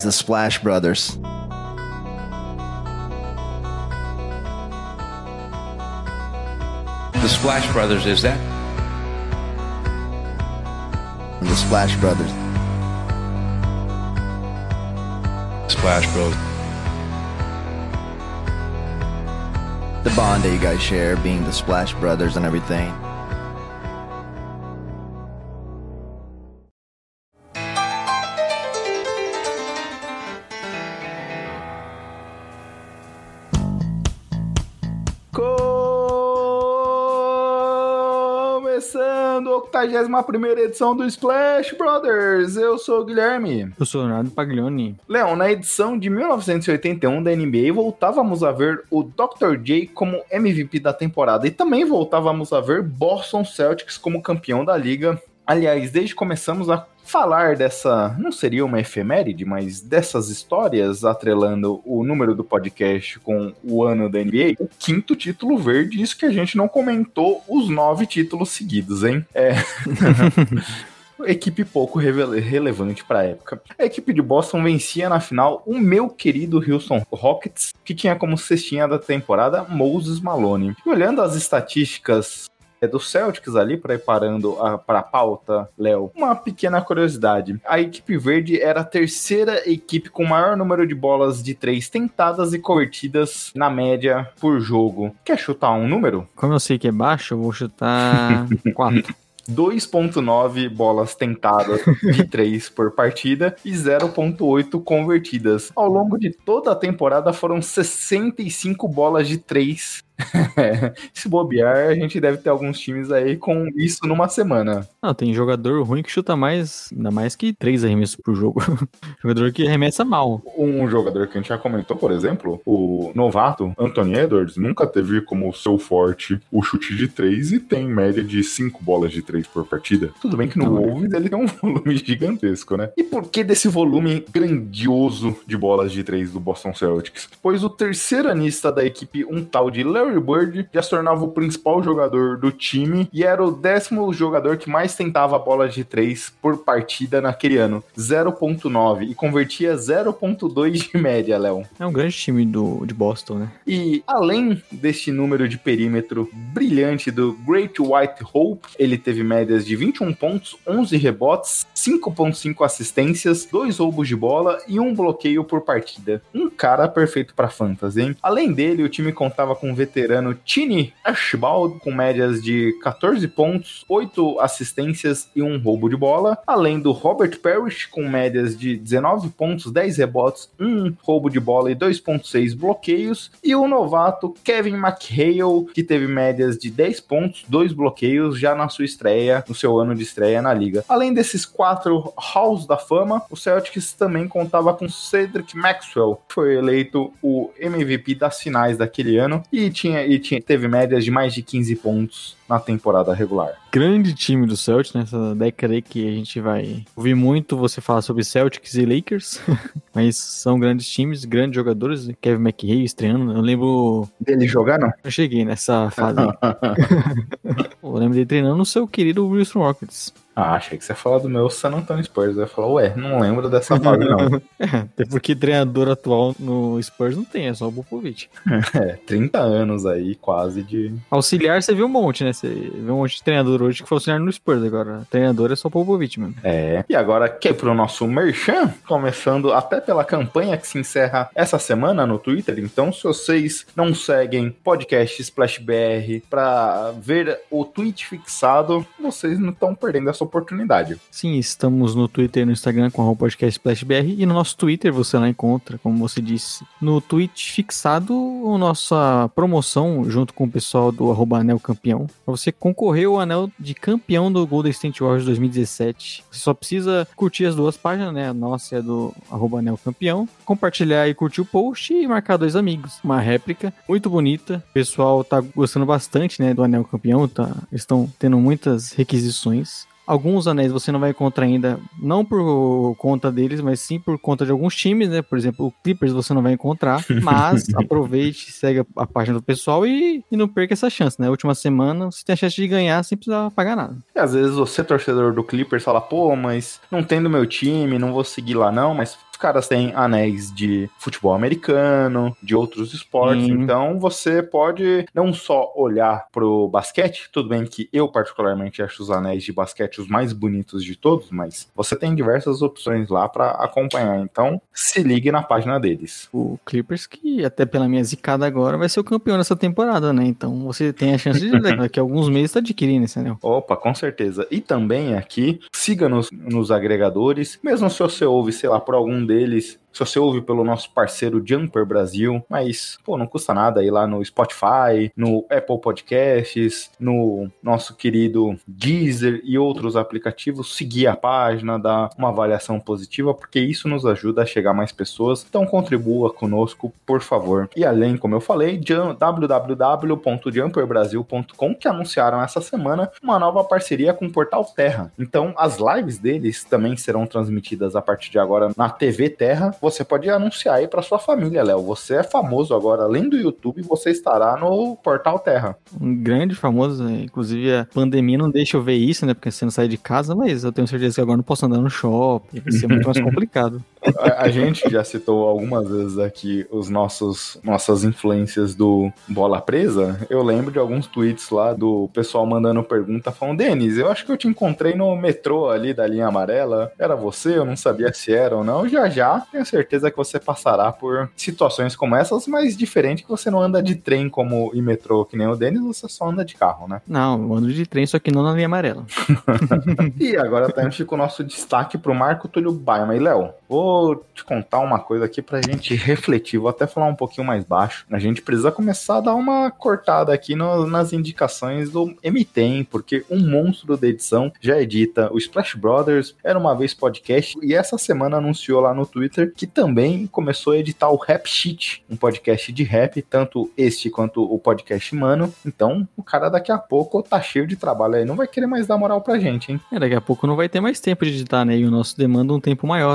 The Splash Brothers. The Splash Brothers, is that? The Splash Brothers. Splash Bros. The bond that you guys share, being the Splash Brothers and everything. Começando a 81ª edição do Splash Brothers. Eu sou o Guilherme. Eu sou o Leonardo Paglioni. Leon, na edição de 1981 da NBA, voltávamos a ver o Dr. J como MVP da temporada e também voltávamos a ver Boston Celtics como campeão da liga. Aliás, desde que começamos a falar dessa, não seria uma efeméride, mas dessas histórias atrelando o número do podcast com o ano da NBA, o 5º título verde, isso que a gente não comentou os 9 títulos seguidos, hein? Equipe pouco relevante para a época. A equipe de Boston vencia na final o meu querido Houston Rockets, que tinha como cestinha da temporada Moses Malone. E olhando as estatísticas do Celtics ali, preparando para a pauta, Léo, uma pequena curiosidade. A equipe verde era a terceira equipe com maior número de bolas de 3 tentadas e convertidas na média por jogo. Quer chutar um número? Como eu sei que é baixo, eu vou chutar 4. 2.9 bolas tentadas de 3 por partida e 0.8 convertidas. Ao longo de toda a temporada foram 65 bolas de 3. Se bobear, a gente deve ter alguns times aí com isso numa semana. Não, tem jogador ruim que chuta mais, ainda mais que 3 arremessos por jogo. Jogador que arremessa mal. Um jogador que a gente já comentou, por exemplo, o novato Anthony Edwards, nunca teve como seu forte o chute de 3 e tem média de 5 bolas de 3 por partida. Tudo bem que no Wolves ele tem um volume gigantesco, né? E por que desse volume grandioso de bolas de 3 do Boston Celtics? Pois o terceiro anista da equipe, um tal de Larry Bird, já se tornava o principal jogador do time e era o 10º jogador que mais tentava bolas de 3 por partida naquele ano, 0.9, e convertia 0.2 de média, Léo. É um grande time de Boston, né? E além deste número de perímetro brilhante do Great White Hope, ele teve médias de 21 pontos, 11 rebotes, 5.5 assistências, 2 roubos de bola e 1 bloqueio por partida. Um cara perfeito para fantasy, hein? Além dele, o time contava com o veterano Tiny Archibald, com médias de 14 pontos, 8 assistências e 1 roubo de bola, além do Robert Parrish, com médias de 19 pontos, 10 rebotes, 1 roubo de bola e 2.6 bloqueios, e o novato Kevin McHale, que teve médias de 10 pontos, 2 bloqueios, já na sua estreia, no seu ano de estreia na liga. Além desses 4 Halls da Fama, o Celtics também contava com Cedric Maxwell, que foi eleito o MVP das finais daquele ano, e teve médias de mais de 15 pontos na temporada regular. Grande time do Celtics nessa década aí que a gente vai ouvir muito você falar sobre Celtics e Lakers, mas são grandes times, grandes jogadores. Kevin McHale estreando, eu lembro Dele jogando? Eu cheguei nessa fase aí. Eu lembro dele treinando no seu querido Houston Rockets. Ah, achei que você ia falar do meu San Antonio Spurs. Eu ia falar, ué, não lembro dessa fase não. Até porque treinador atual no Spurs não tem, é só o Popovich. 30 anos aí, quase de... Auxiliar você viu um monte, né? Você viu um monte de treinador hoje que foi auxiliar no Spurs. Agora, treinador é só o Popovich mesmo. E agora, que é pro nosso merchan, começando até pela campanha que se encerra essa semana no Twitter. Então, se vocês não seguem podcast Splash BR pra ver o tweet fixado, vocês não estão perdendo essa oportunidade. Sim, estamos no Twitter e no Instagram com o podcast SplashBR, e no nosso Twitter você lá encontra, como você disse, no tweet fixado a nossa promoção junto com o pessoal do @AnelCampeão, para você concorrer ao anel de campeão do Golden State Warriors 2017. Você só precisa curtir as duas páginas, né? A nossa é do @AnelCampeão, compartilhar e curtir o post e marcar 2 amigos. Uma réplica muito bonita. O pessoal tá gostando bastante, né, do Anel Campeão, eles estão tendo muitas requisições. Alguns anéis você não vai encontrar ainda, não por conta deles, mas sim por conta de alguns times, né? Por exemplo, o Clippers você não vai encontrar, mas aproveite, segue a página do pessoal e não perca essa chance, né? Última semana você tem a chance de ganhar sem precisar pagar nada. E às vezes você, torcedor do Clippers, fala, pô, mas não tem do meu time, não vou seguir lá não, mas caras têm anéis de futebol americano, de outros esportes, então você pode não só olhar pro basquete, tudo bem que eu particularmente acho os anéis de basquete os mais bonitos de todos, mas você tem diversas opções lá pra acompanhar, então se ligue na página deles. O Clippers, que até pela minha zicada agora, vai ser o campeão nessa temporada, né? Então você tem a chance de daqui a alguns meses tá adquirindo esse anel. Opa, com certeza. E também aqui, siga-nos nos agregadores, mesmo se você ouve, sei lá, por algum deles, se você ouve pelo nosso parceiro Jumper Brasil, mas, pô, não custa nada ir lá no Spotify, no Apple Podcasts, no nosso querido Deezer e outros aplicativos, seguir a página, dar uma avaliação positiva, porque isso nos ajuda a chegar a mais pessoas, então contribua conosco, por favor. E além, como eu falei, www.jumperbrasil.com, que anunciaram essa semana uma nova parceria com o Portal Terra. Então, as lives deles também serão transmitidas a partir de agora na TV Terra. Você pode anunciar aí pra sua família, Léo. Você é famoso agora, além do YouTube, você estará no Portal Terra. Um grande famoso, inclusive a pandemia não deixa eu ver isso, né? Porque você não sai de casa, mas eu tenho certeza que agora não posso andar no shopping, vai ser muito mais complicado. A gente já citou algumas vezes aqui nossas influências do Bola Presa. Eu lembro de alguns tweets lá do pessoal mandando pergunta, falando: Denis, eu acho que eu te encontrei no metrô ali da linha amarela. Era você? Eu não sabia se era ou não. Já tenho certeza que você passará por situações como essas, mas diferente que você não anda de trem como e metrô que nem o Denis, você só anda de carro, né? Não, eu ando de trem, só que não na linha amarela. E agora a gente fica o nosso destaque pro Marco Túlio Baima. E Léo, vou te contar uma coisa aqui pra gente refletir, vou até falar um pouquinho mais baixo. A gente precisa começar a dar uma cortada aqui nas indicações do MTEM, porque um monstro da edição já edita o Splash Brothers, Era Uma Vez Podcast, e essa semana anunciou lá no Twitter que também começou a editar o Rap Sheet, um podcast de rap, tanto este quanto o podcast Mano. Então, o cara daqui a pouco tá cheio de trabalho aí, não vai querer mais dar moral pra gente, hein? Daqui a pouco não vai ter mais tempo de editar, né? E o nosso demanda um tempo maior.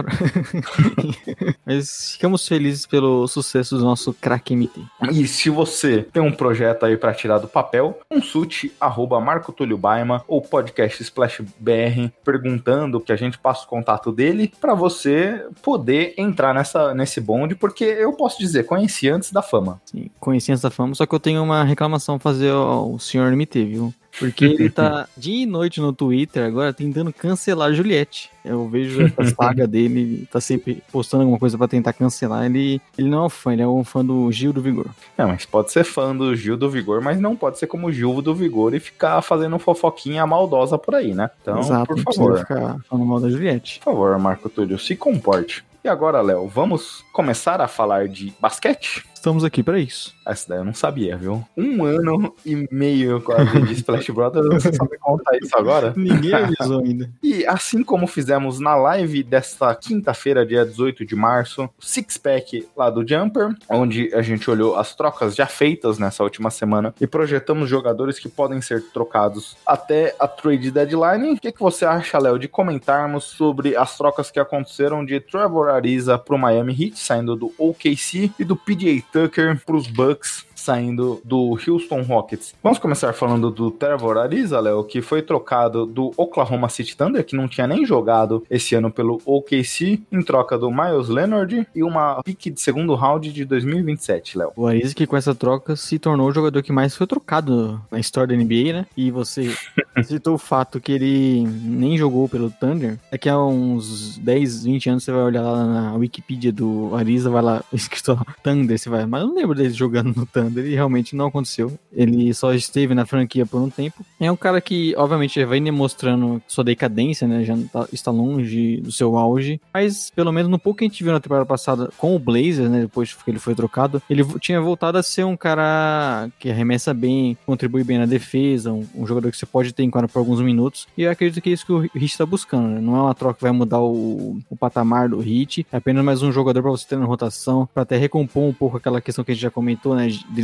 Mas ficamos felizes pelo sucesso do nosso craque MT. E se você tem um projeto aí pra tirar do papel, consulte @Marco Túlio Baima ou podcast Splash BR, perguntando que a gente passa o contato dele pra você poder entrar nesse bonde, porque eu posso dizer, conheci antes da fama. Sim, conheci antes da fama, só que eu tenho uma reclamação a fazer ao senhor MT, viu? Porque ele tá dia e noite no Twitter agora tentando cancelar a Juliette. Eu vejo essa saga dele, ele tá sempre postando alguma coisa pra tentar cancelar. Ele não é um fã, ele é um fã do Gil do Vigor. Mas pode ser fã do Gil do Vigor, mas não pode ser como o Gil do Vigor e ficar fazendo fofoquinha maldosa por aí, né? Então, exato, por favor. Ficar falando mal da Juliette. Por favor, Marco Túlio, se comporte. E agora, Léo, vamos começar a falar de basquete? Estamos aqui pra isso. Essa daí eu não sabia, viu? 1 ano e meio quase de Splash Brothers, você sabe contar isso agora? Ninguém avisou ainda. E assim como fizemos na live desta quinta-feira, dia 18 de março, o Six Pack lá do Jumper, onde a gente olhou as trocas já feitas nessa última semana e projetamos jogadores que podem ser trocados até a trade deadline. O que você acha, Léo, de comentarmos sobre as trocas que aconteceram de Trevor Ariza pro Miami Heat, saindo do OKC, e do PJ Tucker pros Bucks, saindo do Houston Rockets? Vamos começar falando do Trevor Ariza, Léo, que foi trocado do Oklahoma City Thunder, que não tinha nem jogado esse ano pelo OKC, em troca do Myles Leonard e uma pick de segundo round de 2027, Léo. O Ariza, que com essa troca se tornou o jogador que mais foi trocado na história da NBA, né? E você citou o fato que ele nem jogou pelo Thunder. Daqui a uns 10, 20 anos você vai olhar lá na Wikipedia do Ariza, vai lá escrito lá, Thunder, você vai, mas eu não lembro dele jogando no Thunder. Ele realmente não aconteceu. Ele só esteve na franquia por um tempo. É um cara que, obviamente, já vem demonstrando sua decadência, né? Já está longe do seu auge. Mas, pelo menos, no pouco que a gente viu na temporada passada com o Blazers, né? Depois que ele foi trocado, ele tinha voltado a ser um cara que arremessa bem, contribui bem na defesa, um jogador que você pode ter em quadra por alguns minutos. E eu acredito que é isso que o Heat está buscando, né? Não é uma troca que vai mudar o patamar do Heat. É apenas mais um jogador para você ter na rotação, para até recompor um pouco aquela questão que a gente já comentou, né? De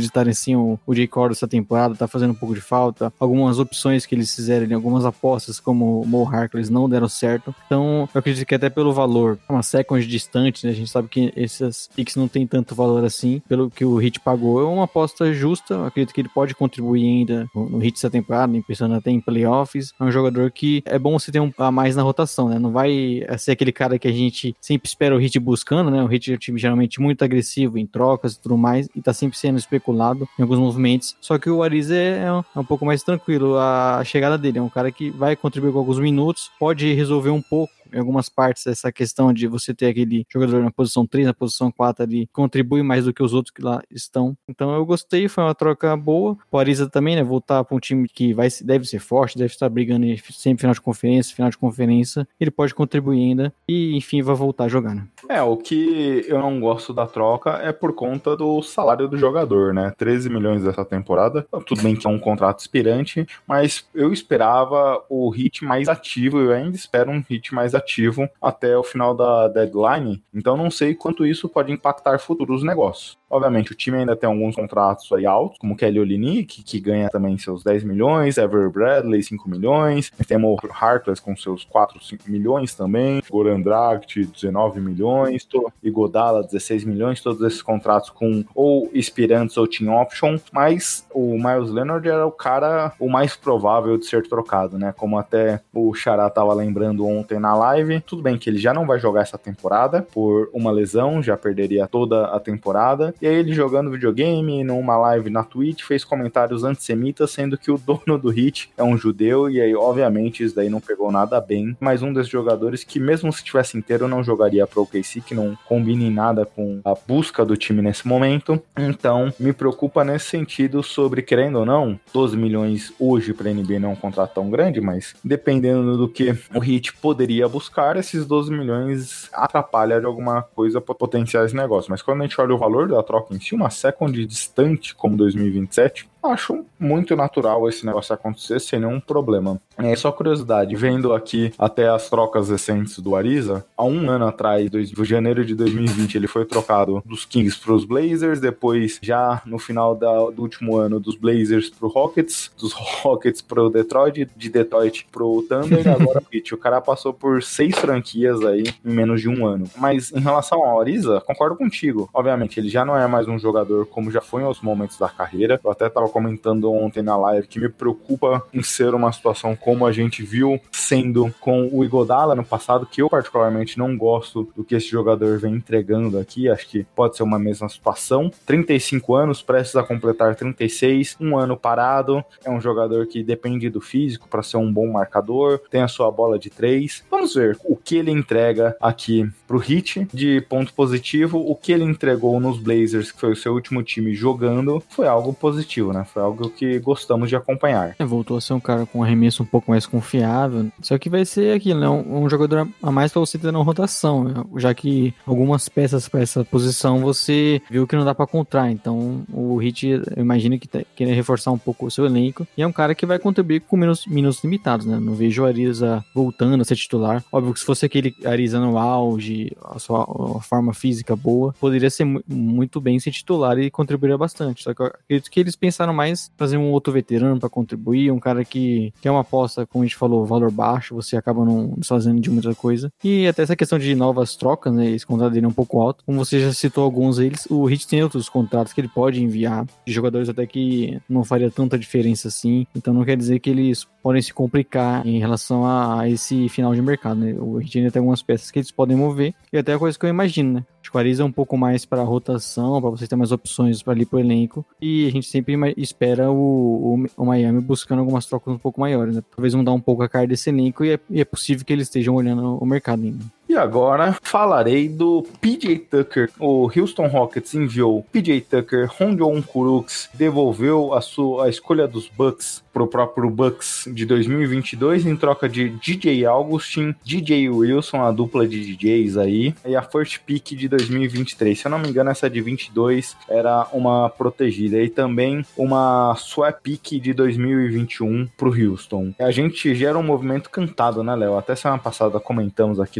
acreditarem assim, o J. Cole essa temporada tá fazendo um pouco de falta. Algumas opções que eles fizeram, algumas apostas como o Mo Harkless não deram certo. Então, eu acredito que até pelo valor, uma second distante, né? A gente sabe que esses picks não tem tanto valor assim, pelo que o Heat pagou. É uma aposta justa, eu acredito que ele pode contribuir ainda no Heat essa temporada, pensando até em playoffs. É um jogador que é bom você ter a mais na rotação, né? Não vai ser aquele cara que a gente sempre espera o Heat buscando, né? O Heat é um time geralmente muito agressivo em trocas e tudo mais, e tá sempre sendo especulado em alguns movimentos. Só que o Ariza é um pouco mais tranquilo a chegada dele. É um cara que vai contribuir com alguns minutos, pode resolver um pouco em algumas partes essa questão de você ter aquele jogador na posição 3, na posição 4 ali, contribui mais do que os outros que lá estão. Então eu gostei, foi uma troca boa. O Ariza também, né, voltar para um time que deve ser forte, deve estar brigando sempre final de conferência, ele pode contribuir ainda e enfim vai voltar a jogar, né? O que eu não gosto da troca é por conta do salário do jogador, né? 13 milhões dessa temporada. Tudo bem que é um contrato expirante, mas eu esperava o Heat mais ativo, eu ainda espero um Heat mais ativo até o final da deadline, então não sei quanto isso pode impactar futuros negócios. Obviamente, o time ainda tem alguns contratos aí altos, como Kelly Olynyk, que ganha também seus 10 milhões, Avery Bradley, 5 milhões, tem o Harkless com seus 4, 5 milhões também, Goran Dragic, 19 milhões, Iguodala, 16 milhões, todos esses contratos com ou expirantes ou team option, mas o Myles Leonard era o cara o mais provável de ser trocado, né? Como até o Xará tava lembrando ontem na live, tudo bem que ele já não vai jogar essa temporada por uma lesão, já perderia toda a temporada. E aí ele jogando videogame, numa live na Twitch, fez comentários antissemitas, sendo que o dono do Heat é um judeu, e aí obviamente isso daí não pegou nada bem. Mas um desses jogadores que mesmo se tivesse inteiro não jogaria pro OKC, que não combina em nada com a busca do time nesse momento. Então me preocupa nesse sentido sobre, querendo ou não, 12 milhões hoje pra NBA não é um contrato tão grande, mas dependendo do que o Heat poderia buscar, esses 12 milhões atrapalha de alguma coisa potenciais negócios. Mas quando a gente olha o valor da troca em si, uma second distante como 2027, acho muito natural esse negócio acontecer sem nenhum problema. Só curiosidade, vendo aqui até as trocas recentes do Ariza, há um ano atrás, em janeiro de 2020, ele foi trocado dos Kings para os Blazers, depois já no final do último ano dos Blazers para o Rockets, dos Rockets para o Detroit, de Detroit para o Thunder, agora o cara passou por 6 franquias aí em menos de um ano. Mas em relação ao Ariza, concordo contigo. Obviamente, ele já não é mais um jogador como já foi em outros momentos da carreira. Eu até tava comentando ontem na live que me preocupa em ser uma situação como a gente viu sendo com o Iguodala no passado, que eu particularmente não gosto do que esse jogador vem entregando aqui. Acho que pode ser uma mesma situação. 35 anos, prestes a completar 36, um ano parado, é um jogador que depende do físico para ser um bom marcador, tem a sua bola de 3. Vamos ver o que ele entrega aqui pro Heat de ponto positivo. O que ele entregou nos Blazers, que foi o seu último time jogando, foi algo positivo, né? Foi algo que gostamos de acompanhar. Voltou a ser um cara com um arremesso um pouco mais confiável. Só que vai ser aquilo, né? Um jogador a mais pra você ter na rotação, né? Já que algumas peças pra essa posição você viu que não dá pra encontrar. Então o Heat, eu imagino que queria reforçar um pouco o seu elenco. E é um cara que vai contribuir com minutos limitados, né? Não vejo o Ariza voltando a ser titular. Óbvio que se fosse aquele Ariza no auge, a forma física boa, poderia ser muito bem ser titular e contribuiria bastante. Só que eu acredito que eles pensaram mais em trazer um outro veterano pra contribuir, um cara que é uma aposta, como a gente falou, valor baixo, você acaba não fazendo de muita coisa. E até essa questão de novas trocas, né? Esse contrato dele é um pouco alto. Como você já citou alguns deles, o Heat tem outros contratos que ele pode enviar, de jogadores até que não faria tanta diferença assim. Então não quer dizer que eles podem se complicar em relação a esse final de mercado, né? O Heat ainda tem algumas peças que eles podem mover, e até a coisa que eu imagino, né? Acho que o Ariza é um pouco mais para rotação, para você ter mais opções para ali pro elenco, e a gente sempre espera o Miami buscando algumas trocas um pouco maiores, né? Talvez mudar um pouco a cara desse elenco, e é possível que eles estejam olhando o mercado ainda. E agora falarei do PJ Tucker. O Houston Rockets enviou PJ Tucker, Honjon Kurucs, devolveu a escolha dos Bucks pro próprio Bucks de 2022 em troca de DJ Augustin, DJ Wilson, a dupla de DJs aí, e a first pick de 2023. Se eu não me engano, essa de 22 era uma protegida, e também uma swap pick de 2021 pro Houston. A gente gera um movimento cantado, né, Léo? Até semana passada comentamos aqui do PJ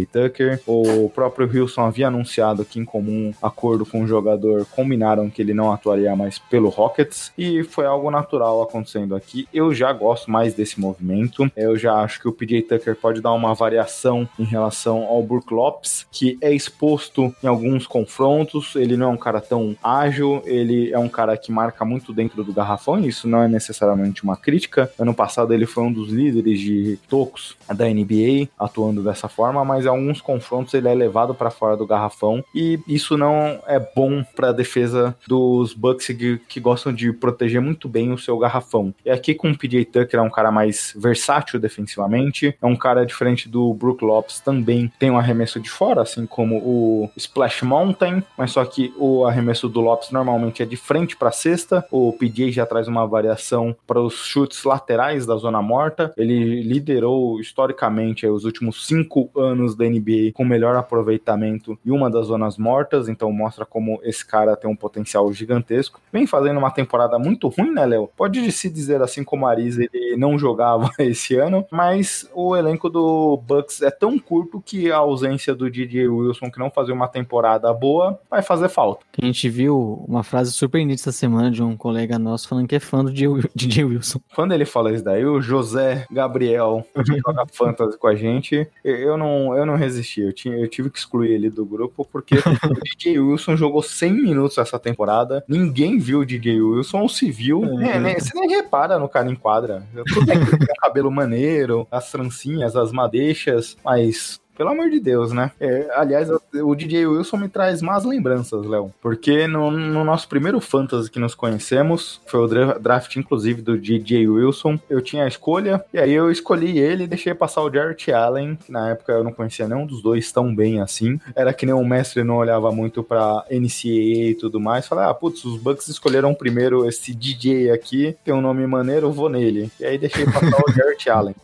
PJ Tucker. O próprio Wilson havia anunciado que, em comum acordo com o jogador, combinaram que ele não atuaria mais pelo Rockets, e foi algo natural acontecendo aqui. Eu já gosto mais desse movimento. Eu já acho que o PJ Tucker pode dar uma variação em relação ao Brook Lopes, que é exposto em alguns confrontos. Ele não é um cara tão ágil, ele é um cara que marca muito dentro do garrafão, e isso não é necessariamente uma crítica. Ano passado ele foi um dos líderes de tocos da NBA, atuando dessa forma, mas em alguns confrontos ele é levado para fora do garrafão, e isso não é bom para a defesa dos Bucks, que gostam de proteger muito bem o seu garrafão. E aqui com o PJ Tucker é um cara mais versátil defensivamente, é um cara diferente do Brook Lopes, também tem um arremesso de fora, assim como o Splash Mountain, mas só que o arremesso do Lopes normalmente é de frente para a cesta. O PJ já traz uma variação para os chutes laterais da zona morta. Ele liderou historicamente os últimos 5 anos da NBA com melhor aproveitamento em uma das zonas mortas, então mostra como esse cara tem um potencial gigantesco. Vem fazendo uma temporada muito ruim, né, Léo? Pode se dizer assim como o Ariza, ele não jogava esse ano, mas o elenco do Bucks é tão curto que a ausência do DJ Wilson, que não fazia uma temporada boa, vai fazer falta. A gente viu uma frase surpreendente essa semana de um colega nosso falando que é fã do DJ Wilson. Quando ele fala isso daí, o José Gabriel, que joga fantasy com a gente, eu não resisti. Eu tive que excluir ele do grupo, porque o DJ Wilson jogou 100 minutos essa temporada. Ninguém viu o DJ Wilson, ou se viu, você nem repara no cara em quadra. Tudo bem que ele tem um cabelo maneiro, as trancinhas, as madeixas, mas... pelo amor de Deus, né? Aliás, o DJ Wilson me traz más lembranças, Léo. Porque no nosso primeiro Fantasy que nos conhecemos, foi o draft, inclusive, do DJ Wilson, eu tinha a escolha, e aí eu escolhi ele e deixei passar o Jarrett Allen, que na época eu não conhecia nenhum dos dois tão bem assim. Era que nem o mestre não olhava muito pra NCAA e tudo mais. Falei, putz, os Bucks escolheram primeiro esse DJ aqui, tem um nome maneiro, eu vou nele. E aí deixei passar o Jarrett Allen.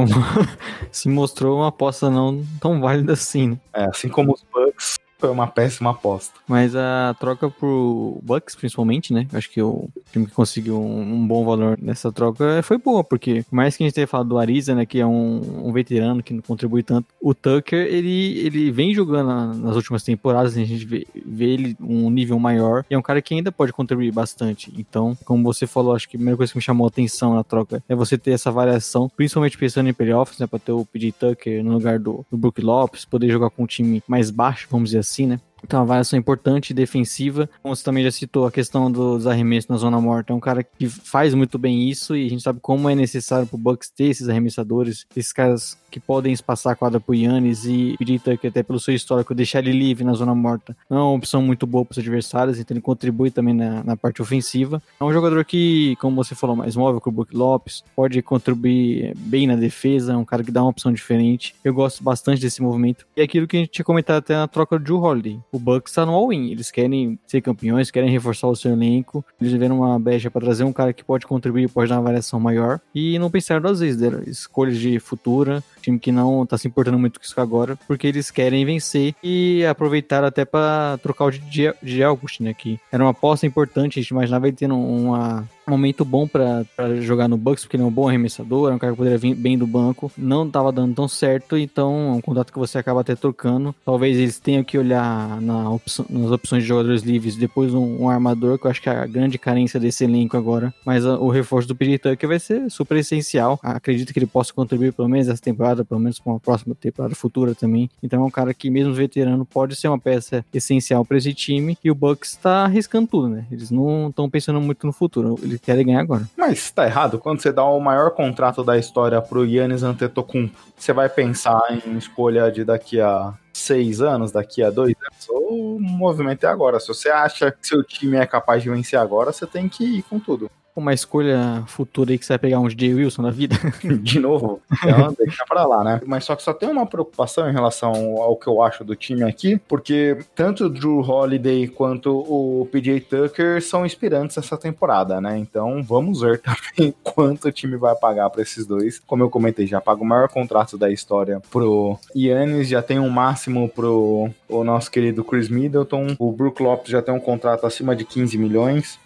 Se mostrou uma aposta não tão válida assim, né? Assim como os Bucks, foi uma péssima aposta. Mas a troca pro Bucks, principalmente, né? Acho que o time que conseguiu um bom valor nessa troca foi boa, porque por mais que a gente tenha falado do Ariza, né? Que é um veterano que não contribui tanto, o Tucker, ele vem jogando nas últimas temporadas, a gente vê ele um nível maior, e é um cara que ainda pode contribuir bastante. Então, como você falou, acho que a primeira coisa que me chamou a atenção na troca é você ter essa variação, principalmente pensando em playoffs, né? Pra ter o PJ Tucker no lugar do Brook Lopes, poder jogar com um time mais baixo, vamos dizer assim, né? Então, uma variação importante defensiva. Como você também já citou, a questão dos arremessos na zona morta. É um cara que faz muito bem isso, e a gente sabe como é necessário pro Bucks ter esses arremessadores, esses caras que podem espaçar a quadra pro Giannis, e pedir Tucker, até pelo seu histórico, deixar ele livre na zona morta. Não é uma opção muito boa para os adversários, então ele contribui também na parte ofensiva. É um jogador que, como você falou, mais móvel que o Brook Lopes, pode contribuir bem na defesa, é um cara que dá uma opção diferente. Eu gosto bastante desse movimento. E aquilo que a gente tinha comentado até na troca do Jrue Holiday. O Bucks tá no all-in, eles querem ser campeões, querem reforçar o seu elenco, eles viram uma brecha para trazer um cara que pode contribuir, pode dar uma variação maior, e não pensaram duas vezes, deram escolhas de futura, time que não tá se importando muito com isso agora, porque eles querem vencer, e aproveitar até para trocar o de August, né, que era uma aposta importante, a gente imaginava ele tendo um momento bom pra jogar no Bucks, porque ele é um bom arremessador, é um cara que poderia vir bem do banco, não tava dando tão certo, então é um contrato que você acaba até trocando. Talvez eles tenham que olhar nas opções de jogadores livres, depois um armador, que eu acho que é a grande carência desse elenco agora, mas o reforço do PJ Tucker vai ser super essencial. Acredito que ele possa contribuir pelo menos essa temporada, pelo menos para uma próxima temporada futura também, então é um cara que mesmo veterano pode ser uma peça essencial para esse time, e o Bucks tá arriscando tudo, né? Eles não estão pensando muito no futuro, eles querem ganhar agora. Mas tá errado, quando você dá o maior contrato da história pro Giannis Antetokounmpo, você vai pensar em escolha de daqui a 6 anos, daqui a 2 anos, ou o movimento é agora. Se você acha que seu time é capaz de vencer agora, você tem que ir com tudo. Uma escolha futura aí que você vai pegar um DJ Wilson na vida. De novo, então deixa pra lá, né? Mas só que só tem uma preocupação em relação ao que eu acho do time aqui, porque tanto o Jrue Holiday quanto o PJ Tucker são inspirantes essa temporada, né? Então vamos ver também quanto o time vai pagar pra esses dois. Como eu comentei, já paga o maior contrato da história pro Giannis, já tem um máximo pro o nosso querido Chris Middleton, o Brook Lopes já tem um contrato acima de 15 milhões.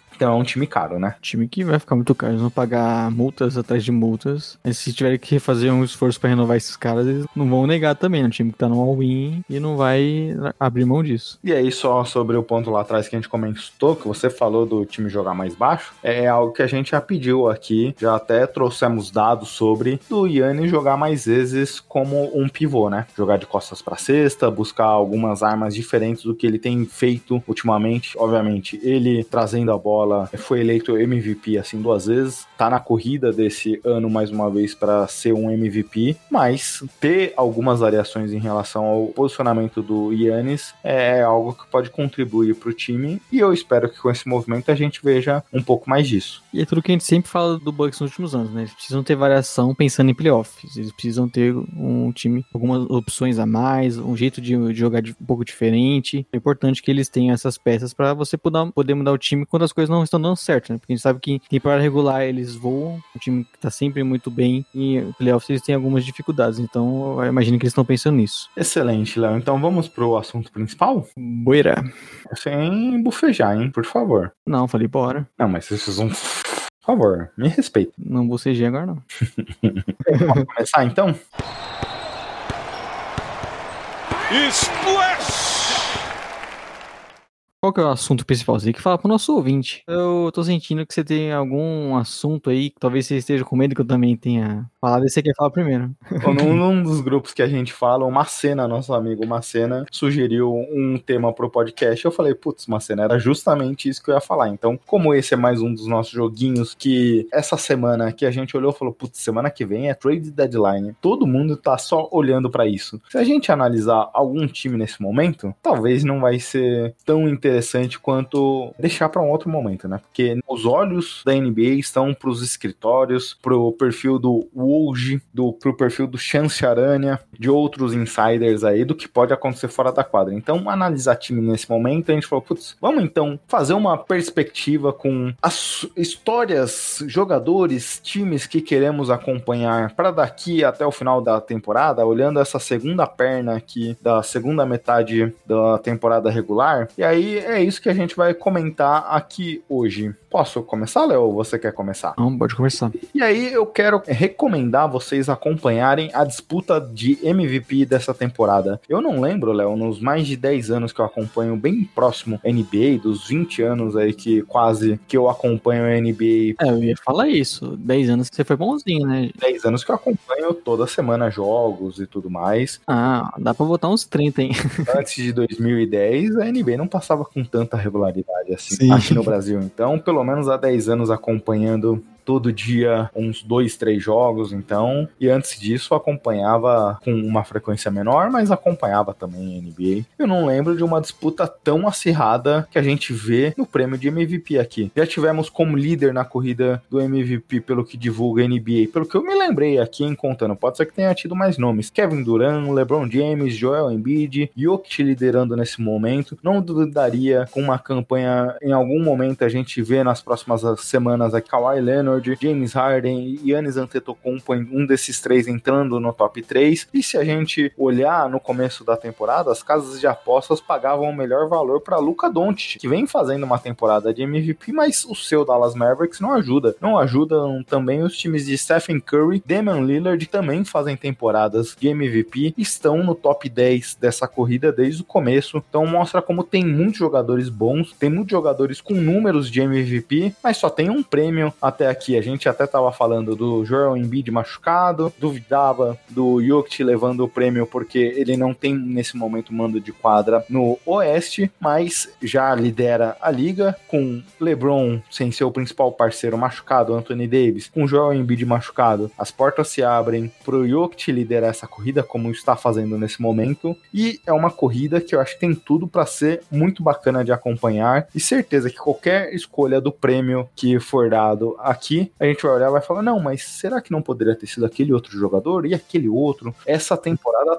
Então é um time caro, né? Time que vai ficar muito caro, eles vão pagar multas atrás de multas. Mas se tiverem que fazer um esforço pra renovar esses caras, eles não vão negar também. É um time que tá no all-in e não vai abrir mão disso. E aí, só sobre o ponto lá atrás que a gente comentou, que você falou do time jogar mais baixo, é algo que a gente já pediu aqui, já até trouxemos dados sobre do Giannis jogar mais vezes como um pivô, né? Jogar de costas pra cesta, buscar algumas armas diferentes do que ele tem feito ultimamente. Obviamente, ele trazendo a bola, foi eleito MVP assim 2 vezes, tá na corrida desse ano mais uma vez para ser um MVP, mas ter algumas variações em relação ao posicionamento do Giannis é algo que pode contribuir pro time, e eu espero que com esse movimento a gente veja um pouco mais disso. E é tudo que a gente sempre fala do Bucks nos últimos anos, né? Eles precisam ter variação pensando em playoffs, eles precisam ter um time com algumas opções a mais, um jeito de jogar um pouco diferente. É importante que eles tenham essas peças para você poder mudar o time quando as coisas não estão dando certo, né? Porque a gente sabe que em temporada regular eles voam, o time que tá sempre muito bem, e em playoffs eles têm algumas dificuldades, então eu imagino que eles estão pensando nisso. Excelente, Léo. Então vamos pro assunto principal? Boira. Sem bufejar, hein? Por favor. Não, falei bora. Não, mas vocês vão... Por favor, me respeita. Não bocejei agora, não. Vamos começar, então? Splash! Qual que é o assunto principal? Você tem que falar pro nosso ouvinte. Eu tô sentindo que você tem algum assunto aí, que talvez você esteja com medo que eu também tenha falado, e você quer falar primeiro. Num dos grupos que a gente fala, o Macena, nosso amigo Macena, sugeriu um tema pro podcast. Eu falei, putz, Macena, era justamente isso que eu ia falar. Então, como esse é mais um dos nossos joguinhos que essa semana que a gente olhou e falou, putz, semana que vem é trade deadline. Todo mundo tá só olhando pra isso. Se a gente analisar algum time nesse momento, talvez não vai ser tão interessante quanto deixar para um outro momento, né? Porque os olhos da NBA estão para os escritórios, pro perfil do Woj, pro perfil do Chance Aranha, de outros insiders aí, do que pode acontecer fora da quadra. Então, analisar time nesse momento, a gente falou, putz, vamos então fazer uma perspectiva com as histórias, jogadores, times que queremos acompanhar para daqui até o final da temporada, olhando essa segunda perna aqui da segunda metade da temporada regular. E aí é isso que a gente vai comentar aqui hoje. Posso começar, Léo, ou você quer começar? Não, pode começar. E aí eu quero recomendar vocês acompanharem a disputa de MVP dessa temporada. Eu não lembro, Léo, nos mais de 10 anos que eu acompanho bem próximo a NBA, dos 20 anos aí que quase que eu acompanho a NBA. Eu ia falar isso. 10 anos que você foi bonzinho, né? 10 anos que eu acompanho toda semana jogos e tudo mais. Ah, dá pra botar uns 30, hein? Antes de 2010, a NBA não passava com tanta regularidade assim. Sim. Aqui no Brasil. Então, pelo menos há 10 anos acompanhando todo dia uns 2, 3 jogos, então, e antes disso acompanhava com uma frequência menor, mas acompanhava também a NBA. Eu não lembro de uma disputa tão acirrada que a gente vê no prêmio de MVP aqui. Já tivemos como líder na corrida do MVP, pelo que divulga a NBA, pelo que eu me lembrei aqui em contando, pode ser que tenha tido mais nomes, Kevin Durant, LeBron James, Joel Embiid, Jokic liderando nesse momento. Não duvidaria com uma campanha, em algum momento a gente vê nas próximas semanas a Kawhi Leonard, James Harden e Giannis Antetokounmpo, um desses três entrando no top 3. E se a gente olhar no começo da temporada, as casas de apostas pagavam o melhor valor para Luka Doncic, que vem fazendo uma temporada de MVP, mas o seu Dallas Mavericks não ajuda. Não ajudam também os times de Stephen Curry, Damian Lillard, que também fazem temporadas de MVP, estão no top 10 dessa corrida desde o começo. Então mostra como tem muitos jogadores bons, tem muitos jogadores com números de MVP, mas só tem um prêmio até aqui. A gente até tava falando do Joel Embiid machucado, duvidava do Jokic levando o prêmio porque ele não tem nesse momento mando de quadra no Oeste, mas já lidera a liga, com LeBron sem ser o principal parceiro machucado, Anthony Davis, com Joel Embiid machucado. As portas se abrem pro Jokic liderar essa corrida, como está fazendo nesse momento, e é uma corrida que eu acho que tem tudo para ser muito bacana de acompanhar, e certeza que qualquer escolha do prêmio que for dado aqui, a gente vai olhar e vai falar, não, mas será que não poderia ter sido aquele outro jogador e aquele outro? Essa temporada tá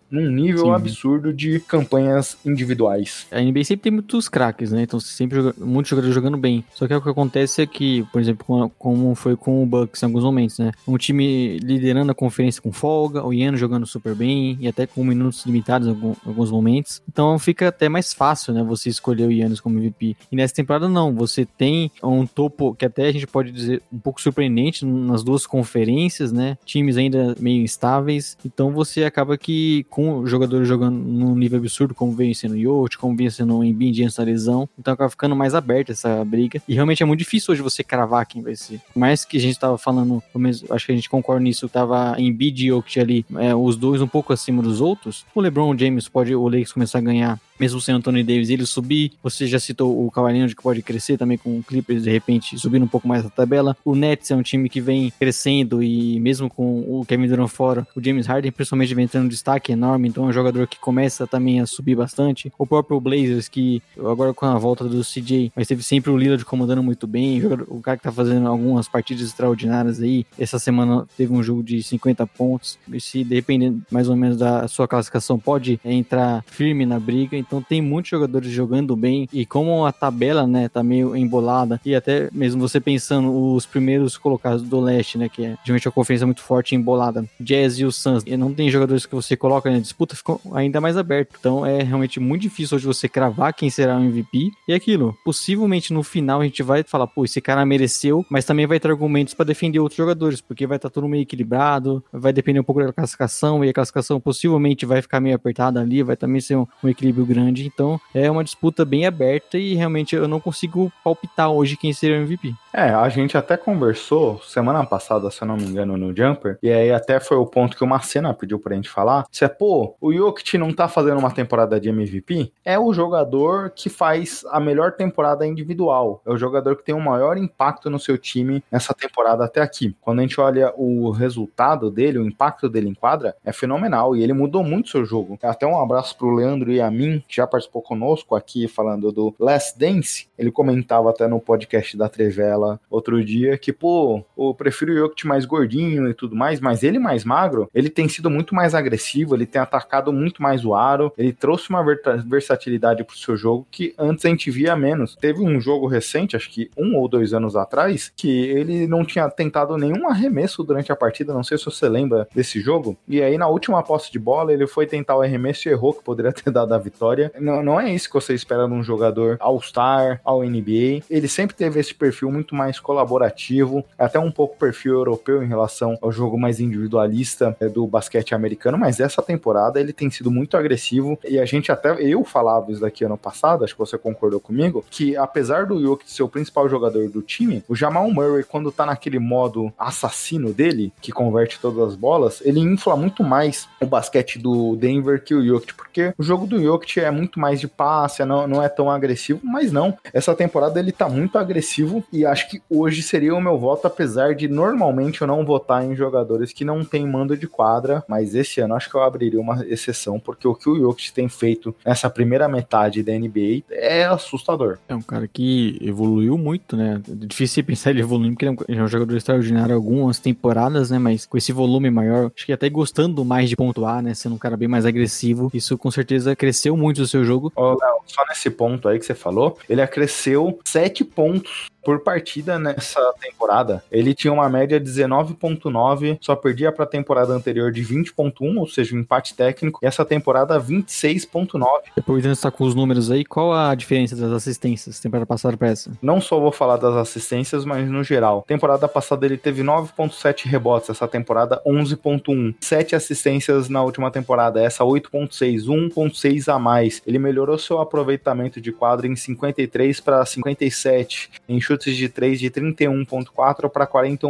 num nível Sim. absurdo de campanhas individuais. A NBA sempre tem muitos craques, né? Então sempre muitos jogadores jogando bem. Só que o que acontece é que, por exemplo, como foi com o Bucks em alguns momentos, né? Um time liderando a conferência com folga, o Giannis jogando super bem e até com minutos limitados em alguns momentos. Então fica até mais fácil, né? Você escolher o Giannis como MVP. E nessa temporada não. Você tem um topo que até a gente pode dizer um pouco surpreendente nas duas conferências, né? Times ainda meio instáveis. Então você acaba que com jogadores jogando num nível absurdo, como vem sendo o Jokic, como vem sendo o Embiid antes da lesão, então acaba ficando mais aberta essa briga, e realmente é muito difícil hoje você cravar quem vai ser. Por mais que a gente tava falando, acho que a gente concorda nisso, tava Embiid e Jokic ali, os dois um pouco acima dos outros, o LeBron James o Lakers começar a ganhar, mesmo sem o Anthony Davis, ele subir. Você já citou o Kawhi Leonard, que pode crescer também com o Clippers, de repente subindo um pouco mais na tabela. O Nets é um time que vem crescendo, e mesmo com o Kevin Durant fora, o James Harden principalmente vem tendo um destaque enorme, então é um jogador que começa também a subir bastante. O próprio Blazers, que agora com a volta do CJ, mas teve sempre o Lillard comandando muito bem, o cara que tá fazendo algumas partidas extraordinárias aí. Essa semana teve um jogo de 50 pontos, e se dependendo mais ou menos da sua classificação, pode entrar firme na briga. Então tem muitos jogadores jogando bem, e como a tabela, né, tá meio embolada, e até mesmo você pensando os primeiros colocados do leste, né, que é geralmente a conferência muito forte e embolada, Jazz e o Suns, e não tem jogadores que você coloca na disputa, ficou ainda mais aberto. Então é realmente muito difícil hoje você cravar quem será o MVP, e aquilo, possivelmente no final a gente vai falar, pô, esse cara mereceu, mas também vai ter argumentos para defender outros jogadores, porque vai estar tudo meio equilibrado, vai depender um pouco da classificação, e a classificação possivelmente vai ficar meio apertada ali, vai também ser um equilíbrio grande. Então é uma disputa bem aberta, e realmente eu não consigo palpitar hoje quem seria o MVP. A gente até conversou semana passada, se eu não me engano, no Jumper, e aí até foi o ponto que o Macena pediu pra gente falar, se o Jokic não tá fazendo uma temporada de MVP, é o jogador que faz a melhor temporada individual, é o jogador que tem o maior impacto no seu time nessa temporada até aqui. Quando a gente olha o resultado dele, o impacto dele em quadra, é fenomenal, e ele mudou muito seu jogo. Até um abraço pro Leandro e a mim, que já participou conosco aqui falando do Last Dance. Ele comentava até no podcast da Trivela outro dia que, eu prefiro o Jokic mais gordinho e tudo mais, mas ele mais magro, ele tem sido muito mais agressivo, ele tem atacado muito mais o aro, ele trouxe uma versatilidade pro seu jogo que antes a gente via menos. Teve um jogo recente, acho que 1 ou 2 anos atrás, que ele não tinha tentado nenhum arremesso durante a partida, não sei se você lembra desse jogo, e aí na última posse de bola ele foi tentar o arremesso e errou, que poderia ter dado a vitória. Não é isso que você espera de um jogador All-Star, ao NBA. Ele sempre teve esse perfil muito mais colaborativo, até um pouco perfil europeu em relação ao jogo mais individualista do basquete americano, mas essa temporada ele tem sido muito agressivo, e a gente eu falava isso daqui ano passado, acho que você concordou comigo, que apesar do Jokic ser o principal jogador do time, o Jamal Murray, quando tá naquele modo assassino dele, que converte todas as bolas, ele infla muito mais o basquete do Denver que o Jokic, porque o jogo do Jokic é muito mais de passe, não é tão agressivo, mas não, essa temporada ele tá muito agressivo, e acho que hoje seria o meu voto, apesar de normalmente eu não votar em jogadores que não tem mando de quadra, mas esse ano acho que eu abriria uma exceção, porque o que o Jokic tem feito nessa primeira metade da NBA é assustador. É um cara que evoluiu muito, né? É difícil pensar ele evoluindo, porque ele é um jogador extraordinário algumas temporadas, né? Mas com esse volume maior, acho que até gostando mais de pontuar, né? Sendo um cara bem mais agressivo, isso com certeza cresceu muito o seu jogo. Léo, só nesse ponto aí que você falou, ele acresceu 7 pontos por partida nessa temporada. Ele tinha uma média de 19.9, só perdia para a temporada anterior de 20.1, ou seja, um empate técnico, e essa temporada 26.9. Depois de estar com os números aí, qual a diferença das assistências temporada passada para essa? Não só vou falar das assistências, mas no geral. Temporada passada ele teve 9.7 rebotes, essa temporada 11.1. 7 assistências na última temporada, essa 8.6, 1.6 a mais. Ele melhorou seu aproveitamento de quadra em 53 para 57, em chutes de 3 de 31.4 para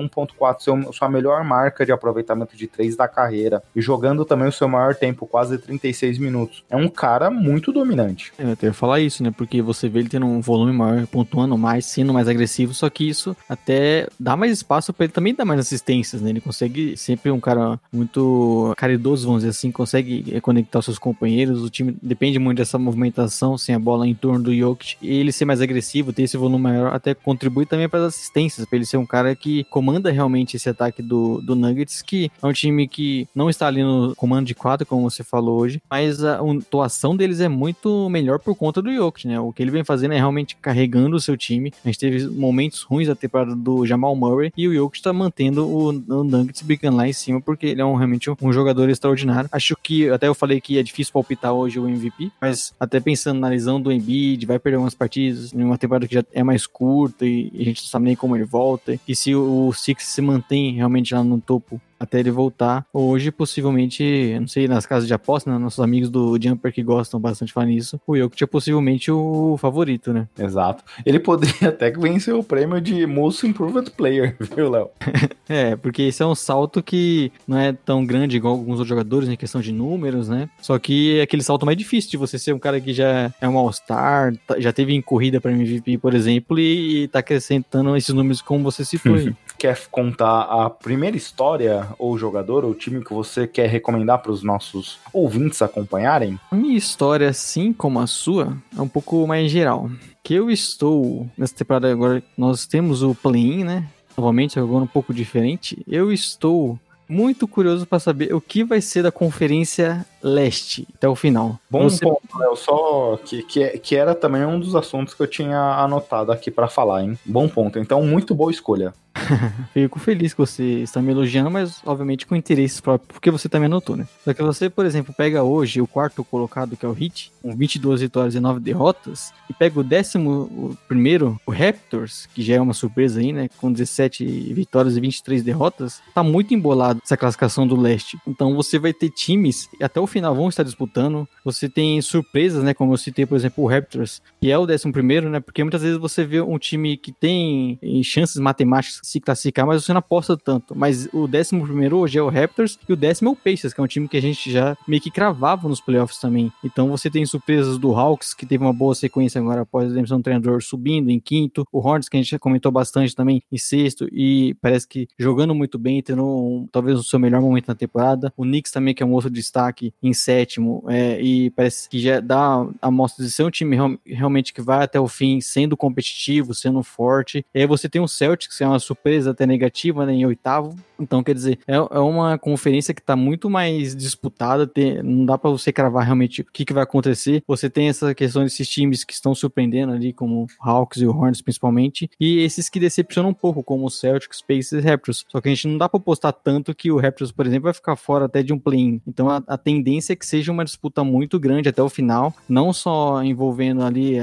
41.4, sua melhor marca de aproveitamento de 3 da carreira, e jogando também o seu maior tempo, quase 36 minutos. É um cara muito dominante. Eu até ia falar isso, né? Porque você vê ele tendo um volume maior, pontuando mais, sendo mais agressivo, só que isso até dá mais espaço para ele também dar mais assistências, né? Ele consegue, sempre um cara muito caridoso, vamos dizer assim, consegue conectar os seus companheiros, o time depende muito dessa movimentação sem a bola em torno do Jokic, e ele ser mais agressivo, ter esse volume maior, até contribui também para as assistências, para ele ser um cara que comanda realmente esse ataque do Nuggets, que é um time que não está ali no comando de quadra, como você falou hoje, mas a atuação deles é muito melhor por conta do Jokic, né? O que ele vem fazendo é realmente carregando o seu time. A gente teve momentos ruins da temporada do Jamal Murray e o Jokic está mantendo o Nuggets brincando lá em cima, porque ele é realmente um jogador extraordinário. Acho que, até eu falei que é difícil palpitar hoje o MVP, mas até pensando na lesão do Embiid, vai perder algumas partidas em uma temporada que já é mais curta e a gente não sabe nem como ele volta, e se o Sixers se mantém realmente lá no topo até ele voltar, hoje possivelmente, não sei, nas casas de aposta, né, nossos amigos do Jumper que gostam bastante de falar nisso, o Jokic é possivelmente o favorito, né? Exato. Ele poderia até vencer o prêmio de Most Improved Player, viu, Léo? Porque esse é um salto que não é tão grande igual alguns outros jogadores em questão de números, né? Só que é aquele salto mais difícil de você ser um cara que já é um All-Star, já teve em corrida para MVP, por exemplo, e tá acrescentando esses números como você citou aí. Quer contar a primeira história ou jogador ou time que você quer recomendar para os nossos ouvintes acompanharem? A minha história, assim como a sua, é um pouco mais geral. Que eu estou, nessa temporada agora, nós temos o play-in, né? Novamente, agora um pouco diferente. Eu estou muito curioso para saber o que vai ser da Conferência Leste até o final. Bom ponto, Léo, só que era também um dos assuntos que eu tinha anotado aqui para falar, hein? Bom ponto, então muito boa escolha. Fico feliz que você está me elogiando, mas obviamente com interesses próprios, porque você também anotou, né? Só que você, por exemplo, pega hoje o quarto colocado, que é o Heat, com 22 vitórias e 9 derrotas, e pega o 11º, o Raptors, que já é uma surpresa aí, né? Com 17 vitórias e 23 derrotas, tá muito embolado essa classificação do leste. Então você vai ter times que até o final vão estar disputando. Você tem surpresas, né? Como eu citei, por exemplo, o Raptors, que é o 11º, né? Porque muitas vezes você vê um time que tem chances matemáticas se classificar, mas você não aposta tanto. Mas o 11º hoje é o Raptors e o 10º é o Pacers, que é um time que a gente já meio que cravava nos playoffs também. Então você tem surpresas do Hawks, que teve uma boa sequência agora após a demissão do treinador, subindo em quinto. O Hornets, que a gente já comentou bastante também, em sexto, e parece que jogando muito bem, tendo talvez o seu melhor momento na temporada. O Knicks também, que é um outro destaque, em sétimo, e parece que já dá a mostra de ser um time realmente que vai até o fim, sendo competitivo, sendo forte. E aí você tem o Celtics, que é uma surpresa até negativa, né, em oitavo. Então, quer dizer, é uma conferência que está muito mais disputada, não dá para você cravar realmente o que vai acontecer. Você tem essa questão desses times que estão surpreendendo ali, como o Hawks e o Hornets principalmente, e esses que decepcionam um pouco, como o Celtics, Pacers e Raptors. Só que a gente não dá para apostar tanto que o Raptors, por exemplo, vai ficar fora até de um play-in. Então, a tendência é que seja uma disputa muito grande até o final, não só envolvendo ali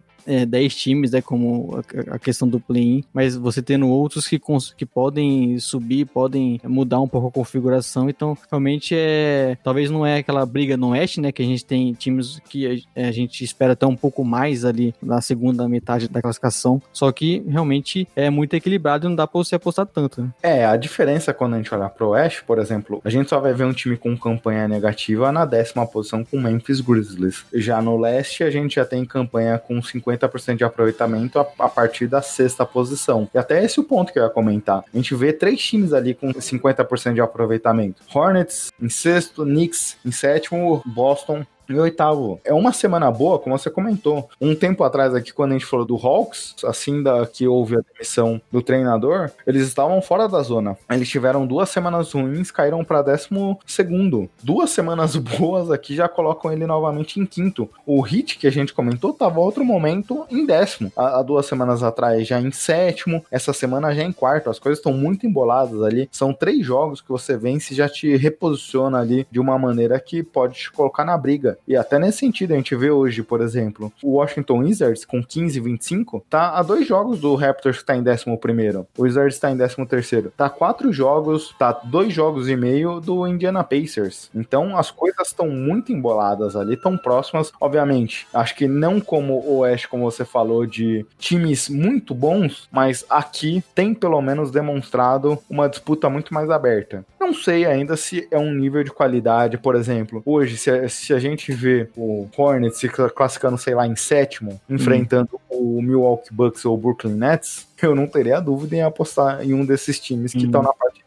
10 times, né, como a questão do play-in, mas você tendo outros que podem subir, podem mudar um pouco a configuração. Então realmente talvez não é aquela briga no Oeste, né, que a gente tem times que a gente espera até um pouco mais ali na segunda metade da classificação, só que realmente é muito equilibrado e não dá pra você apostar tanto, né? A diferença quando a gente olhar pro Oeste, por exemplo, a gente só vai ver um time com campanha negativa na 10ª posição com o Memphis Grizzlies. Já no Leste a gente já tem campanha com 50% de aproveitamento a partir da 6ª posição. E até esse é o ponto que eu ia comentar. A gente vê 3 times ali com 50% de aproveitamento. Hornets em 6º, Knicks em 7º, Boston em 8º. É uma semana boa, como você comentou. Um tempo atrás aqui, quando a gente falou do Hawks, assim que houve a demissão do treinador, eles estavam fora da zona. Eles tiveram 2 semanas ruins, caíram para 12º. 2 semanas boas aqui já colocam ele novamente em 5º. O Heat, que a gente comentou, estava outro momento em 10º. Há 2 semanas atrás já em 7º. Essa semana já em 4º. As coisas estão muito emboladas ali. São 3 jogos que você vence e já te reposiciona ali de uma maneira que pode te colocar na briga. E até nesse sentido, a gente vê hoje, por exemplo, o Washington Wizards com 15-25, tá a 2 jogos do Raptors que tá em 11º. O Wizards tá em 13º. Tá 4 jogos, tá 2 jogos e meio do Indiana Pacers. Então as coisas estão muito emboladas ali, tão próximas. Obviamente, acho que não como o Oeste, como você falou, de times muito bons, mas aqui tem pelo menos demonstrado uma disputa muito mais aberta. Não sei ainda se é um nível de qualidade, por exemplo, hoje, se a gente vê o Hornets se classificando, sei lá, em 7º, enfrentando o Milwaukee Bucks ou o Brooklyn Nets, eu não teria dúvida em apostar em um desses times que estão na parte de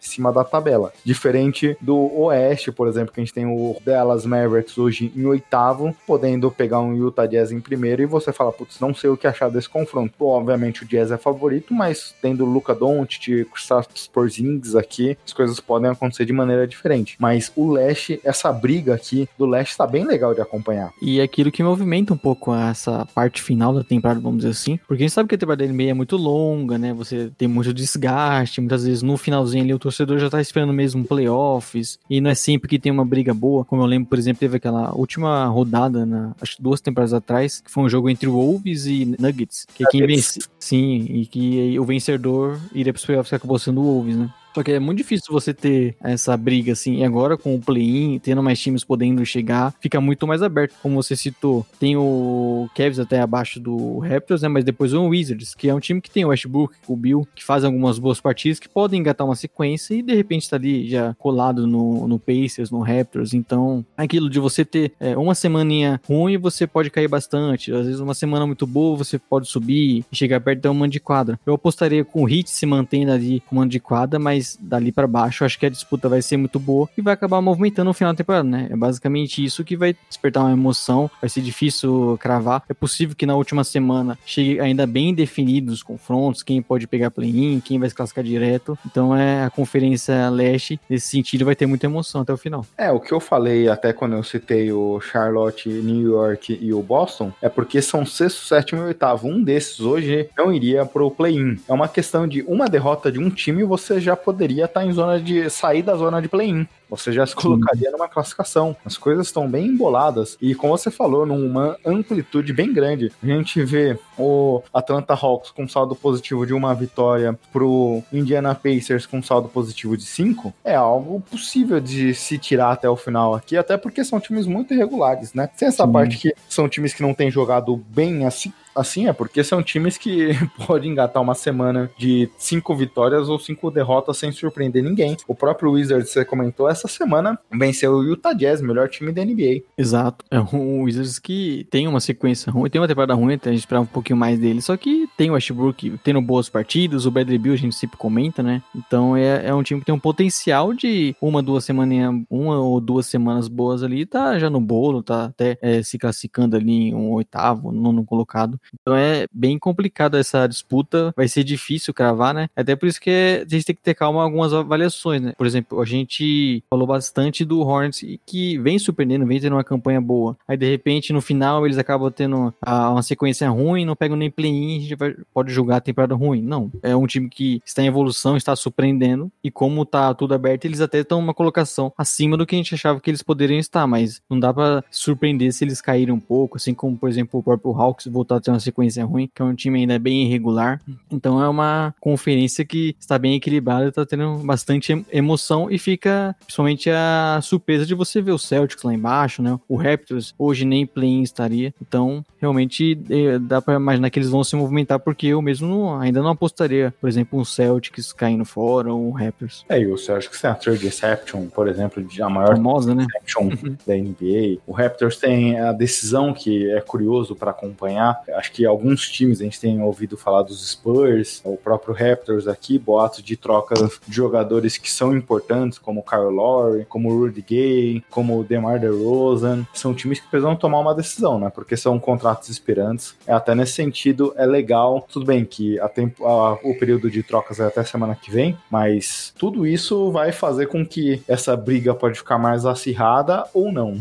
cima da tabela. Diferente do Oeste, por exemplo, que a gente tem o Dallas Mavericks hoje em 8º, podendo pegar um Utah Jazz em primeiro, e você fala, putz, não sei o que achar desse confronto. Pô, obviamente o Jazz é favorito, mas tendo o Luka Doncic, Kristaps Porzingis aqui, as coisas podem acontecer de maneira diferente. Mas o Leste, essa briga aqui do Leste tá bem legal de acompanhar. E é aquilo que movimenta um pouco essa parte final da temporada, vamos dizer assim, porque a gente sabe que a temporada da NBA é muito longa, né? Você tem muito desgaste, muitas vezes no finalzinho ali o torcedor já tá esperando mesmo playoffs, e não é sempre que tem uma briga boa, como eu lembro, por exemplo, teve aquela última rodada, acho que 2 temporadas atrás, que foi um jogo entre Wolves e Nuggets, que quem vence, sim, e que o vencedor iria pros playoffs, que acabou sendo o Wolves, né? Só que é muito difícil você ter essa briga, assim, e agora com o play-in, tendo mais times podendo chegar, fica muito mais aberto, como você citou. Tem o Cavs até abaixo do Raptors, né, mas depois o Wizards, que é um time que tem o Westbrook, o Bill, que fazem algumas boas partidas, que podem engatar uma sequência e de repente tá ali já colado no Pacers, no Raptors. Então, aquilo de você ter uma semaninha ruim, você pode cair bastante. Às vezes uma semana muito boa, você pode subir e chegar perto de um mando de quadra. Eu apostaria com o Heat se mantendo ali com o mando de quadra, mas dali pra baixo, acho que a disputa vai ser muito boa e vai acabar movimentando no final da temporada, né? É basicamente isso que vai despertar uma emoção, vai ser difícil cravar. É possível que na última semana chegue ainda bem definidos os confrontos, quem pode pegar play-in, quem vai se classificar direto. Então a Conferência Leste, nesse sentido, vai ter muita emoção até o final. O que eu falei até quando eu citei o Charlotte, New York e o Boston, é porque são 6º, 7º e 8º. Um desses hoje não iria pro play-in. É uma questão de uma derrota de um time, você já poderia estar em zona de sair da zona de play-in. Você já se colocaria numa classificação. As coisas estão bem emboladas. E como você falou, numa amplitude bem grande. A gente vê o Atlanta Hawks com saldo positivo de 1 vitória pro Indiana Pacers com saldo positivo de 5. É algo possível de se tirar até o final aqui, até porque são times muito irregulares, né? Sem essa parte que são times que não têm jogado bem assim é porque são times que podem engatar uma semana de 5 vitórias ou 5 derrotas sem surpreender ninguém. O próprio Wizards, você comentou, essa semana venceu o Utah Jazz, melhor time da NBA. Exato. É um Wizards que tem uma sequência ruim, tem uma temporada ruim, a gente esperava um pouquinho mais dele, só que tem o Westbrook tendo boas partidas, o Bradley Beal a gente sempre comenta, né? Então é um time que tem um potencial de uma ou duas semanas boas ali, tá já no bolo, tá até se classificando ali em um 8º, 9º colocado. Então é bem complicado essa disputa, vai ser difícil cravar, né? Até por isso que a gente tem que ter calma em algumas avaliações, né? Por exemplo, a gente falou bastante do Hornets, que vem surpreendendo, vem tendo uma campanha boa. Aí de repente no final eles acabam tendo uma sequência ruim, não pegam nem play-in, a gente pode julgar a temporada ruim. Não, é um time que está em evolução, está surpreendendo, e como tá tudo aberto, eles até estão uma colocação acima do que a gente achava que eles poderiam estar, mas não dá pra surpreender se eles caírem um pouco, assim como, por exemplo, o próprio Hawks voltar a ter uma sequência ruim, que é um time ainda bem irregular. Então é uma conferência que está bem equilibrada, está tendo bastante emoção, e fica principalmente a surpresa de você ver o Celtics lá embaixo, né? O Raptors hoje nem play-in estaria, então realmente dá pra imaginar que eles vão se movimentar, porque eu mesmo ainda não apostaria, por exemplo, um Celtics caindo fora ou um Raptors. E o Celtics tem a third deception, por exemplo, a maior famosa, né? Deception da NBA. O Raptors tem a decisão que é curioso para acompanhar. Acho que alguns times, a gente tem ouvido falar dos Spurs, o próprio Raptors aqui, boatos de trocas de jogadores que são importantes, como o Kyle Lowry, como o Rudy Gay, como o DeMar DeRozan. São times que precisam tomar uma decisão, né? Porque são contratos expirantes. Até nesse sentido, é legal. Tudo bem que o período de trocas é até semana que vem, mas tudo isso vai fazer com que essa briga pode ficar mais acirrada ou não.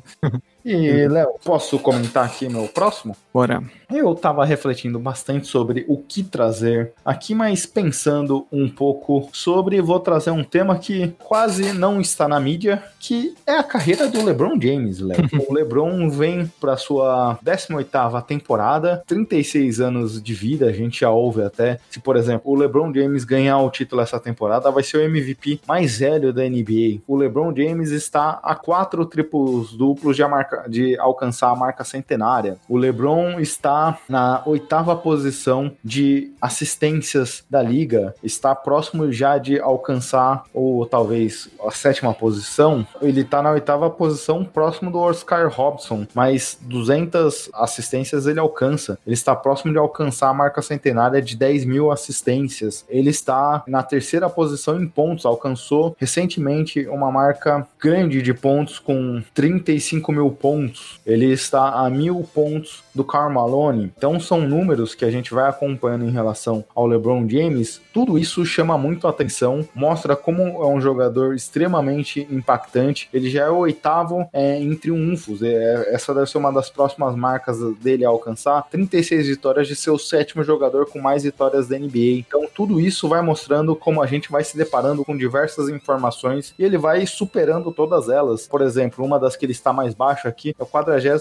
E, Léo, posso comentar aqui meu próximo? Bora. Eu tava refletindo bastante sobre o que trazer aqui, mas pensando um pouco sobre, vou trazer um tema que quase não está na mídia, que é a carreira do LeBron James, Léo. O LeBron vem para sua 18ª temporada, 36 anos de vida, a gente já ouve até, se por exemplo, o LeBron James ganhar o título essa temporada, vai ser o MVP mais velho da NBA. O LeBron James está a 4 triplos duplos de marcar de alcançar a marca centenária. O LeBron está na 8ª posição de assistências da liga, está próximo já de alcançar, ou talvez a 7ª posição. Ele está na 8ª posição, próximo do Oscar Robertson, mas 200 assistências ele alcança. Ele está próximo de alcançar a marca centenária de 10 mil assistências. Ele está na 3ª posição em pontos, alcançou recentemente uma marca grande de pontos com 35 mil pontos. Ele está a 1.000 pontos do Karl Malone. Então são números que a gente vai acompanhando em relação ao LeBron James. Tudo isso chama muito a atenção, mostra como é um jogador extremamente impactante. Ele já é o 8º em triunfos. Essa deve ser uma das próximas marcas dele a alcançar. 36 vitórias, de ser o 7º jogador com mais vitórias da NBA. Então tudo isso vai mostrando como a gente vai se deparando com diversas informações e ele vai superando todas elas. Por exemplo, uma das que ele está mais baixo aqui é o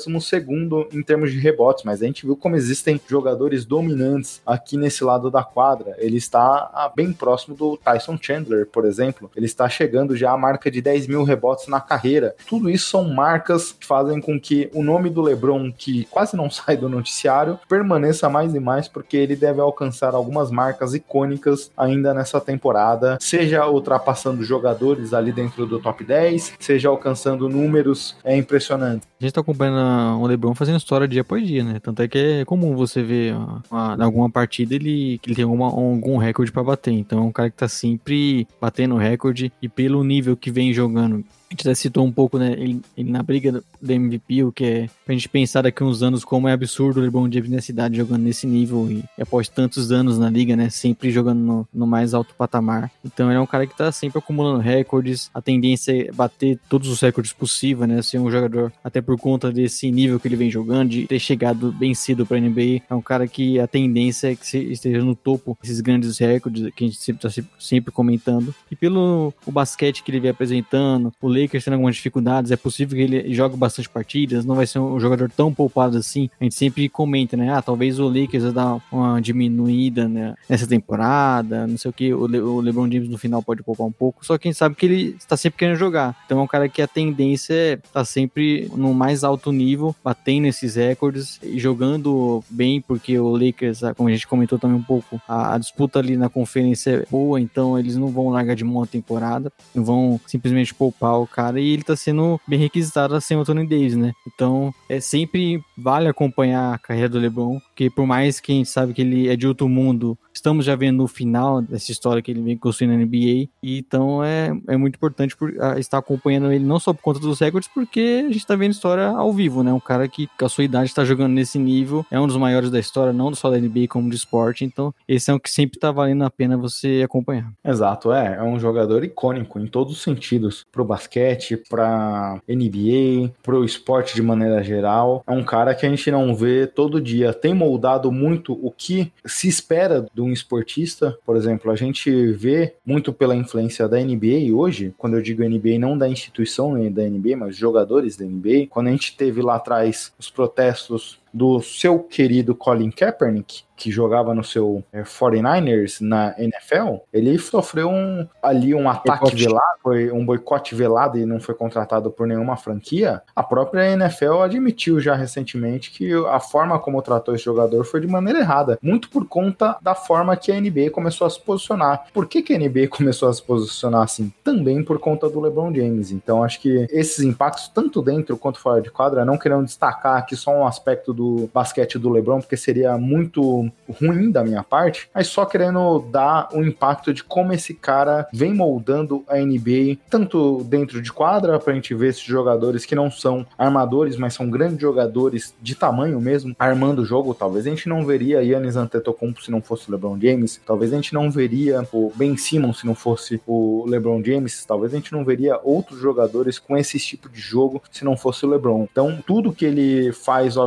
42º em termos de rebotes, mas a gente viu como existem jogadores dominantes aqui nesse lado da quadra. Ele está bem próximo do Tyson Chandler, por exemplo. Ele está chegando já à marca de 10 mil rebotes na carreira. Tudo isso são marcas que fazem com que o nome do LeBron, que quase não sai do noticiário, permaneça mais e mais, porque ele deve alcançar algumas marcas icônicas ainda nessa temporada, seja ultrapassando jogadores ali dentro do top 10, seja alcançando números impressionantes. A gente tá acompanhando o LeBron fazendo história dia após dia, né? Tanto é que é comum você ver em alguma partida que ele tem algum recorde pra bater. Então é um cara que tá sempre batendo recorde, e pelo nível que vem jogando. A gente até citou um pouco, né, ele na briga do MVP, o que é pra gente pensar daqui a uns anos como é absurdo o LeBron James nessa idade jogando nesse nível e após tantos anos na liga, né, sempre jogando no mais alto patamar. Então ele é um cara que tá sempre acumulando recordes, a tendência é bater todos os recordes possíveis, né, ser um jogador, até por conta desse nível que ele vem jogando, de ter chegado bem cedo pra NBA, é um cara que a tendência é que esteja no topo desses grandes recordes que a gente sempre tá sempre comentando. E pelo o basquete que ele vem apresentando, o Lakers tendo algumas dificuldades, é possível que ele jogue bastante partidas, não vai ser um jogador tão poupado assim. A gente sempre comenta, né? Talvez o Lakers vai dar uma diminuída, né, nessa temporada, não sei o que, o LeBron James no final pode poupar um pouco, só que a gente sabe que ele está sempre querendo jogar. Então é um cara que a tendência é estar sempre no mais alto nível, batendo esses recordes e jogando bem, porque o Lakers, como a gente comentou também um pouco, a disputa ali na conferência é boa, então eles não vão largar de mão a temporada, não vão simplesmente poupar o cara, e ele tá sendo bem requisitado assim o Anthony Davis, né? Então sempre vale acompanhar a carreira do LeBron, porque por mais que a gente sabe que ele é de outro mundo, estamos já vendo o final dessa história que ele vem construindo na NBA, e então é muito importante estar acompanhando ele, não só por conta dos recordes, porque a gente tá vendo história ao vivo, né? Um cara que com a sua idade tá jogando nesse nível, é um dos maiores da história, não só da NBA como do esporte, então esse é um que sempre tá valendo a pena você acompanhar. Exato, é um jogador icônico em todos os sentidos, pro basquete, pra NBA, pro esporte de maneira geral. É um cara que a gente não vê todo dia, tem moldado muito o que se espera de um esportista. Por exemplo, a gente vê muito pela influência da NBA hoje, quando eu digo NBA, não da instituição da NBA, mas jogadores da NBA. Quando a gente teve lá atrás os protestos do seu querido Colin Kaepernick, que jogava no seu 49ers na NFL, ele sofreu um ataque velado, foi um boicote velado e não foi contratado por nenhuma franquia. A própria NFL admitiu já recentemente que a forma como tratou esse jogador foi de maneira errada, muito por conta da forma que a NBA começou a se posicionar. Por que a NBA começou a se posicionar assim? Também por conta do LeBron James. Então acho que esses impactos, tanto dentro quanto fora de quadra, não querendo destacar aqui só um aspecto do basquete do LeBron, porque seria muito ruim da minha parte, mas só querendo dar o impacto de como esse cara vem moldando a NBA, tanto dentro de quadra, pra gente ver esses jogadores que não são armadores, mas são grandes jogadores de tamanho mesmo, armando o jogo. Talvez a gente não veria Giannis Antetokounmpo se não fosse o LeBron James, talvez a gente não veria o Ben Simmons se não fosse o LeBron James, talvez a gente não veria outros jogadores com esse tipo de jogo se não fosse o LeBron. Então tudo que ele faz, obviamente, tem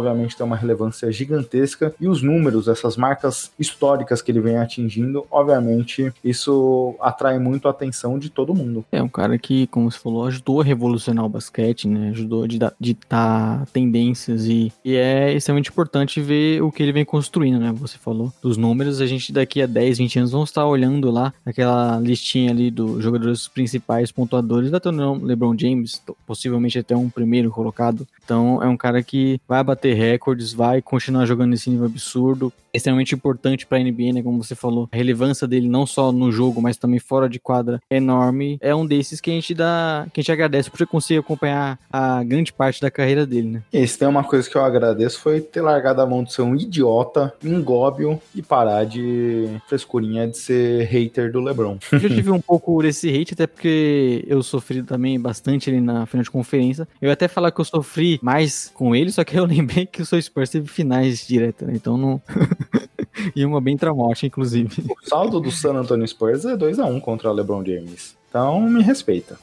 uma relevância gigantesca, e os números, essas marcas históricas que ele vem atingindo, obviamente, isso atrai muito a atenção de todo mundo. É um cara que, como você falou, ajudou a revolucionar o basquete, né? Ajudou a ditar tendências e é extremamente importante ver o que ele vem construindo, né? Você falou dos números, a gente daqui a 10, 20 anos vamos estar olhando lá aquela listinha ali dos jogadores principais pontuadores da torneio LeBron James, possivelmente até um primeiro colocado. Então é um cara que vai bater recordes, vai continuar jogando nesse nível absurdo. É extremamente importante para a NBA, né? Como você falou, a relevância dele não só no jogo, mas também fora de quadra é enorme. É um desses que a gente agradece por conseguir acompanhar a grande parte da carreira dele, né? E se tem uma coisa que eu agradeço foi ter largado a mão de ser um idiota, ingóbio e parar de frescurinha de ser hater do LeBron. Eu já tive um pouco desse hate, até porque eu sofri também bastante ali na final de conferência. Eu ia até falar que eu sofri mais com ele, só que eu lembrei que o seu Spurs teve finais direto, né? Então não... E uma bem traumática, inclusive. O saldo do San Antonio Spurs é 2-1 contra o LeBron James. Então me respeita.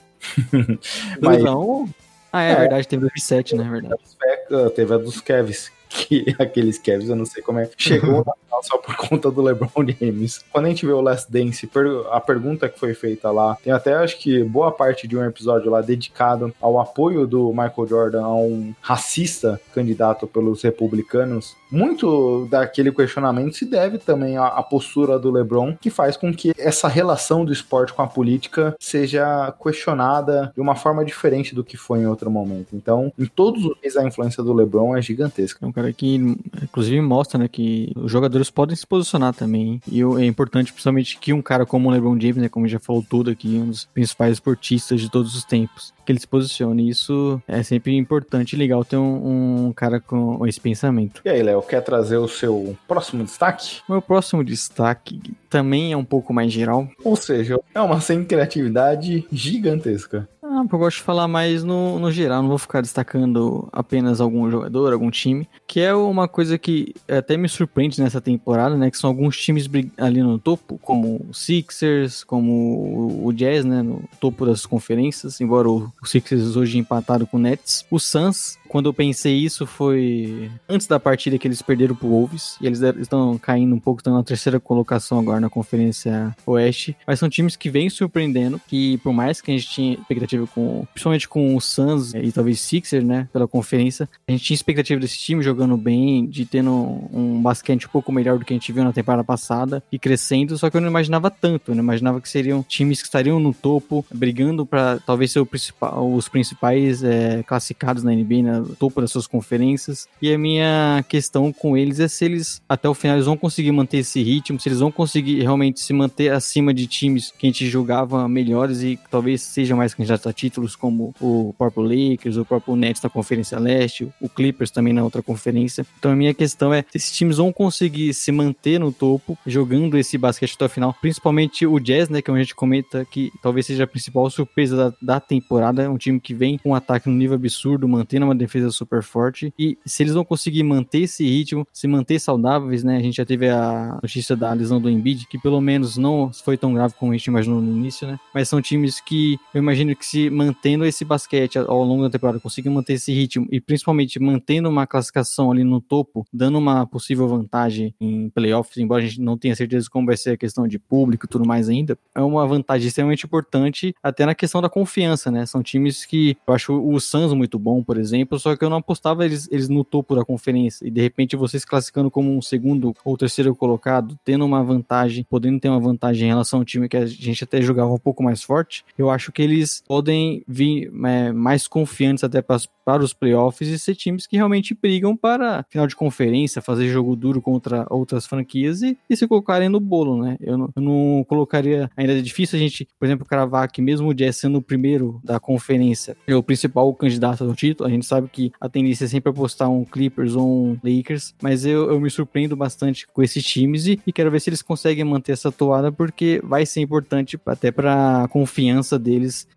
2-1? Ah, é verdade, teve o reset, né? É verdade. Teve a dos Cavs, que aqueles Cavs, eu não sei como é, chegou na final só por conta do LeBron James. Quando a gente vê o Last Dance, a pergunta que foi feita lá, tem até acho que boa parte de um episódio lá dedicado ao apoio do Michael Jordan a um racista candidato pelos republicanos. Muito daquele questionamento se deve também à postura do LeBron, que faz com que essa relação do esporte com a política seja questionada de uma forma diferente do que foi em outro momento. Então, em todos os meses, a influência do LeBron é gigantesca. É um cara que, inclusive, mostra, né, que os jogadores podem se posicionar também. E é importante, principalmente, que um cara como o LeBron James, né, como já falou tudo aqui, um dos principais esportistas de todos os tempos, que ele se posicione. Isso é sempre importante e legal ter um cara com esse pensamento. E aí, Léo, quer trazer o seu próximo destaque? O meu próximo destaque também é um pouco mais geral. Ou seja, é uma sem criatividade gigantesca. Eu gosto de falar mais no geral, não vou ficar destacando apenas algum jogador, algum time, que é uma coisa que até me surpreende nessa temporada, né, que são alguns times ali no topo, como o Sixers, como o Jazz, né, no topo das conferências, embora o Sixers hoje empataram com o Nets. O Suns, quando eu pensei isso, foi antes da partida que eles perderam pro Wolves, e eles estão caindo um pouco, estão na terceira colocação agora na Conferência Oeste, mas são times que vêm surpreendendo, que por mais que a gente tinha expectativa principalmente com o Suns e talvez Sixers, né, pela conferência, a gente tinha expectativa desse time jogando bem, de tendo um basquete um pouco melhor do que a gente viu na temporada passada e crescendo, só que eu não imaginava tanto, eu não imaginava que seriam times que estariam no topo, brigando para talvez ser os principais classificados na NBA, né, no topo das suas conferências. E a minha questão com eles é se eles até o final eles vão conseguir manter esse ritmo, se eles vão conseguir realmente se manter acima de times que a gente julgava melhores e talvez seja mais candidato a títulos, como o próprio Lakers, o próprio Nets da Conferência Leste, o Clippers também na outra conferência. Então a minha questão é se esses times vão conseguir se manter no topo, jogando esse basquete até o final, principalmente o Jazz, né, que a gente comenta que talvez seja a principal surpresa da temporada, é um time que vem com um ataque no nível absurdo, mantendo uma defesa super forte, e se eles vão conseguir manter esse ritmo, se manter saudáveis, né, a gente já teve a notícia da lesão do Embiid, que pelo menos não foi tão grave como a gente imaginou no início, né, mas são times que eu imagino que se mantendo esse basquete ao longo da temporada, conseguem manter esse ritmo e principalmente mantendo uma classificação ali no topo, dando uma possível vantagem em playoffs, embora a gente não tenha certeza como vai ser a questão de público e tudo mais ainda, é uma vantagem extremamente importante até na questão da confiança, né? São times que eu acho o Suns muito bom, por exemplo, só que eu não apostava eles no topo da conferência e de repente vocês classificando como um segundo ou terceiro colocado, tendo uma vantagem, podendo ter uma vantagem em relação ao time que a gente até jogava um pouco mais forte, eu acho que eles podem vir mais confiantes até para os playoffs e ser times que realmente brigam para final de conferência, fazer jogo duro contra outras franquias e se colocarem no bolo, né? Eu não colocaria, ainda é difícil a gente, por exemplo, cravar que mesmo o Jazz sendo o primeiro da conferência, é o principal candidato ao título, a gente sabe que a tendência é sempre apostar um Clippers ou um Lakers, mas eu me surpreendo bastante com esses times e quero ver se eles conseguem manter essa toada, porque vai ser importante até para a confiança deles se manter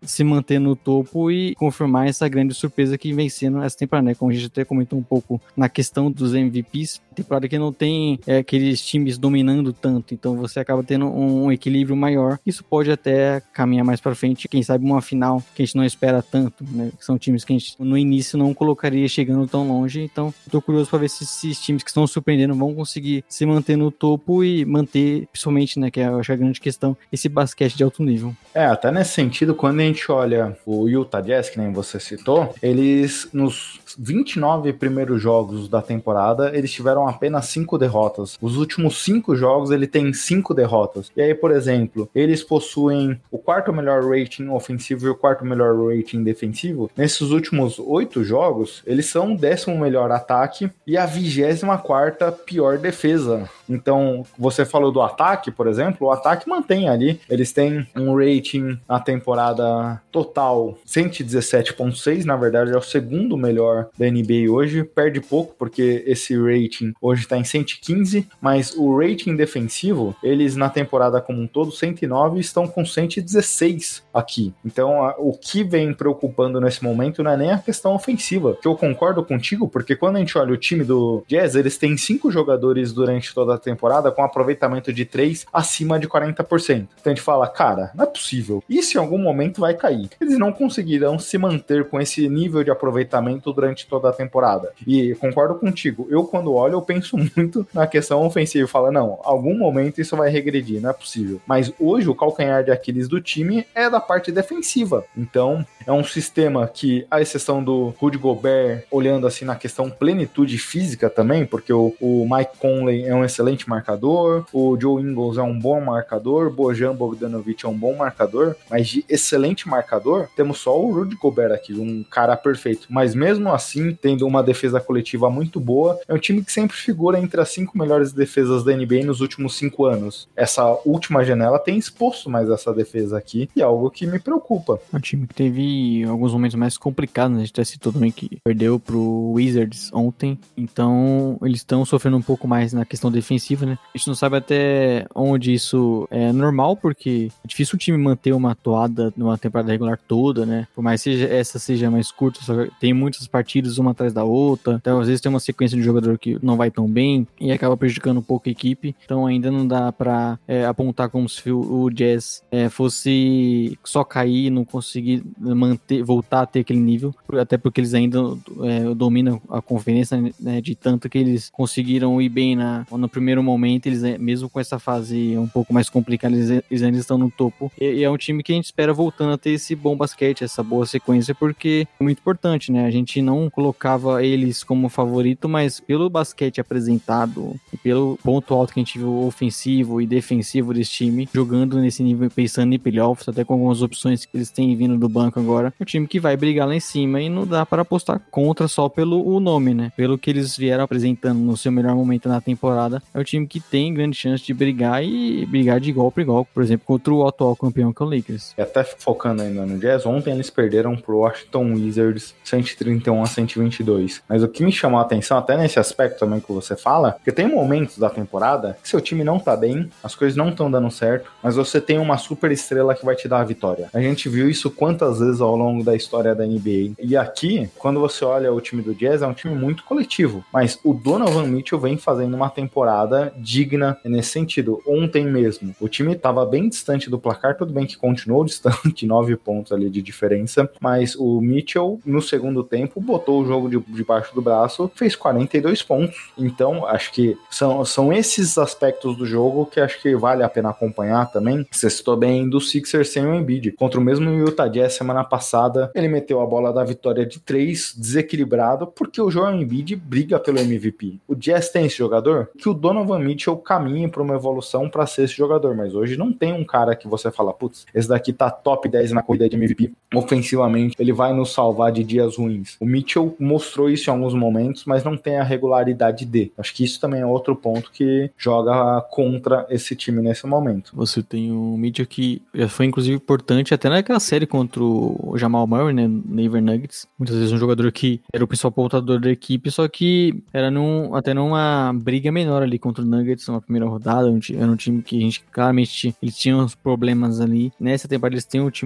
manter no topo e confirmar essa grande surpresa que vem sendo essa temporada, né? Como a gente até comentou um pouco na questão dos MVPs, temporada que não tem aqueles times dominando tanto, então você acaba tendo um equilíbrio maior. Isso pode até caminhar mais pra frente, quem sabe uma final que a gente não espera tanto, né? São times que a gente no início não colocaria chegando tão longe, então tô curioso pra ver se esses times que estão surpreendendo vão conseguir se manter no topo e manter, principalmente, né, que eu acho a grande questão, esse basquete de alto nível. Até nesse sentido, quando a gente olha o Utah Jazz, que nem você citou, eles, nos 29 primeiros jogos da temporada, eles tiveram apenas 5 derrotas. Os últimos 5 jogos, ele tem 5 derrotas. E aí, por exemplo, eles possuem o quarto melhor rating ofensivo e o quarto melhor rating defensivo. Nesses últimos 8 jogos, eles são o 10º melhor ataque e a 24ª pior defesa. Então, você falou do ataque, por exemplo, o ataque mantém ali, eles têm um rating na temporada total 117.6, na verdade é o segundo melhor da NBA hoje, perde pouco porque esse rating hoje está em 115, mas o rating defensivo, eles na temporada como um todo, 109, estão com 116 aqui. Então, o que vem preocupando nesse momento não é nem a questão ofensiva, que eu concordo contigo, porque quando a gente olha o time do Jazz, eles têm 5 jogadores durante toda a temporada com aproveitamento de 3 acima de 40%. Então a gente fala, cara, não é possível. Isso em algum momento vai cair. Eles não conseguirão se manter com esse nível de aproveitamento durante toda a temporada. E concordo contigo, eu quando olho, eu penso muito na questão ofensiva e falo, não, algum momento isso vai regredir, não é possível. Mas hoje o calcanhar de Aquiles do time é da parte defensiva. Então é um sistema que, à exceção do Rudy Gobert, olhando assim na questão plenitude física também, porque o Mike Conley é um excelente marcador, o Joe Ingles é um bom marcador, Bojan Bogdanovic é um bom marcador, mas de excelente marcador, temos só o Rudy Gobert aqui, um cara perfeito. Mas mesmo assim, tendo uma defesa coletiva muito boa, é um time que sempre figura entre as 5 melhores defesas da NBA nos últimos 5 anos. Essa última janela tem exposto mais essa defesa aqui, e é algo que me preocupa. É um time que teve alguns momentos mais complicados, né? A gente até citou também que perdeu pro Wizards ontem, então eles estão sofrendo um pouco mais na questão defensiva, né? A gente não sabe até onde isso é normal, porque é difícil o time manter uma toada numa temporada regular toda, né? Por mais que essa seja mais curta, só que tem muitas partidas uma atrás da outra, então às vezes tem uma sequência de jogador que não vai tão bem e acaba prejudicando um pouco a equipe, então ainda não dá pra apontar como se o Jazz fosse só cair e não conseguir voltar a ter aquele nível, até porque eles ainda dominam a conferência, né, de tanto que eles conseguiram ir bem no primeiro momento, eles mesmo com essa fase um pouco mais complicada, eles ainda estão no topo, e é um time que a gente espera voltando a ter esse bom basquete, essa boa sequência, porque é muito importante, né, a gente não colocava eles como favorito, mas pelo basquete apresentado, e pelo ponto alto que a gente viu ofensivo e defensivo desse time, jogando nesse nível, pensando em playoffs, até com algumas opções que eles têm vindo do banco agora, é um time que vai brigar lá em cima, e não dá para apostar contra só pelo nome, né, pelo que eles vieram apresentando no seu melhor momento na temporada, é um time que tem grande chance de brigar e brigar de igual para igual, por exemplo, contra o atual campeão que é o Lakers. E até focando ainda no Jazz, ontem eles perderam pro Washington Wizards 131-122. Mas o que me chamou a atenção, até nesse aspecto também que você fala, que tem momentos da temporada que seu time não tá bem, as coisas não estão dando certo, mas você tem uma super estrela que vai te dar a vitória. A gente viu isso quantas vezes ao longo da história da NBA. E aqui, quando você olha o time do Jazz, é um time muito coletivo, mas o Donovan Mitchell vem fazendo uma temporada digna nesse sentido. Ontem mesmo, o time estava bem distante do placar, tudo bem que continuou distante, 9 pontos ali de diferença, mas o Mitchell, no segundo tempo, botou o jogo debaixo do braço, fez 42 pontos. Então, acho que são esses aspectos do jogo que acho que vale a pena acompanhar também. Você citou bem do Sixers sem o Embiid. Contra o mesmo Utah Jazz semana passada, ele meteu a bola da vitória de 3, desequilibrado, porque o Joel Embiid briga pelo MVP. O Jazz tem esse jogador, que o Donovan Mitchell caminhe para uma evolução para ser esse jogador, mas hoje não tem um cara que você fala, putz, esse daqui tá top 10 na corrida de MVP. Ofensivamente, ele vai nos salvar de dias ruins. O Mitchell mostrou isso em alguns momentos, mas não tem a regularidade de. Acho que isso também é outro ponto que joga contra esse time nesse momento. Você tem o Mitchell que foi inclusive importante até naquela série contra o Jamal Murray, né, no Denver Nuggets. Muitas vezes um jogador que era o principal pontuador da equipe, só que era até numa briga menor ali contra o Nuggets, na primeira rodada. Era um time que a gente claramente eles tinham uns problemas ali. Nessa temporada eles têm um time mais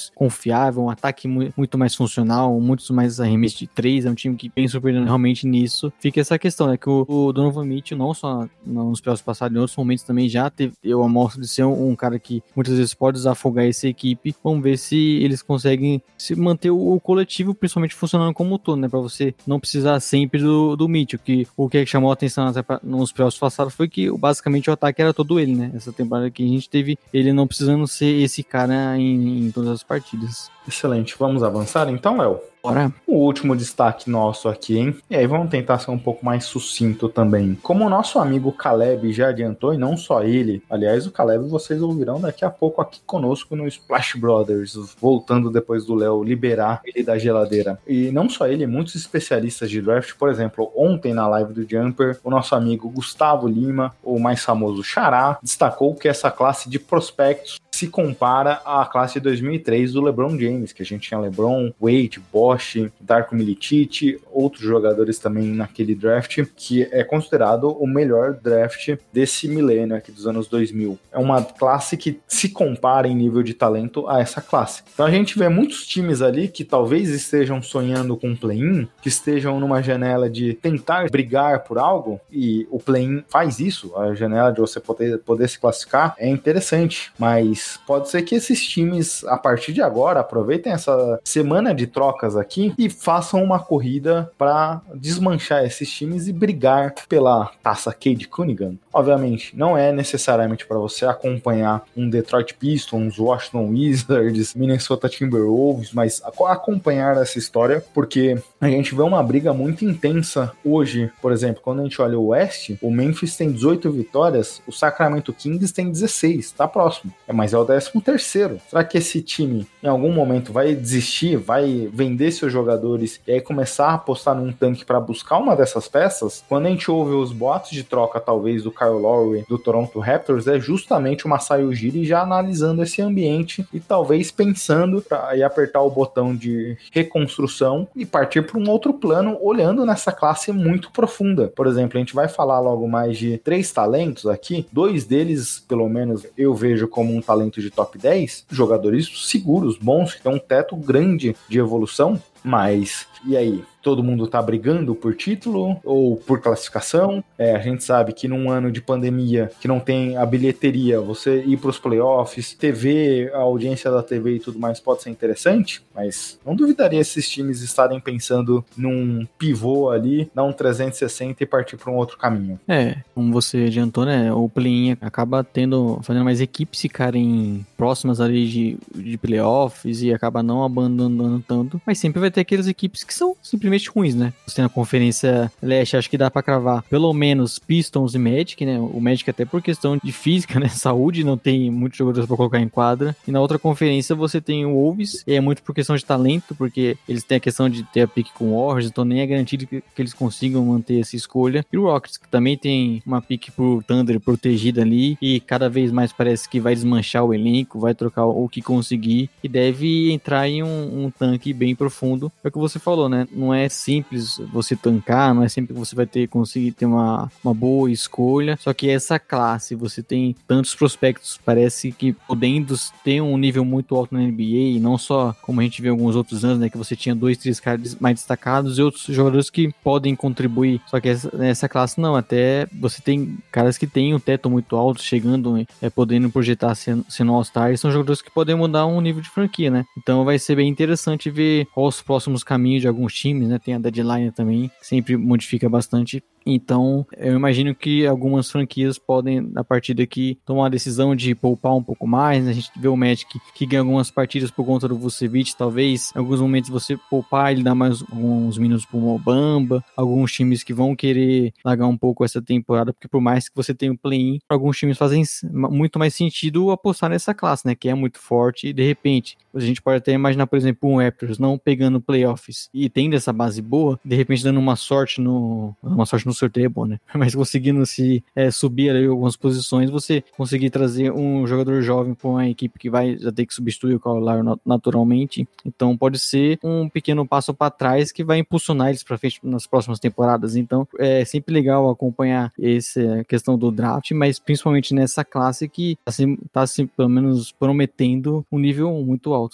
confiável, um ataque muito mais funcional, muitos mais arremessos de 3, é um time que vem surpreendendo realmente nisso. Fica essa questão, né, que o Donovan Mitchell, não só nos playoffs passados, em outros momentos também já teve a amostra de ser um cara que muitas vezes pode desafogar essa equipe. Vamos ver se eles conseguem se manter o coletivo, principalmente funcionando como um todo, né, pra você não precisar sempre do Mitchell, que o que chamou a atenção até nos playoffs passados foi que basicamente o ataque era todo ele, né, essa temporada que a gente teve ele não precisando ser esse cara em todas as partidas. Excelente, vamos avançar então, Léo? Bora. O último destaque nosso aqui, hein? E aí vamos tentar ser um pouco mais sucinto também. Como o nosso amigo Caleb já adiantou, e não só ele, aliás, o Caleb vocês ouvirão daqui a pouco aqui conosco no Splash Brothers, voltando depois do Léo liberar ele da geladeira. E não só ele, muitos especialistas de draft, por exemplo, ontem na live do Jumper, o nosso amigo Gustavo Lima, o mais famoso Xará, destacou que essa classe de prospectos se compara à classe de 2003 do LeBron James, que a gente tinha LeBron, Wade, Bosh, Darko Milicic, outros jogadores também naquele draft, que é considerado o melhor draft desse milênio aqui dos anos 2000. É uma classe que se compara em nível de talento a essa classe. Então a gente vê muitos times ali que talvez estejam sonhando com um play-in, que estejam numa janela de tentar brigar por algo, e o play-in faz isso, a janela de você poder se classificar é interessante, mas pode ser que esses times, a partir de agora, aproveitem essa semana de trocas aqui e façam uma corrida para desmanchar esses times e brigar pela taça Cade Cunningham. Obviamente, não é necessariamente para você acompanhar um Detroit Pistons, Washington Wizards, Minnesota Timberwolves, mas acompanhar essa história, porque a gente vê uma briga muito intensa hoje. Por exemplo, quando a gente olha o West, o Memphis tem 18 vitórias, o Sacramento Kings tem 16, tá próximo. Mas é o 13º. Será que esse time em algum momento vai desistir, vai vender seus jogadores e aí começar a apostar num tanque para buscar uma dessas peças? Quando a gente ouve os boatos de troca, talvez, do Kyle Lowry do Toronto Raptors, é justamente o Masai Ujiri já analisando esse ambiente e talvez pensando para ir apertar o botão de reconstrução e partir para um outro plano, olhando nessa classe muito profunda. Por exemplo, a gente vai falar logo mais de 3 talentos aqui, 2 deles, pelo menos, eu vejo como um talento de top 10, jogadores seguros, bons, que tem um teto grande de evolução, mas e aí? Todo mundo tá brigando por título ou por classificação? A gente sabe que num ano de pandemia que não tem a bilheteria, você ir pros playoffs, TV, a audiência da TV e tudo mais pode ser interessante, mas não duvidaria esses times estarem pensando num pivô ali, dar um 360 e partir para um outro caminho. Como você adiantou, né, o play-in acaba fazendo mais equipes ficarem próximas ali de playoffs e acaba não abandonando tanto, mas sempre vai ter aquelas equipes que são simplesmente ruins, né? Você tem a Conferência Leste, acho que dá pra cravar pelo menos Pistons e Magic, né? O Magic até por questão de física, né? Saúde, não tem muitos jogadores pra colocar em quadra. E na outra conferência você tem o Wolves, e é muito por questão de talento, porque eles têm a questão de ter a pick com o Warriors, então nem é garantido que eles consigam manter essa escolha. E o Rockets, que também tem uma pick pro Thunder protegida ali, e cada vez mais parece que vai desmanchar o elenco, vai trocar o que conseguir, e deve entrar em um tanque bem profundo. É o que você falou, né? Não é simples você tancar, não é sempre que você vai conseguir ter uma boa escolha, só que essa classe, você tem tantos prospectos, parece que podendo ter um nível muito alto na NBA, e não só como a gente vê em alguns outros anos, né, que você tinha 2, 3 caras mais destacados e outros jogadores que podem contribuir, só que essa classe não, até você tem caras que têm um teto muito alto, chegando, podendo projetar sendo All-Star, e são jogadores que podem mudar um nível de franquia, né, então vai ser bem interessante ver quais os próximos caminhos de alguns times, né, tem a deadline também, que sempre modifica bastante. Então, eu imagino que algumas franquias podem, a partir daqui, tomar a decisão de poupar um pouco mais, né? A gente vê o Magic que ganha algumas partidas por conta do Vucevic, talvez, em alguns momentos você poupar, ele dá mais alguns minutos pro Mobamba, alguns times que vão querer largar um pouco essa temporada, porque por mais que você tenha um play-in, alguns times fazem muito mais sentido apostar nessa classe, né? Que é muito forte, e de repente, a gente pode até imaginar, por exemplo, um Raptors não pegando playoffs e tendo essa base boa, de repente dando uma sorte no sorteio é bom, né? Mas conseguindo se subir ali algumas posições, você conseguir trazer um jogador jovem para uma equipe que vai já ter que substituir o Kyle Lowry naturalmente. Então pode ser um pequeno passo para trás que vai impulsionar eles para frente nas próximas temporadas. Então é sempre legal acompanhar essa questão do draft, mas principalmente nessa classe que está pelo menos prometendo um nível muito alto, né?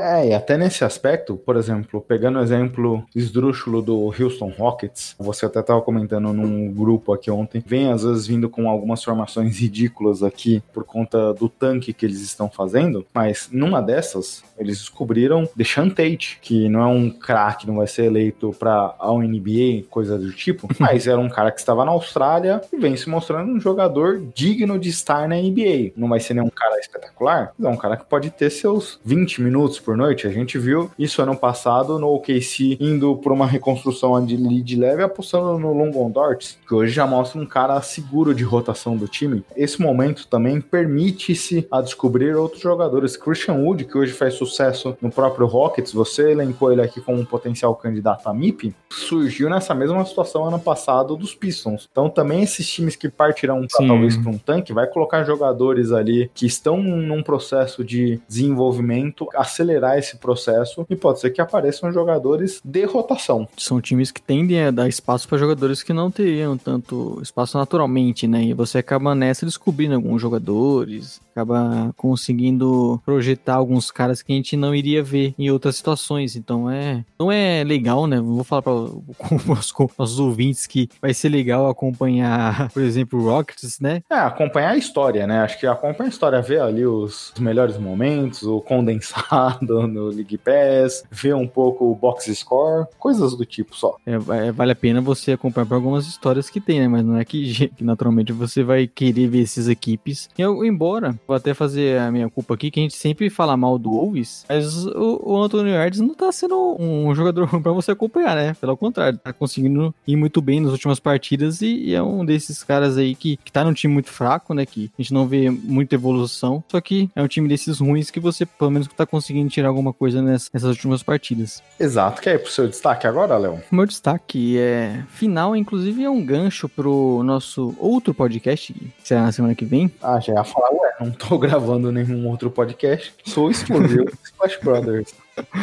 E até nesse aspecto, por exemplo, pegando o exemplo esdrúxulo do Houston Rockets, você até estava comentando num grupo aqui ontem, vem às vezes vindo com algumas formações ridículas aqui por conta do tanque que eles estão fazendo, mas numa dessas, eles descobriram Deshaun Tate, que não é um craque, não vai ser eleito para a NBA, coisa do tipo, mas era um cara que estava na Austrália e vem se mostrando um jogador digno de estar na NBA. Não vai ser nenhum cara espetacular, mas é um cara que pode ter seus 20 minutos por noite. A gente viu isso ano passado no OKC indo por uma reconstrução de lead leve apostando no London Dort, que hoje já mostra um cara seguro de rotação do time. Esse momento também permite-se a descobrir outros jogadores. Christian Wood, que hoje faz sucesso no próprio Rockets, você elencou ele aqui como um potencial candidato a MIP, surgiu nessa mesma situação ano passado dos Pistons. Então também esses times que partirão talvez para um tanque, vai colocar jogadores ali que estão num processo de desenvolvimento, acelerar esse processo e pode ser que apareçam jogadores de rotação. São times que tendem a dar espaço para jogadores que não teriam tanto espaço naturalmente, né? E você acaba nessa descobrindo alguns jogadores, acaba conseguindo projetar alguns caras que a gente não iria ver em outras situações. Então não é legal, né? Vou falar para os nossos ouvintes que vai ser legal acompanhar, por exemplo, o Rockets, né? Acompanhar a história, né? Acho que acompanhar a história, ver ali os melhores momentos, o condensado no League Pass, ver um pouco o box score, coisas do tipo só. Vale a pena você acompanhar por algumas histórias que tem, né? Mas não é que naturalmente você vai querer ver essas equipes. Embora, vou até fazer a minha culpa aqui, que a gente sempre fala mal do Wolves, mas o Anthony Edwards não tá sendo um jogador ruim pra você acompanhar, né? Pelo contrário, tá conseguindo ir muito bem nas últimas partidas e é um desses caras aí que tá num time muito fraco, né? Que a gente não vê muita evolução, só que é um time desses ruins que você, pelo menos, tá conseguindo tirar alguma coisa nessas últimas partidas. Exato. Quer ir pro seu destaque agora, Léo? O meu destaque final, inclusive, é um gancho pro nosso outro podcast, que será na semana que vem. Já ia falar, não tô gravando nenhum outro podcast, sou exclusivo do Splash Brothers.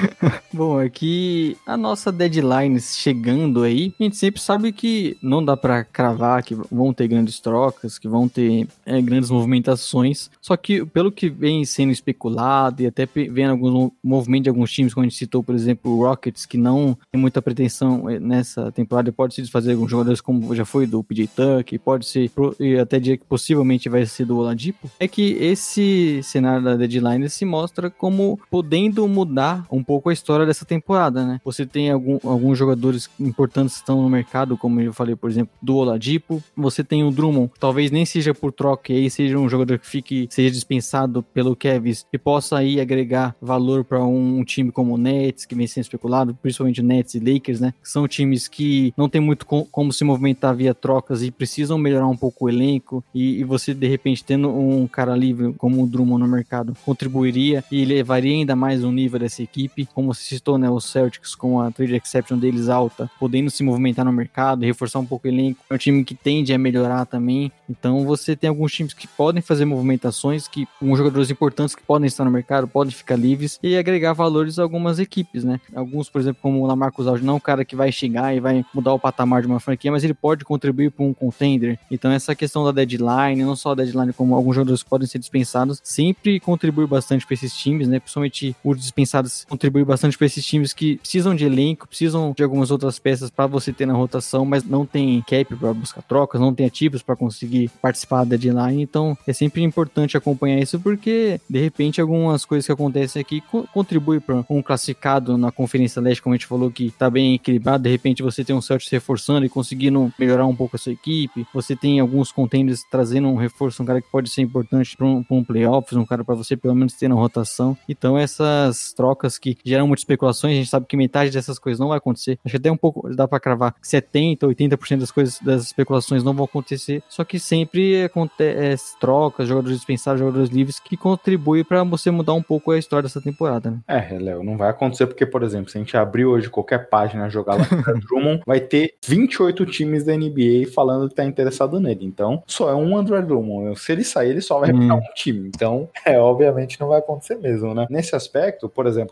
Bom, é que a nossa deadline chegando aí, a gente sempre sabe que não dá pra cravar que vão ter grandes trocas, que vão ter grandes movimentações, só que pelo que vem sendo especulado e até vendo alguns movimentos de alguns times, como a gente citou, por exemplo, o Rockets, que não tem muita pretensão nessa temporada, pode se desfazer alguns jogadores como já foi do PJ Tucker, pode ser, e até dizer que possivelmente vai ser do Oladipo, é que esse cenário da deadline se mostra como podendo mudar um pouco a história dessa temporada, né? Você tem alguns jogadores importantes que estão no mercado, como eu falei, por exemplo, do Oladipo. Você tem o Drummond, talvez nem seja por troca, e aí seja um jogador que seja dispensado pelo Cavs e possa aí agregar valor para um time como o Nets, que vem sendo especulado, principalmente o Nets e Lakers, né? Que são times que não tem muito como se movimentar via trocas e precisam melhorar um pouco o elenco, e você, de repente, tendo um cara livre como o Drummond no mercado, contribuiria e levaria ainda mais o nível dessa equipe, como você citou, né, os Celtics com a trade exception deles alta, podendo se movimentar no mercado, reforçar um pouco o elenco, é um time que tende a melhorar também, então você tem alguns times que podem fazer movimentações, que com jogadores importantes que podem estar no mercado, podem ficar livres e agregar valores a algumas equipes, né, alguns, por exemplo, como o LaMarcus Aldridge, não é um cara que vai chegar e vai mudar o patamar de uma franquia, mas ele pode contribuir para um contender, então essa questão da deadline, não só a deadline, como alguns jogadores podem ser dispensados, sempre contribui bastante para esses times, né, principalmente os dispensados contribuem bastante para esses times que precisam de elenco, precisam de algumas outras peças para você ter na rotação, mas não tem cap para buscar trocas, não tem ativos para conseguir participar da deadline, então é sempre importante acompanhar isso, porque de repente algumas coisas que acontecem aqui contribuem para um classificado na Conferência Leste, como a gente falou, que tá bem equilibrado, de repente você tem um Celtics reforçando e conseguindo melhorar um pouco a sua equipe, você tem alguns contenders trazendo um reforço, um cara que pode ser importante para um playoffs, um cara para você pelo menos ter na rotação, então essas trocas que geram muitas especulações, a gente sabe que metade dessas coisas não vai acontecer, acho que até um pouco dá pra cravar que 70, 80% das coisas, das especulações não vão acontecer, só que sempre acontece trocas, jogadores dispensados, jogadores livres, que contribuem pra você mudar um pouco a história dessa temporada, né? Léo, não vai acontecer porque, por exemplo, se a gente abrir hoje qualquer página, jogar lá no Drummond, vai ter 28 times da NBA falando que tá interessado nele, então só é um Andre Drummond, se ele sair, ele só vai pegar um time, então, obviamente não vai acontecer mesmo, né? Nesse aspecto, por exemplo,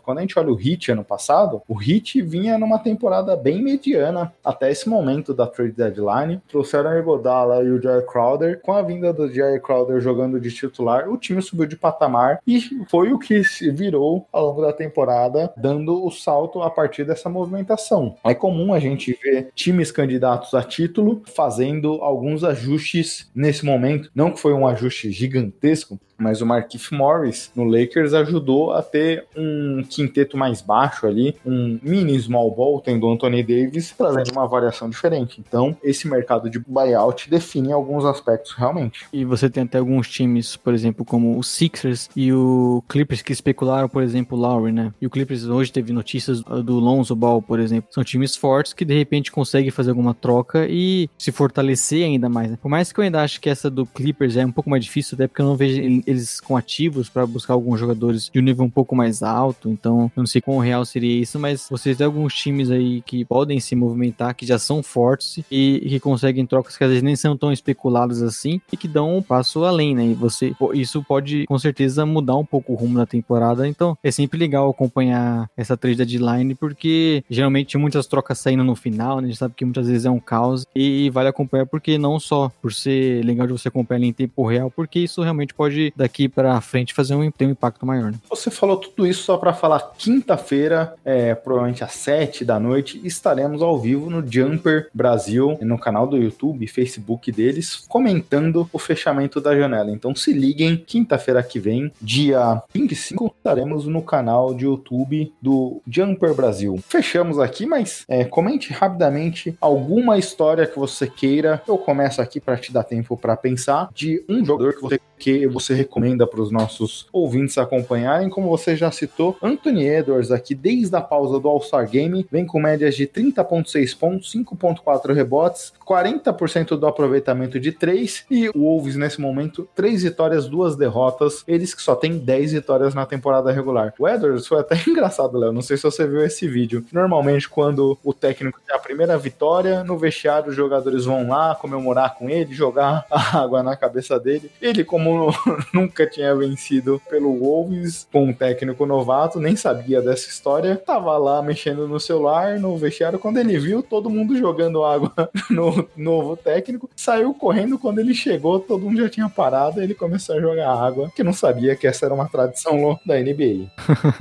Quando a gente olha o Heat ano passado, o Heat vinha numa temporada bem mediana até esse momento da trade deadline. Trouxeram o Iguodala e o Jae Crowder. Com a vinda do Jae Crowder jogando de titular, o time subiu de patamar e foi o que se virou ao longo da temporada, dando o salto a partir dessa movimentação. É comum a gente ver times candidatos a título fazendo alguns ajustes nesse momento. Não que foi um ajuste gigantesco, mas o Markieff Morris no Lakers ajudou a ter um quinteto mais baixo ali, um mini small ball, tendo o Anthony Davis, trazendo uma variação diferente. Então, esse mercado de buyout define alguns aspectos realmente. E você tem até alguns times, por exemplo, como o Sixers e o Clippers, que especularam, por exemplo, o Lowry, né? E o Clippers hoje teve notícias do Lonzo Ball, por exemplo. São times fortes que, de repente, conseguem fazer alguma troca e se fortalecer ainda mais, né? Por mais que eu ainda acho que essa do Clippers é um pouco mais difícil, até porque eu não vejo eles com ativos para buscar alguns jogadores de um nível um pouco mais alto, então eu não sei quão real seria isso, mas vocês têm alguns times aí que podem se movimentar, que já são fortes e que conseguem trocas que às vezes nem são tão especuladas assim e que dão um passo além, né? E isso pode com certeza mudar um pouco o rumo da temporada, então é sempre legal acompanhar essa trade deadline, porque geralmente muitas trocas saindo no final, né? A gente sabe que muitas vezes é um caos e vale acompanhar, porque não só por ser legal de você acompanhar em tempo real, porque isso realmente pode daqui pra frente ter um impacto maior, né? Você falou tudo isso só pra falar quinta-feira, provavelmente às 7 da noite, estaremos ao vivo no Jumper Brasil, no canal do YouTube e Facebook deles, comentando o fechamento da janela. Então se liguem, quinta-feira que vem, dia 25, estaremos no canal de YouTube do Jumper Brasil. Fechamos aqui, mas comente rapidamente alguma história que você queira. Eu começo aqui para te dar tempo para pensar de um jogador que você recomenda para os nossos ouvintes acompanharem. Como você já citou, Anthony Edwards aqui desde a pausa do All-Star Game vem com médias de 30.6 pontos, 5.4 rebotes, 40% do aproveitamento de 3 e o Wolves nesse momento 3 vitórias, 2 derrotas, eles que só têm 10 vitórias na temporada regular. O Edwards foi até engraçado, Léo, não sei se você viu esse vídeo. Normalmente quando o técnico tem a primeira vitória, no vestiário os jogadores vão lá comemorar com ele, jogar água na cabeça dele. Ele, como nunca tinha vencido pelo Wolves com um técnico novato, nem sabia dessa história, tava lá mexendo no celular, no vestiário, quando ele viu todo mundo jogando água no novo técnico, saiu correndo. Quando ele chegou, todo mundo já tinha parado, ele começou a jogar água, que não sabia que essa era uma tradição da NBA.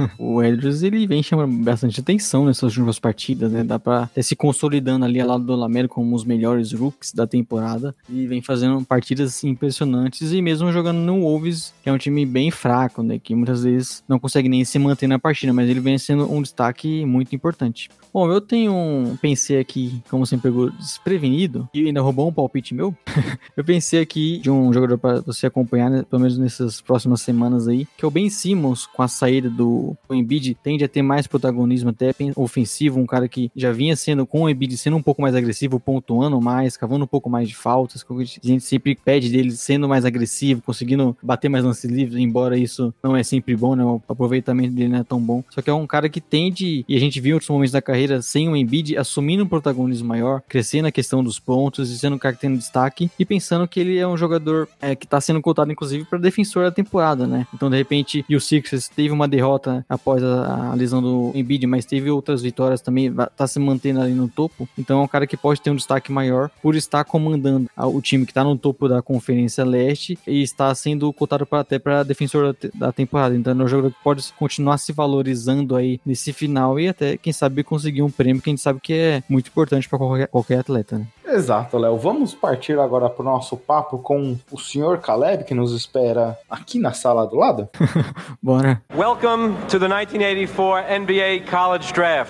O Edwards, ele vem chamando bastante atenção nessas últimas partidas, né? Dá pra se consolidando ali ao lado do Lamelo como os melhores rookies da temporada e vem fazendo partidas impressionantes, e mesmo jogando no Wolves, que é um time bem fraco, né? Que muitas vezes não consegue nem se manter na partida, mas ele vem sendo um destaque muito importante. Bom, eu pensei aqui, como você me pegou desprevenido, e ainda roubou um palpite meu, eu pensei aqui de um jogador para você acompanhar, né, pelo menos nessas próximas semanas aí, que é o Ben Simmons. Com a saída do Embiid, tende a ter mais protagonismo até ofensivo, um cara que já vinha sendo, com o Embiid sendo um pouco mais agressivo, pontuando mais, cavando um pouco mais de faltas, que a gente sempre pede dele, sendo mais agressivo, conseguindo bater mais lances livres, embora isso não é sempre bom, né, o aproveitamento dele não é tão bom, só que é um cara que tende, e a gente viu em outros momentos da carreira, sem o Embiid, assumindo um protagonismo maior, crescendo na questão dos pontos e sendo um cara que tem destaque, e pensando que ele é um jogador que está sendo cotado inclusive para defensor da temporada, né? Então de repente, e o Sixers teve uma derrota após a lesão do Embiid, mas teve outras vitórias também, tá se mantendo ali no topo, então é um cara que pode ter um destaque maior por estar comandando o time que está no topo da Conferência Leste e está sendo cotado até para defensor da temporada. Então é um jogador que pode continuar se valorizando aí nesse final e até, quem sabe, conseguir um prêmio que a gente sabe que é muito importante para qualquer atleta, né? Exato, Léo. Vamos partir agora para o nosso papo com o senhor Caleb, que nos espera aqui na sala do lado? Bora. Welcome to the 1984 NBA College Draft.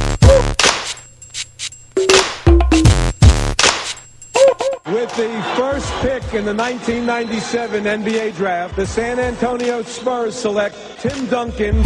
With the first pick in the 1997 NBA Draft, the San Antonio Spurs select Tim Duncan.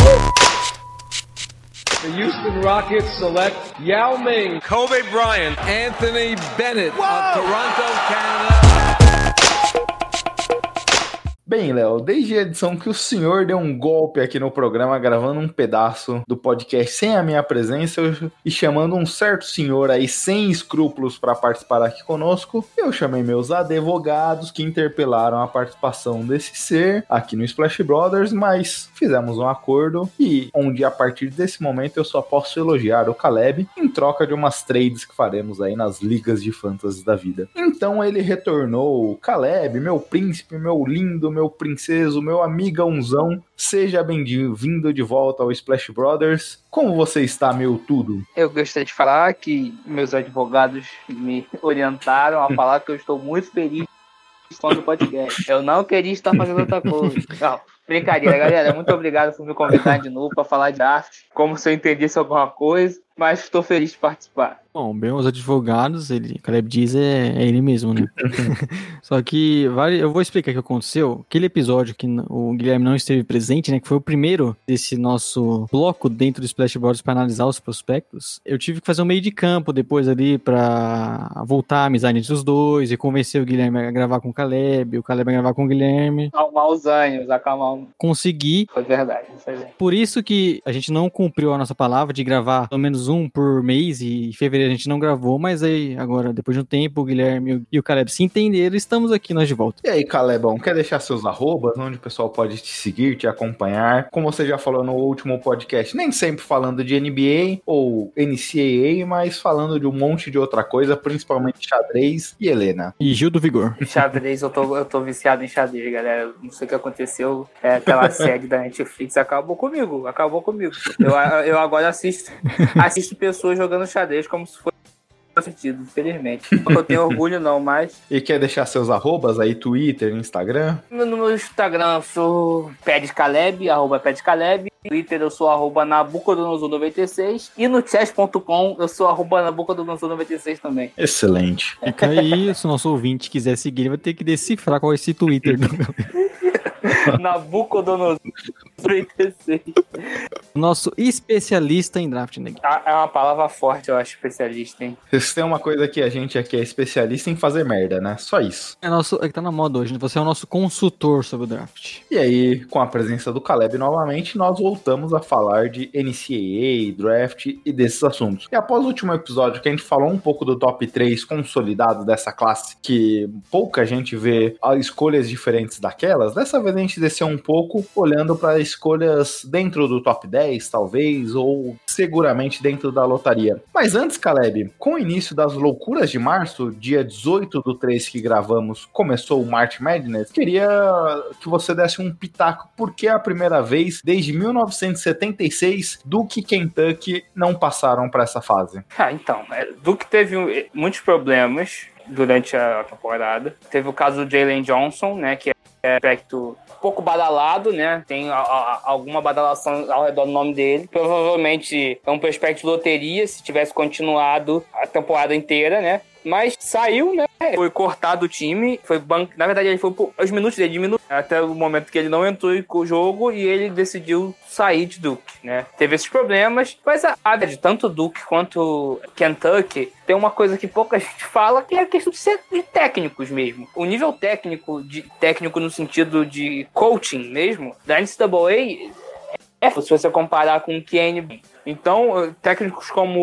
The Houston Rockets select Yao Ming, Kobe Bryant, Anthony Bennett of Toronto, Canada. Bem, Léo, desde a edição que o senhor deu um golpe aqui no programa, gravando um pedaço do podcast sem a minha presença e chamando um certo senhor aí sem escrúpulos para participar aqui conosco, eu chamei meus advogados que interpelaram a participação desse ser aqui no Splash Brothers, mas fizemos um acordo e onde a partir desse momento eu só posso elogiar o Caleb em troca de umas trades que faremos aí nas ligas de fantasy da vida. Então ele retornou. Caleb, meu príncipe, meu lindo, meu princeso, meu amigãozão, seja bem-vindo de volta ao Splash Brothers. Como você está, meu tudo? Eu gostaria de falar que meus advogados me orientaram a falar que eu estou muito feliz com o podcast. Eu não queria estar fazendo outra coisa. Não, brincadeira, galera. Muito obrigado por me convidar de novo para falar de draft, como se eu entendesse alguma coisa, mas estou feliz de participar. Bom, bem, os advogados, Caleb diz é ele mesmo, né? Só que eu vou explicar o que aconteceu. Aquele episódio que o Guilherme não esteve presente, né? Que foi o primeiro desse nosso bloco dentro do Splash Brothers para analisar os prospectos. Eu tive que fazer um meio de campo depois ali para voltar a amizade entre os dois e convencer o Guilherme a gravar com o Caleb a gravar com o Guilherme. Acalmar os ânimos, Consegui. Foi verdade. Por isso que a gente não cumpriu a nossa palavra de gravar pelo menos um por mês e em fevereiro a gente não gravou, mas aí agora, depois de um tempo, o Guilherme e o Caleb se entenderam e estamos aqui nós de volta. E aí, Calebão, quer deixar seus arrobas, onde o pessoal pode te seguir, te acompanhar? Como você já falou no último podcast, nem sempre falando de NBA ou NCAA, mas falando de um monte de outra coisa, principalmente xadrez e Helena. E Gil do Vigor. Xadrez, eu tô viciado em xadrez, galera. Não sei o que aconteceu, aquela série da Netflix acabou comigo. Eu agora assisto pessoas jogando xadrez como se fosse sentido, infelizmente. Eu tenho orgulho não, mas... E quer deixar seus arrobas aí, Twitter, Instagram? No meu Instagram eu sou @pedcaleb, @pedcaleb. No Twitter eu sou @nabucodonosor96 e no chess.com eu sou @nabucodonosor96 também. Excelente. Fica aí, se o nosso ouvinte quiser seguir, ele vai ter que decifrar qual é esse Twitter do meu. Nabucodonosor 96. Nosso especialista em draft, né? É uma palavra forte, eu acho, especialista, hein? Vocês têm uma coisa que a gente aqui é especialista em fazer merda, né? Só isso. É que tá na moda hoje, né? Você é o nosso consultor sobre o draft. E aí, com a presença do Caleb novamente, nós voltamos a falar de NCAA, draft e desses assuntos. E após o último episódio que a gente falou um pouco do top 3 consolidado dessa classe, que pouca gente vê escolhas diferentes daquelas, dessa vez a gente desceu um pouco, olhando para escolhas dentro do top 10, talvez, ou seguramente dentro da lotaria. Mas antes, Caleb, com o início das loucuras de março, dia 18/3 que gravamos, começou o March Madness, queria que você desse um pitaco, porque é a primeira vez, desde 1976, Duke e Kentucky não passaram para essa fase. Então, Duke teve muitos problemas durante a temporada. Teve o caso do Jalen Johnson, né, que é um aspecto pouco badalado, né? Tem alguma badalação ao redor do nome dele. Provavelmente é um prospecto de loteria se tivesse continuado a temporada inteira, né? Mas saiu, né? Foi cortado do time. Na verdade, ele foi os minutos dele diminuíram até o momento que ele não entrou com o jogo e ele decidiu sair de Duke, né? Teve esses problemas, mas de tanto Duke quanto Kentucky tem uma coisa que pouca gente fala, que é a questão de técnicos mesmo. O nível técnico no sentido de coaching mesmo, da NCAA se você comparar com o QNB. Então, técnicos como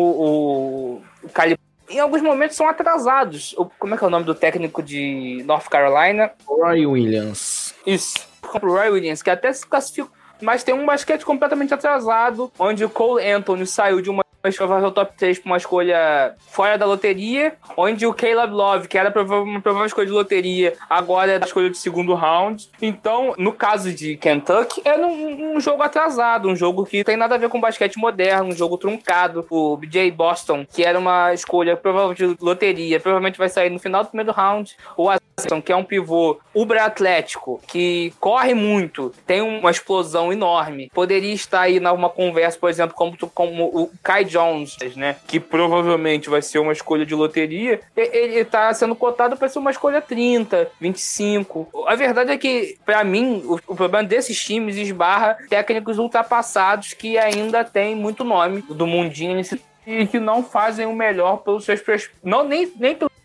o Calipari, em alguns momentos são atrasados. Como é que é o nome do técnico de North Carolina? Roy Williams. Isso. O Roy Williams, que até se classificou, mas tem um basquete completamente atrasado, onde o Cole Anthony saiu de uma provável top 3 para uma escolha fora da loteria, onde o Caleb Love, que era uma provável escolha de loteria, agora é da escolha de segundo round. Então, no caso de Kentucky, era um jogo atrasado, um jogo que tem nada a ver com basquete moderno, um jogo truncado. O BJ Boston, que era uma escolha provavelmente de loteria, provavelmente vai sair no final do primeiro round. O Aston, que é um pivô ultra atlético, que corre muito, tem uma explosão enorme, poderia estar aí numa conversa, por exemplo, como o Kai Jones, né, que provavelmente vai ser uma escolha de loteria. Ele está sendo cotado para ser uma escolha 30, 25. A verdade é que, para mim, o problema desses times esbarra técnicos ultrapassados que ainda têm muito nome do mundinho e que não fazem o melhor pelos seus nem pelos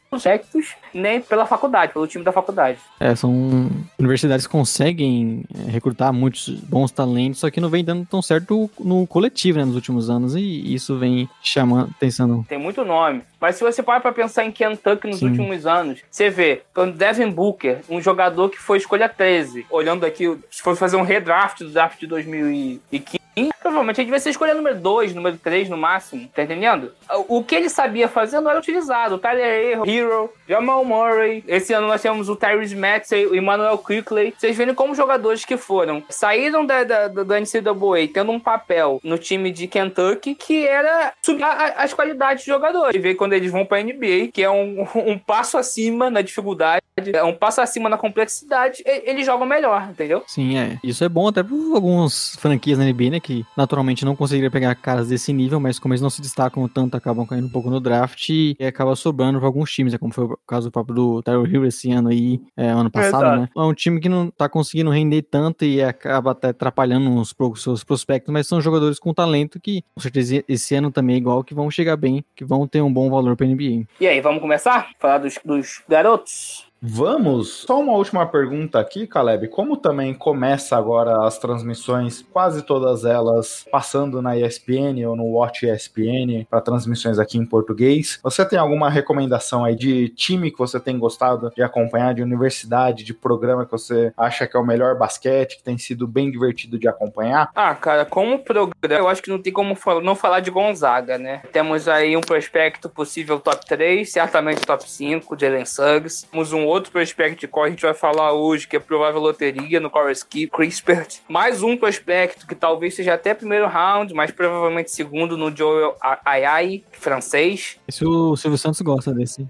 prospectos, nem pela faculdade, pelo time da faculdade. São universidades que conseguem recrutar muitos bons talentos, só que não vem dando tão certo no coletivo, né, nos últimos anos, e isso vem chamando atenção. Tem muito nome. Mas se você para pra pensar em Kentucky nos últimos anos, você vê, quando Devin Booker, um jogador que foi escolha 13, olhando aqui, se for fazer um redraft do draft de 2015, provavelmente ele vai ser escolha número 2, número 3 no máximo, tá entendendo? O que ele sabia fazer não era utilizado. O Tyler Hero, Jamal Murray, esse ano nós temos o Tyrese Maxey, o Emmanuel Quickley. Vocês veem como jogadores que saíram da NCAA tendo um papel no time de Kentucky que era subir as qualidades de jogadores. E ver quando eles vão pra NBA, que é um passo acima na dificuldade, é um passo acima na complexidade, eles jogam melhor, entendeu? Sim, isso é bom até para algumas franquias na NBA, né, que naturalmente não conseguiram pegar caras desse nível, mas como eles não se destacam tanto, acabam caindo um pouco no draft e acaba sobrando para alguns times, como foi o caso próprio do Tyler Hero esse ano aí, ano passado, né? É um time que não tá conseguindo render tanto e acaba até atrapalhando os seus prospectos, mas são jogadores com talento que, com certeza, esse ano também é igual, que vão chegar bem, que vão ter um bom valor pra NBA. E aí, vamos começar? Falar dos garotos? Vamos! Só uma última pergunta aqui, Caleb. Como também começa agora as transmissões, quase todas elas passando na ESPN ou no Watch ESPN, para transmissões aqui em português, você tem alguma recomendação aí de time que você tem gostado de acompanhar, de universidade, de programa que você acha que é o melhor basquete, que tem sido bem divertido de acompanhar? Cara, como programa, eu acho que não tem como não falar de Gonzaga, né? Temos aí um prospecto possível top 3, certamente top 5, Jalen Suggs. Temos um outro prospect de qual a gente vai falar hoje, que é provável loteria no Corey Kispert. Mais um prospecto que talvez seja até primeiro round, mas provavelmente segundo no Joel Ayayi, francês. Esse o Silvio Santos gosta desse.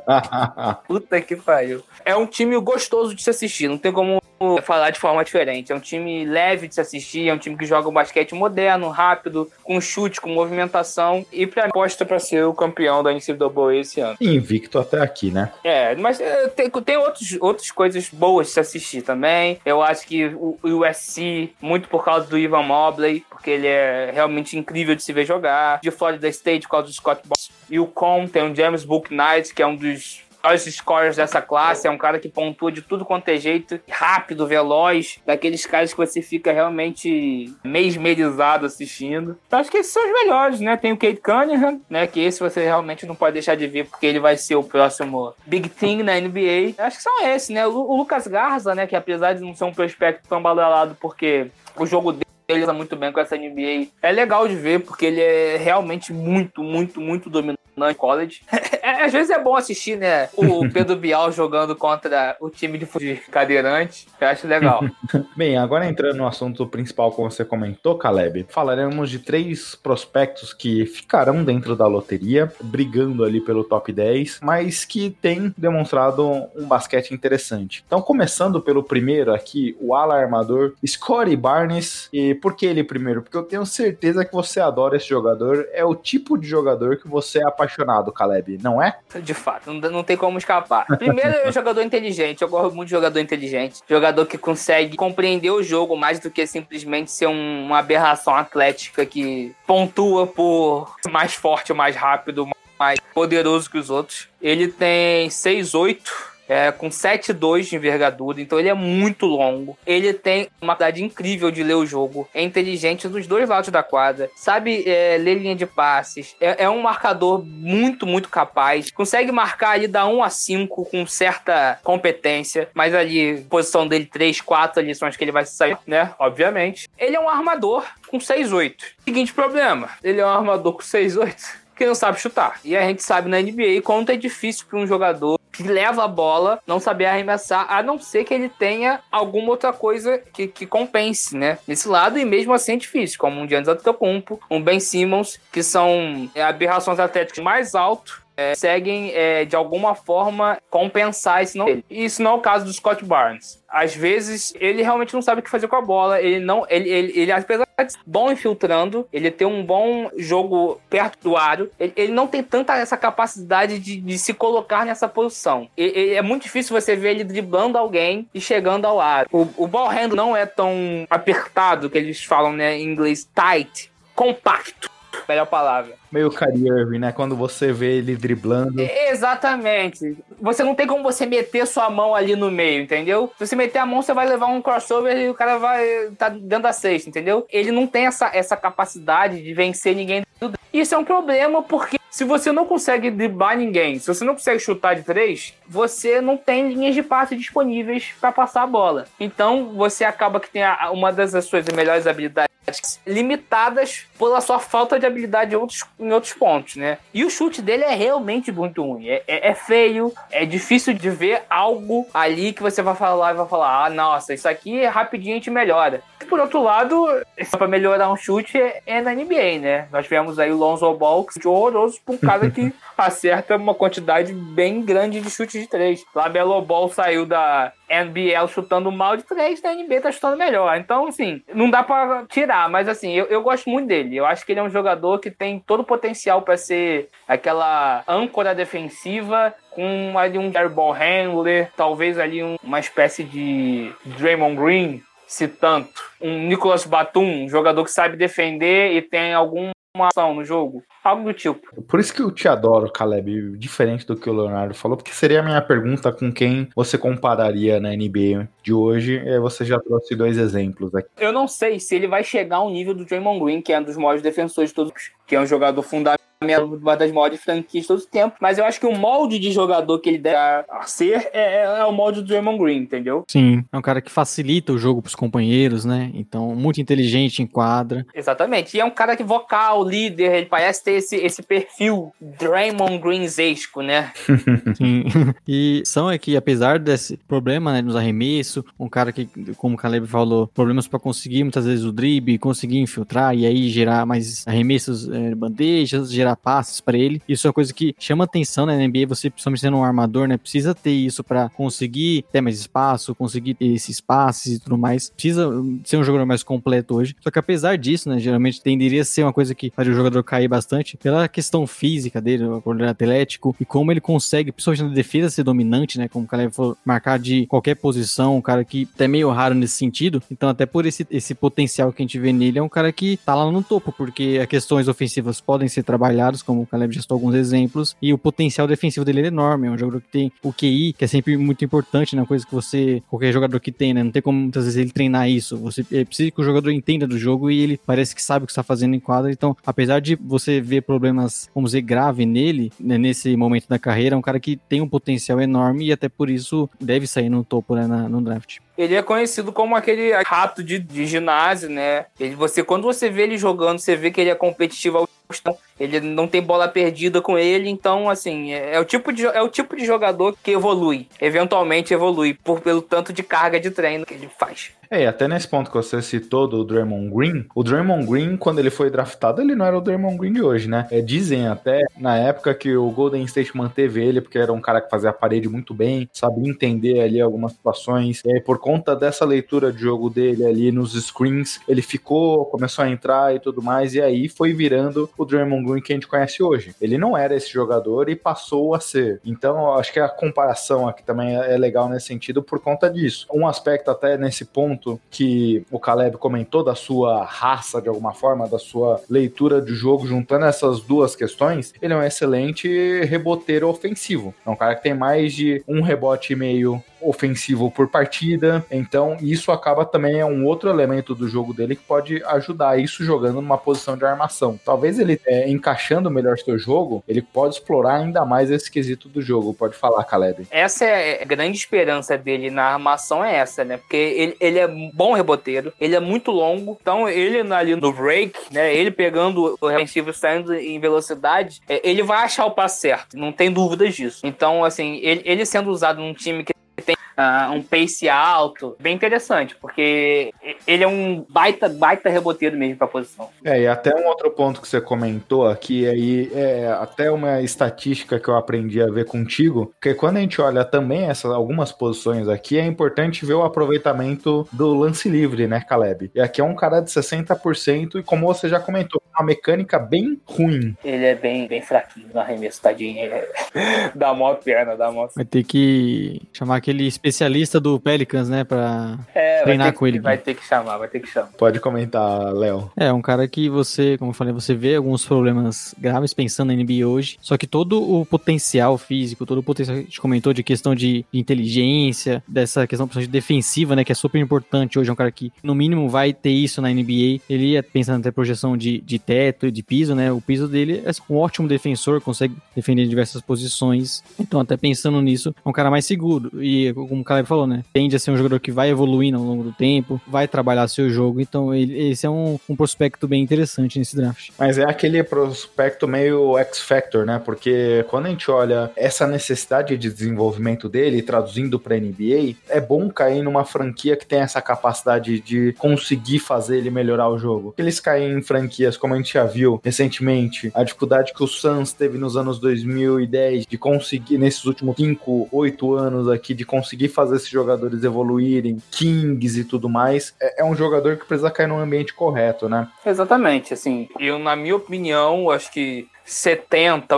Puta que pariu. É um time gostoso de se assistir, não tem como falar de forma diferente. É um time leve de se assistir, é um time que joga um basquete moderno, rápido, com chute, com movimentação, e pra mim aposta pra ser o campeão da NCAA esse ano. Invicto até aqui, né? Mas tem outras coisas boas de se assistir também. Eu acho que o USC, muito por causa do Evan Mobley, porque ele é realmente incrível de se ver jogar. De Florida State, por causa do Scott Boras. E o Com tem o James Bouknight, que é um dos melhores scorers dessa classe, é um cara que pontua de tudo quanto é jeito, rápido, veloz, daqueles caras que você fica realmente mesmerizado assistindo. Então acho que esses são os melhores, né? Tem o Cade Cunningham, né? Que esse você realmente não pode deixar de ver, porque ele vai ser o próximo Big Thing na NBA. Acho que são esses, né? O Lucas Garza, né? Que apesar de não ser um prospecto tão badalado, porque o jogo dele ele usa muito bem com essa NBA. É legal de ver, porque ele é realmente muito, muito, muito dominante no college. Às vezes é bom assistir, né? O Pedro Bial jogando contra o time de cadeirante. Eu acho legal. Bem, agora entrando no assunto principal que você comentou, Caleb, falaremos de 3 prospectos que ficarão dentro da loteria, brigando ali pelo top 10, mas que têm demonstrado um basquete interessante. Então, começando pelo primeiro aqui, o ala armador Scottie Barnes. E por que ele primeiro? Porque eu tenho certeza que você adora esse jogador. É o tipo de jogador que você é apaixonado, Caleb, não é? De fato, não tem como escapar. Primeiro é um jogador inteligente. Eu gosto muito de jogador inteligente. Jogador que consegue compreender o jogo mais do que simplesmente ser uma aberração atlética que pontua por mais forte, mais rápido, mais poderoso que os outros. Ele tem 6'8", com 7'2" de envergadura, então ele é muito longo. Ele tem uma habilidade incrível de ler o jogo, é inteligente nos dois lados da quadra, sabe ler linha de passes, é um marcador muito, muito capaz, consegue marcar ali da 1 a 5 com certa competência, mas ali, posição dele 3, 4 ali são as que ele vai sair, né, obviamente. Ele é um armador com 6'8". Seguinte problema, ele é um armador com 6'8", que não sabe chutar. E a gente sabe na NBA quanto é difícil para um jogador que leva a bola não saber arremessar, a não ser que ele tenha alguma outra coisa que compense, né? Nesse lado, e mesmo assim é difícil, como um Giannis Antetokounmpo, um Ben Simmons, que são aberrações atléticas mais alto, conseguem de alguma forma compensar esse não. Isso não é o caso do Scott Barnes. Às vezes ele realmente não sabe o que fazer com a bola. Ele apesar de ser bom infiltrando, ele tem um bom jogo perto do aro, ele não tem tanta essa capacidade de se colocar nessa posição. É muito difícil você ver ele driblando alguém e chegando ao aro. O ball handle não é tão apertado, que eles falam, né, em inglês, tight, compacto. melhor palavra. Meio Kyrie Irving, né? Quando você vê ele driblando. Exatamente. Você não tem como você meter sua mão ali no meio, entendeu? Se você meter a mão, você vai levar um crossover e o cara vai estar dentro da cesta, entendeu? Ele não tem essa capacidade de vencer ninguém. Isso é um problema porque se você não consegue driblar ninguém, se você não consegue chutar de 3, você não tem linhas de passe disponíveis para passar a bola. Então, você acaba que tem uma das suas melhores habilidades limitadas pela sua falta de habilidade em outros pontos, né? E o chute dele é realmente muito ruim. É feio, é difícil de ver algo ali que você vai falar e vai falar, nossa, isso aqui rapidinho a gente melhora. Por outro lado, para melhorar um chute é na NBA, né? Nós tivemos aí o Lonzo Ball, que é horroroso por um cara que acerta uma quantidade bem grande de chutes de 3. LaMelo Ball saiu da NBL chutando mal de 3, na NBA tá chutando melhor. Então, assim, não dá pra tirar, mas assim, eu gosto muito dele. Eu acho que ele é um jogador que tem todo o potencial pra ser aquela âncora defensiva com ali um airball handler, talvez ali uma espécie de Draymond Green, se tanto. Um Nicolas Batum, um jogador que sabe defender e tem alguma ação no jogo. Algo do tipo. Por isso que eu te adoro, Caleb, diferente do que o Leonardo falou, porque seria a minha pergunta com quem você compararia na NBA de hoje, e você já trouxe 2 exemplos aqui. Eu não sei se ele vai chegar ao nível do Draymond Green, que é um dos maiores defensores de todos, que é um jogador fundamental, uma das maiores franquias de todo o tempo, mas eu acho que o molde de jogador que ele deve ser é o molde do Draymond Green, entendeu? Sim, é um cara que facilita o jogo pros companheiros, né? Então, muito inteligente em quadra. Exatamente, e é um cara que vocal, líder, ele parece ter esse perfil Draymond Greensesco, né? Sim, e é que apesar desse problema, né, nos arremessos, um cara que, como o Caleb falou, problemas para conseguir muitas vezes o drible, conseguir infiltrar e aí gerar mais arremessos, bandejas, gerar passes para ele. Isso é uma coisa que chama atenção, né, na NBA, você principalmente sendo um armador, né, precisa ter isso para conseguir ter mais espaço, conseguir ter esses passes e tudo mais. Precisa ser um jogador mais completo hoje. Só que apesar disso, né, geralmente tenderia a ser uma coisa que faria o jogador cair bastante pela questão física dele, o poder atlético e como ele consegue, principalmente na defesa, ser dominante, né, como o Caleb falou, marcar de qualquer posição, um cara que é meio raro nesse sentido. Então, até por esse potencial que a gente vê nele, é um cara que tá lá no topo, porque as questões ofensivas podem ser trabalhadas, como o Caleb já citou alguns exemplos, e o potencial defensivo dele é enorme. É um jogador que tem o QI, que é sempre muito importante, né, coisa que qualquer jogador que tem, né, não tem como muitas vezes ele treinar isso. Você precisa que o jogador entenda do jogo e ele parece que sabe o que está fazendo em quadra. Então, apesar de você ver problemas, vamos dizer, grave nele, né, nesse momento da carreira, é um cara que tem um potencial enorme e até por isso deve sair no topo, né, no draft. Ele é conhecido como aquele rato de ginásio, né? Quando você vê ele jogando, você vê que ele é competitivo ao extremo. Ele não tem bola perdida com ele, então, assim, é o tipo de jogador que evolui, eventualmente evolui, pelo tanto de carga de treino que ele faz. E até nesse ponto que você citou do Draymond Green, o Draymond Green, quando ele foi draftado, ele não era o Draymond Green de hoje, né? Dizem até, na época que o Golden State manteve ele, porque era um cara que fazia a parede muito bem, sabia entender ali algumas situações, e aí, por conta dessa leitura de jogo dele ali nos screens, ele começou a entrar e tudo mais, e aí foi virando o Draymond Green que a gente conhece hoje. Ele não era esse jogador e passou a ser. Então, eu acho que a comparação aqui também é legal nesse sentido por conta disso. Um aspecto até nesse ponto que o Caleb comentou da sua raça, de alguma forma, da sua leitura de jogo, juntando essas duas questões, ele é um excelente reboteiro ofensivo. É um cara que tem mais de um rebote e meio ofensivo por partida, então isso acaba também um outro elemento do jogo dele que pode ajudar isso jogando numa posição de armação. Talvez ele encaixando melhor seu jogo, ele pode explorar ainda mais esse quesito do jogo. Pode falar, Caleb. Essa é a grande esperança dele na armação, é essa, né? Porque ele é bom reboteiro, ele é muito longo, então ele ali no break, né? Ele pegando o defensivo saindo em velocidade, ele vai achar o passe certo, não tem dúvidas disso. Então, assim, ele sendo usado num time que tem um pace alto, bem interessante, porque ele é um baita reboteiro mesmo pra posição. E até um outro ponto que você comentou aqui, aí até uma estatística que eu aprendi a ver contigo, que quando a gente olha também algumas posições aqui, é importante ver o aproveitamento do lance livre, né, Caleb? E aqui é um cara de 60% e como você já comentou, uma mecânica bem ruim. Ele é bem fraquinho no arremesso, tadinho. Dá mó perna. Vai ter que chamar aquele especialista do Pelicans, né, pra treinar com ele. Vai ter que chamar. Pode comentar, Léo. É um cara que você, como eu falei, você vê alguns problemas graves pensando na NBA hoje, só que todo o potencial físico, todo o potencial que a gente comentou de questão de inteligência, dessa questão de defensiva, né, que é super importante hoje, é um cara que no mínimo vai ter isso na NBA. Ele ia pensando até projeção de teto e de piso, né, o piso dele é um ótimo defensor, consegue defender em diversas posições, então até pensando nisso, é um cara mais seguro, e como o Caleb falou, né, tende a ser um jogador que vai evoluindo ao longo do tempo, vai trabalhar seu jogo, então esse é um prospecto bem interessante nesse draft. Mas é aquele prospecto meio X-Factor, né, porque quando a gente olha essa necessidade de desenvolvimento dele, traduzindo para NBA, é bom cair numa franquia que tem essa capacidade de conseguir fazer ele melhorar o jogo. Eles caem em franquias, como a gente já viu recentemente, a dificuldade que o Suns teve nos anos 2010 de conseguir, nesses últimos 5, 8 anos aqui, de conseguir fazer esses jogadores evoluírem, Kings e tudo mais, é um jogador que precisa cair no ambiente correto, né? Exatamente, assim, eu, na minha opinião, acho que 70%,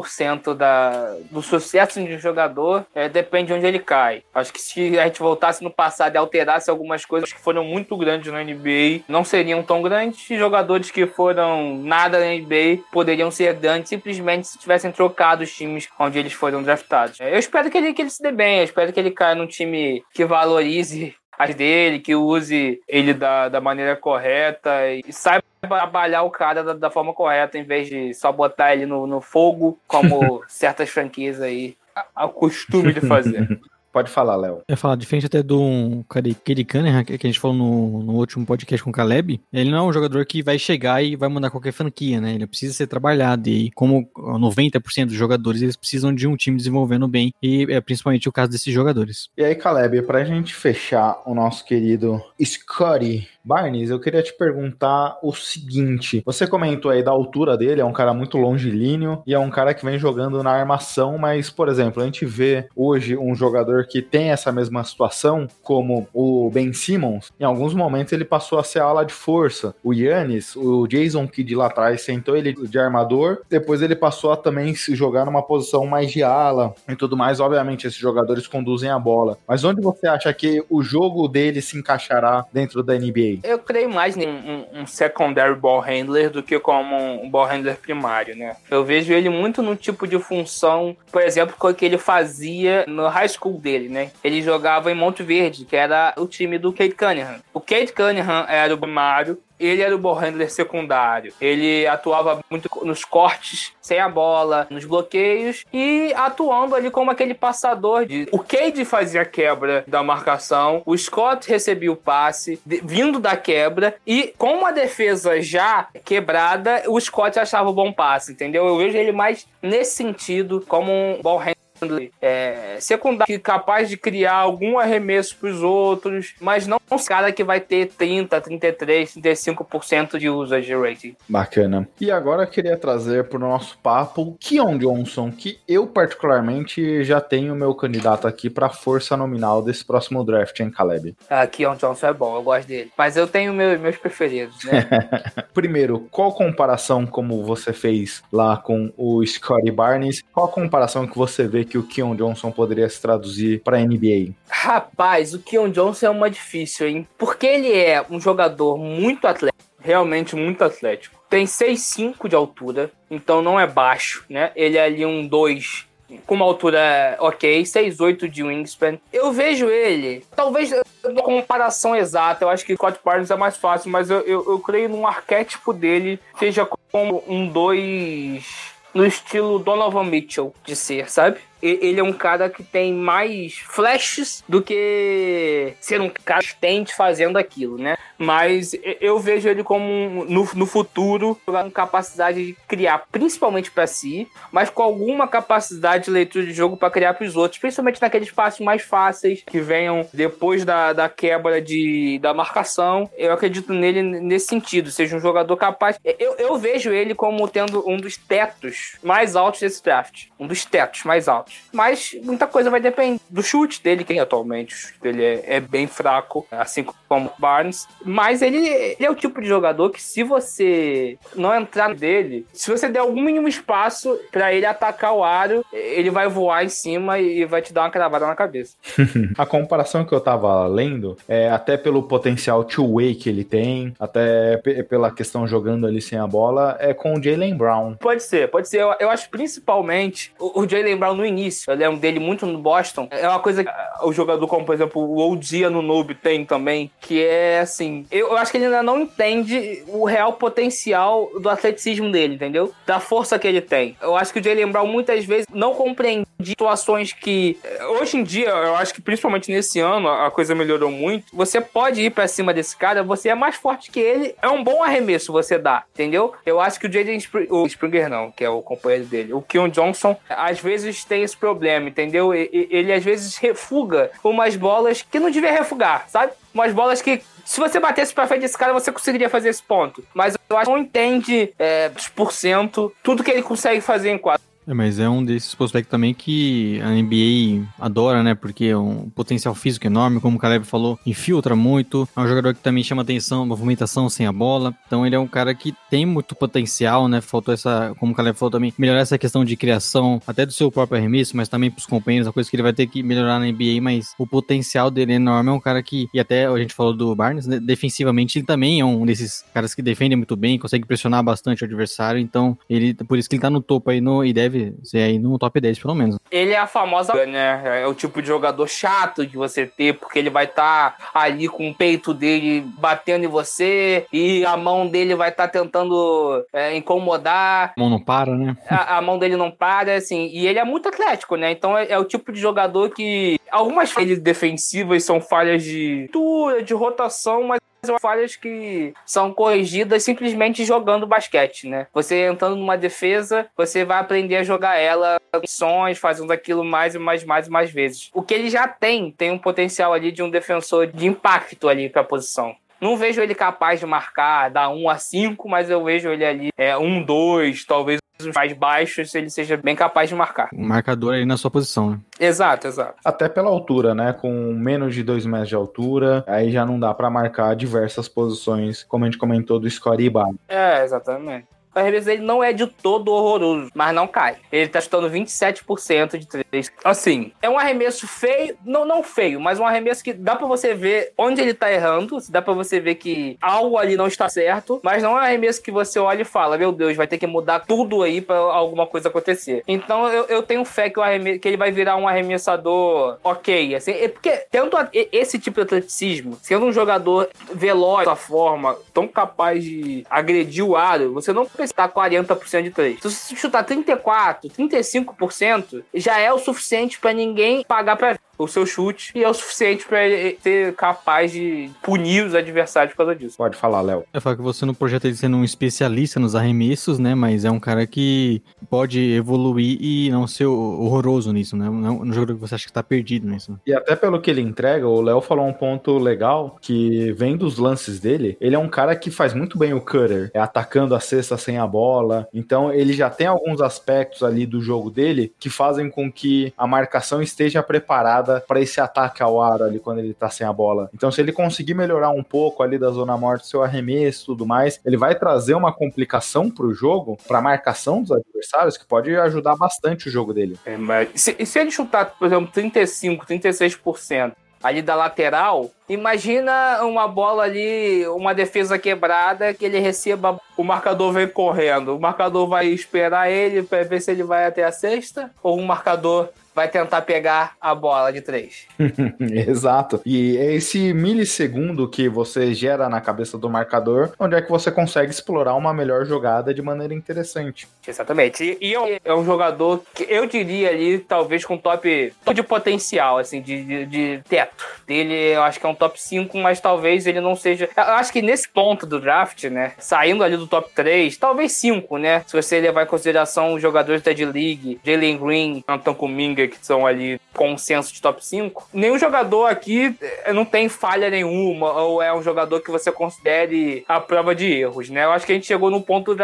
8% do sucesso de um jogador depende de onde ele cai. Acho que se a gente voltasse no passado e alterasse algumas coisas que foram muito grandes na NBA, não seriam tão grandes, e jogadores que foram nada na NBA poderiam ser grandes simplesmente se tivessem trocado os times onde eles foram draftados. Eu espero que ele se dê bem, eu espero que ele caia num time que valorize as dele, que use ele da maneira correta e saiba trabalhar o cara da forma correta, em vez de só botar ele no fogo, como certas franquias aí ao costume de fazer. Pode falar, Léo. Eu ia falar, diferente até do Cade Cunningham, que a gente falou no último podcast com o Caleb, ele não é um jogador que vai chegar e vai mandar qualquer franquia, né? Ele precisa ser trabalhado, e como 90% dos jogadores, eles precisam de um time desenvolvendo bem, e é principalmente o caso desses jogadores. E aí, Caleb, pra gente fechar o nosso querido Scottie Barnes, eu queria te perguntar o seguinte, você comentou aí da altura dele, é um cara muito longilíneo, e é um cara que vem jogando na armação, mas, por exemplo, a gente vê hoje um jogador que tem essa mesma situação, como o Ben Simmons, em alguns momentos ele passou a ser ala de força. O Giannis, o Jason Kidd lá atrás, sentou ele de armador, depois ele passou a também se jogar numa posição mais de ala e tudo mais. Obviamente, esses jogadores conduzem a bola. Mas onde você acha que o jogo dele se encaixará dentro da NBA? Eu creio mais em um secondary ball handler do que como um ball handler primário, né? Eu vejo ele muito no tipo de função, por exemplo, que ele fazia no high school dele, né? Ele jogava em Monte Verde, que era o time do Cade Cunningham. O Cade Cunningham era o primário, ele era o ball handler secundário. Ele atuava muito nos cortes, sem a bola, nos bloqueios e atuando ali como aquele passador. O Cade fazia a quebra da marcação, o Scott recebia o passe vindo da quebra e com uma defesa já quebrada, o Scott achava o bom passe, entendeu? Eu vejo ele mais nesse sentido como um ball handler secundário, capaz de criar algum arremesso para os outros, mas não um cara que vai ter 30, 33, 35% de usage rating. Bacana. E agora eu queria trazer para o nosso papo o Keon Johnson, que eu particularmente já tenho meu candidato aqui para força nominal desse próximo draft, hein, Caleb? Keon Johnson é bom, eu gosto dele. Mas eu tenho meus preferidos, né? Primeiro, qual comparação, como você fez lá com o Scottie Barnes, qual a comparação que você vê que o Keon Johnson poderia se traduzir para a NBA? Rapaz, o Keon Johnson é uma difícil, hein? Porque ele é um jogador muito atlético, realmente muito atlético. Tem 6'5" de altura, então não é baixo, né? Ele é ali um 2 com uma altura ok, 6'8" de wingspan. Eu vejo ele, talvez uma comparação exata, eu acho que o Scott Barnes é mais fácil, mas eu creio num arquétipo dele, seja como um 2 no estilo Donovan Mitchell de ser, sabe? Ele é um cara que tem mais flashes do que ser um cara consistente fazendo aquilo, né? Mas eu vejo ele como, no futuro, com capacidade de criar, principalmente para si, mas com alguma capacidade de leitura de jogo para criar para os outros, principalmente naqueles passes mais fáceis que venham depois da quebra da marcação. Eu acredito nele nesse sentido, seja um jogador capaz. Eu vejo ele como tendo um dos tetos mais altos desse draft. Um dos tetos mais altos. forte. Mas muita coisa vai depender do chute dele, que atualmente o chute dele é bem fraco, assim como o Barnes. Mas ele é o tipo de jogador que, se você não entrar dele, se você der algum mínimo espaço pra ele atacar o aro, ele vai voar em cima e vai te dar uma cravada na cabeça. A comparação que eu tava lendo, até pelo potencial two-way que ele tem, até pela questão jogando ali sem a bola, é com o Jaylen Brown. Pode ser. Eu acho principalmente o Jaylen Brown no início. Eu lembro dele muito no Boston. É uma coisa que o jogador como, por exemplo, o OG Anunoby tem também, que é assim, eu acho que ele ainda não entende o real potencial do atleticismo dele, entendeu? Da força que ele tem. Eu acho que o Jaylen Brown muitas vezes não compreende situações que, hoje em dia, eu acho que principalmente nesse ano, a coisa melhorou muito. Você pode ir pra cima desse cara, você é mais forte que ele, é um bom arremesso você dá, entendeu? Eu acho que o Springer não, que é o companheiro dele, o Keon Johnson, às vezes tem esse problema, entendeu? Ele às vezes refuga umas bolas que não devia refugar, sabe? Umas bolas que, se você batesse pra frente desse cara, você conseguiria fazer esse ponto. Mas eu acho que não entende por cento tudo que ele consegue fazer em quadra. Mas é um desses prospectos também que a NBA adora, né? Porque é um potencial físico enorme, como o Caleb falou, infiltra muito. É um jogador que também chama atenção, movimentação sem a bola. Então ele é um cara que tem muito potencial, né? Faltou essa, como o Caleb falou também, melhorar essa questão de criação, até do seu próprio arremesso, mas também pros companheiros, uma coisa que ele vai ter que melhorar na NBA, mas o potencial dele é enorme. É um cara que, e até a gente falou do Barnes, né? Defensivamente ele também é um desses caras que defende muito bem, consegue pressionar bastante o adversário, então por isso que ele tá no topo aí e deve ser aí no top 10 pelo menos. Ele é a famosa, né? É o tipo de jogador chato de você ter, porque ele vai estar ali com o peito dele batendo em você e a mão dele vai estar tentando incomodar. A mão não para, né? A mão dele não para, assim. E ele é muito atlético, né? Então é o tipo de jogador que algumas falhas defensivas são falhas de rotação, mas são falhas que são corrigidas simplesmente jogando basquete, né? Você entrando numa defesa, você vai aprender a jogar ela em ações, fazendo aquilo mais e mais vezes. O que ele já tem um potencial ali de um defensor de impacto ali pra posição. Não vejo ele capaz de marcar, dar 1-5, mas eu vejo ele ali 1-2, talvez os mais baixos, ele seja bem capaz de marcar. O marcador aí na sua posição, né? Exato. Até pela altura, né? Com menos de 2 metros de altura, aí já não dá pra marcar diversas posições, como a gente comentou do Scottie Barnes. Exatamente. O arremesso dele não é de todo horroroso, mas não cai. Ele tá chutando 27% de 3. Assim, é um arremesso feio, não feio, mas um arremesso que dá pra você ver onde ele tá errando, dá pra você ver que algo ali não está certo, mas não é um arremesso que você olha e fala, meu Deus, vai ter que mudar tudo aí pra alguma coisa acontecer. Então eu tenho fé que ele vai virar um arremessador ok, assim, porque tendo esse tipo de atleticismo, sendo um jogador veloz dessa forma, tão capaz de agredir o aro, você não precisa 40% de 3. Se você chutar 34%, 35%, já é o suficiente pra ninguém pagar pra o seu chute e é o suficiente pra ele ser capaz de punir os adversários por causa disso. Pode falar, Léo. Eu falo que você não projeta ele sendo um especialista nos arremessos, né? Mas é um cara que pode evoluir e não ser horroroso nisso, né? Não é um jogador que você acha que tá perdido nisso. E até pelo que ele entrega, o Léo falou um ponto legal, que vem dos lances dele, ele é um cara que faz muito bem o cutter, atacando a cesta sem a bola, então ele já tem alguns aspectos ali do jogo dele que fazem com que a marcação esteja preparada para esse ataque ao aro ali quando ele tá sem a bola. Então se ele conseguir melhorar um pouco ali da zona morta, seu arremesso e tudo mais, ele vai trazer uma complicação pro jogo, pra marcação dos adversários, que pode ajudar bastante o jogo dele. Mas se ele chutar, por exemplo, 35%, 36% ali da lateral, imagina uma bola ali, uma defesa quebrada, que ele receba, o marcador vem correndo, o marcador vai esperar ele para ver se ele vai até a cesta, ou o marcador vai tentar pegar a bola de 3. Exato. E é esse milissegundo que você gera na cabeça do marcador, onde é que você consegue explorar uma melhor jogada de maneira interessante. Exatamente. E é um jogador que eu diria ali, talvez com top de potencial, assim, de teto. Dele, eu acho que é um top 5, mas talvez ele não seja... Eu acho que nesse ponto do draft, né, saindo ali do top 3, talvez 5, né, se você levar em consideração os jogadores da D-League, Jalen Green, Anton Kuminga, que são ali consenso de top 5, nenhum jogador aqui não tem falha nenhuma, ou é um jogador que você considere a prova de erros, né? Eu acho que a gente chegou num ponto do draft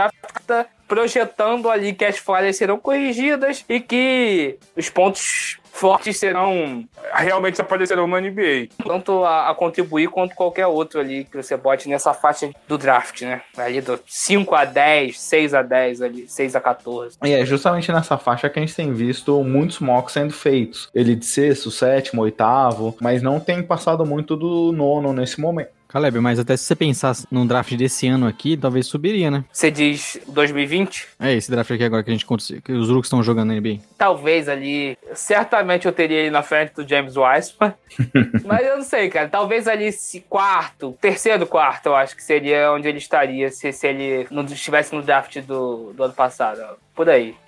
aberta, projetando ali que as falhas serão corrigidas e que os pontos fortes realmente aparecerão na NBA. Tanto a contribuir quanto qualquer outro ali que você bote nessa faixa do draft, né? Ali do 5 a 10, 6 a 10, ali, 6 a 14. E é justamente nessa faixa que a gente tem visto muitos mocks sendo feitos. Ele de sexto, sétimo, oitavo, mas não tem passado muito do nono nesse momento. Caleb, mas até se você pensar num draft desse ano aqui, talvez subiria, né? Você diz 2020? É esse draft aqui agora que a gente que os rookies estão jogando na NBA. Talvez ali, certamente eu teria ele na frente do James Wiseman, mas eu não sei, cara, talvez ali terceiro quarto, eu acho que seria onde ele estaria se ele não estivesse no draft do ano passado, por aí.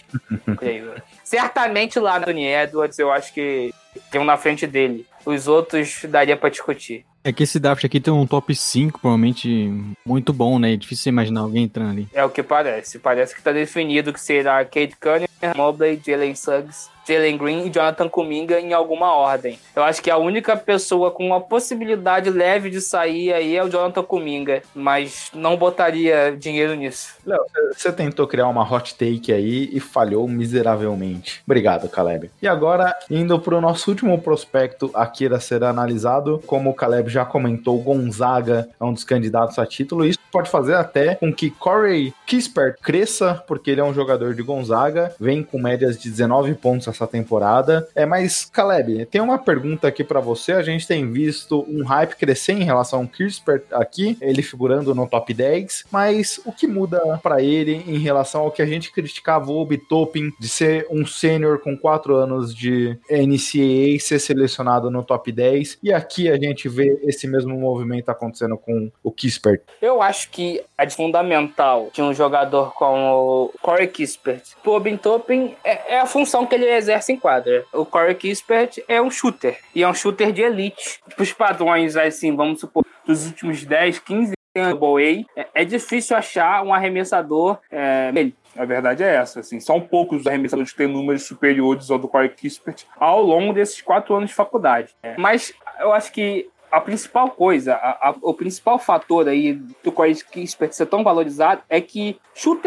Certamente lá no Anthony Edwards, eu acho que tem um na frente dele. Os outros daria pra discutir. É que esse draft aqui tem um top 5, provavelmente muito bom, né? É difícil você imaginar alguém entrando ali. É o que parece. Parece que tá definido que será Cade Cunningham, Mobley, Jalen Suggs, Jalen Green e Jonathan Kuminga em alguma ordem. Eu acho que a única pessoa com uma possibilidade leve de sair aí é o Jonathan Kuminga, mas não botaria dinheiro nisso. Léo, você tentou criar uma hot take aí e falhou miseravelmente. Obrigado, Caleb. E agora, indo pro nosso último prospecto aqui a ser analisado, como o Caleb já comentou, Gonzaga é um dos candidatos a título. Isso pode fazer até com que Corey Kispert cresça, porque ele é um jogador de Gonzaga, vem com médias de 19 pontos essa temporada. Mas, Caleb, tem uma pergunta aqui pra você. A gente tem visto um hype crescer em relação ao Kispert aqui, ele figurando no top 10, mas o que muda pra ele em relação ao que a gente criticava o Obi Toppin de ser um sênior com 4 anos de NCAA, ser selecionado no top 10, e aqui a gente vê esse mesmo movimento acontecendo com o Kispert? Eu acho que é fundamental de um jogador como o Corey Kispert. O Obi Toppin é a função que ele exerce em quadra. O Corey Kispert é um shooter, e é um shooter de elite. Os padrões, assim, vamos supor, dos últimos 10, 15 anos do NCAA, é difícil achar um arremessador melhor. A verdade é essa, assim, são poucos os arremessadores que têm números superiores ao do Corey Kispert ao longo desses 4 anos de faculdade. Mas eu acho que a principal coisa, o principal fator aí do Corey Kispert ser tão valorizado é que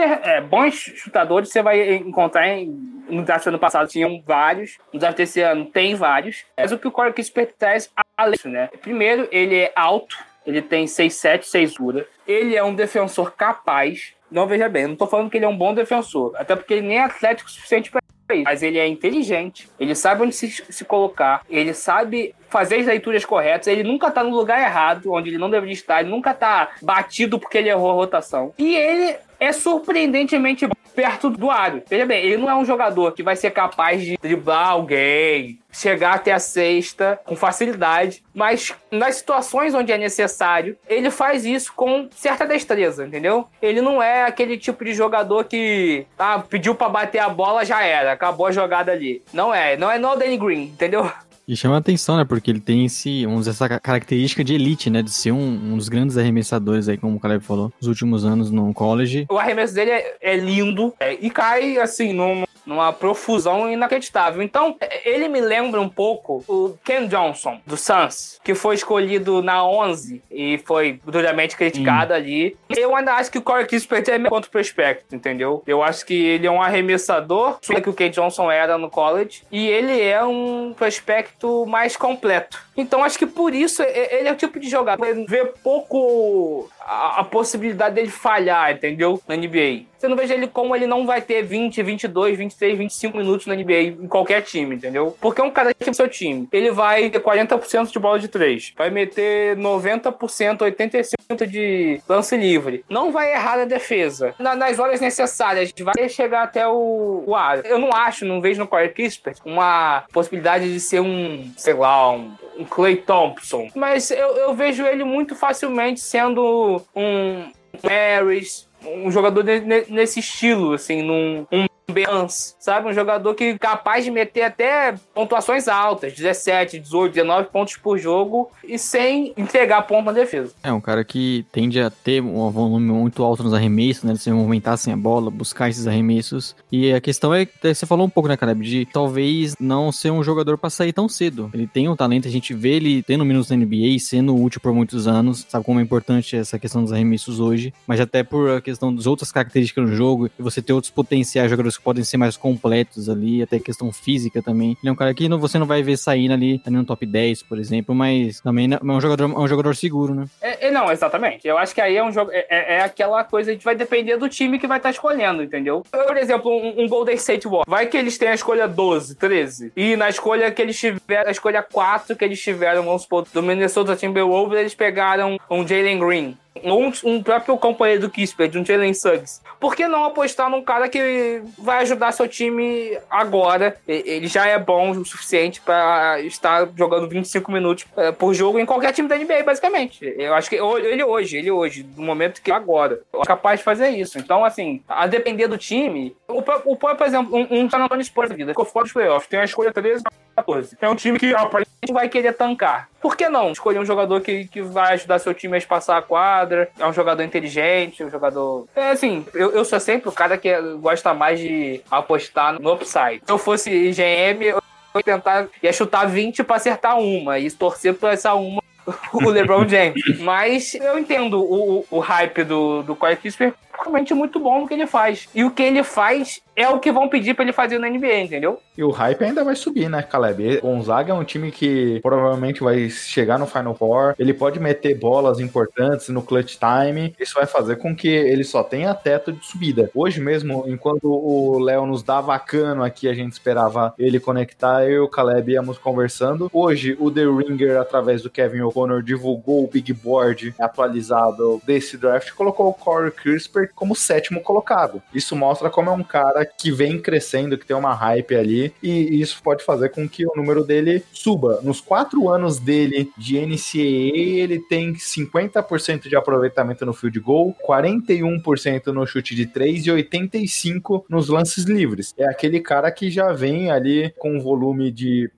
bons chutadores você vai encontrar no draft do ano passado tinham vários, no draft desse ano tem vários, mas o que o Corey Kispert traz além disso, né? Primeiro, ele é alto, ele tem 6'7", 6 altura, ele é um defensor capaz. Não, veja bem, eu não tô falando que ele é um bom defensor, até porque ele nem é atlético o suficiente para isso, mas ele é inteligente, ele sabe onde se colocar, ele sabe fazer as leituras corretas, ele nunca tá no lugar errado, onde ele não deveria estar, ele nunca tá batido porque ele errou a rotação. E ele é surpreendentemente perto do aro. Veja bem, ele não é um jogador que vai ser capaz de driblar alguém, chegar até a cesta com facilidade, mas nas situações onde é necessário, ele faz isso com certa destreza, entendeu? Ele não é aquele tipo de jogador que pediu pra bater a bola, já era, acabou a jogada ali. Não é no Danny Green, entendeu? E chama a atenção, né? Porque ele tem essa característica de elite, né? De ser um dos grandes arremessadores aí, como o Caleb falou, nos últimos anos no college. O arremesso dele é lindo e cai, assim, numa profusão inacreditável. Então, ele me lembra um pouco o Ken Johnson, do Suns, que foi escolhido na 11 e foi duramente criticado ali. Eu ainda acho que o Corey Kispert é meio contra o prospecto, entendeu? Eu acho que ele é um arremessador, que o Ken Johnson era no college, e ele é um prospecto mais completo. Então, acho que por isso ele é o tipo de jogador que vê pouco a possibilidade dele falhar, entendeu? Na NBA. Você não veja ele como ele não vai ter 20, 22, 23, 25 minutos na NBA em qualquer time, entendeu? Porque é um cara que é o seu time. Ele vai ter 40% de bola de 3. Vai meter 90%, 85% de lance livre. Não vai errar na defesa. Nas horas necessárias, vai chegar até o ar. Eu não vejo no Corey Kispert uma possibilidade de ser um Klay Thompson. Mas eu vejo ele muito facilmente sendo um Harris, um jogador nesse estilo, assim, um Benz, sabe? Um jogador que é capaz de meter até pontuações altas, 17, 18, 19 pontos por jogo e sem entregar ponto na defesa. É um cara que tende a ter um volume muito alto nos arremessos, né? De se movimentar sem a bola, buscar esses arremessos. E a questão é, você falou um pouco, né, Caleb, de talvez não ser um jogador pra sair tão cedo. Ele tem um talento, a gente vê ele tendo minutos na NBA, sendo útil por muitos anos, sabe como é importante essa questão dos arremessos hoje, mas até por a questão das outras características no jogo, e você ter outros potenciais jogadores que podem ser mais completos ali, até questão física também. Ele é um cara que você não vai ver saindo ali no top 10, por exemplo, mas também é um jogador seguro, né? Não, exatamente. Eu acho que aí é um jogo. É aquela coisa que vai depender do time que vai estar escolhendo, entendeu? Por exemplo, um Golden State Warriors. Vai que eles têm a escolha 12, 13. E na escolha que eles tiveram, a escolha 4 que eles tiveram, vamos supor, do Minnesota Timberwolves, eles pegaram um Jalen Green. Um próprio companheiro do Kispert, um Jalen Suggs. Por que não apostar num cara que vai ajudar seu time agora? Ele já é bom o suficiente para estar jogando 25 minutos por jogo em qualquer time da NBA, basicamente. Eu acho que ele hoje, no momento que agora, é capaz de fazer isso. Então, assim, a depender do time, por exemplo, um San Antonio Spurs da vida, ficou fora dos playoffs, tem a escolha 13 e 14. É um time que aparentemente vai querer tancar. Por que não escolher um jogador que vai ajudar seu time a espaçar a quadra? É um jogador inteligente, um jogador... assim, eu sou sempre o cara que gosta mais de apostar no upside. Se eu fosse GM, eu ia chutar 20 pra acertar uma e torcer pra essa uma o LeBron James. Mas eu entendo o hype do Corey Kispert, realmente muito bom no que ele faz. E o que ele faz é o que vão pedir pra ele fazer na NBA, entendeu? E o hype ainda vai subir, né, Caleb? Gonzaga é um time que provavelmente vai chegar no Final Four. Ele pode meter bolas importantes no clutch time. Isso vai fazer com que ele só tenha teto de subida. Hoje mesmo, enquanto o Léo nos dava cano aqui, a gente esperava ele conectar, eu e o Caleb íamos conversando. Hoje, o The Ringer, através do Kevin O'Connor, divulgou o Big Board atualizado desse draft e colocou o Corey Kispert como 7º colocado. Isso mostra como é um cara que vem crescendo, que tem uma hype ali, e isso pode fazer com que o número dele suba. Nos 4 anos dele de NCAA, ele tem 50% de aproveitamento no field goal, 41% no chute de 3 e 85% nos lances livres. É aquele cara que já vem ali com um volume de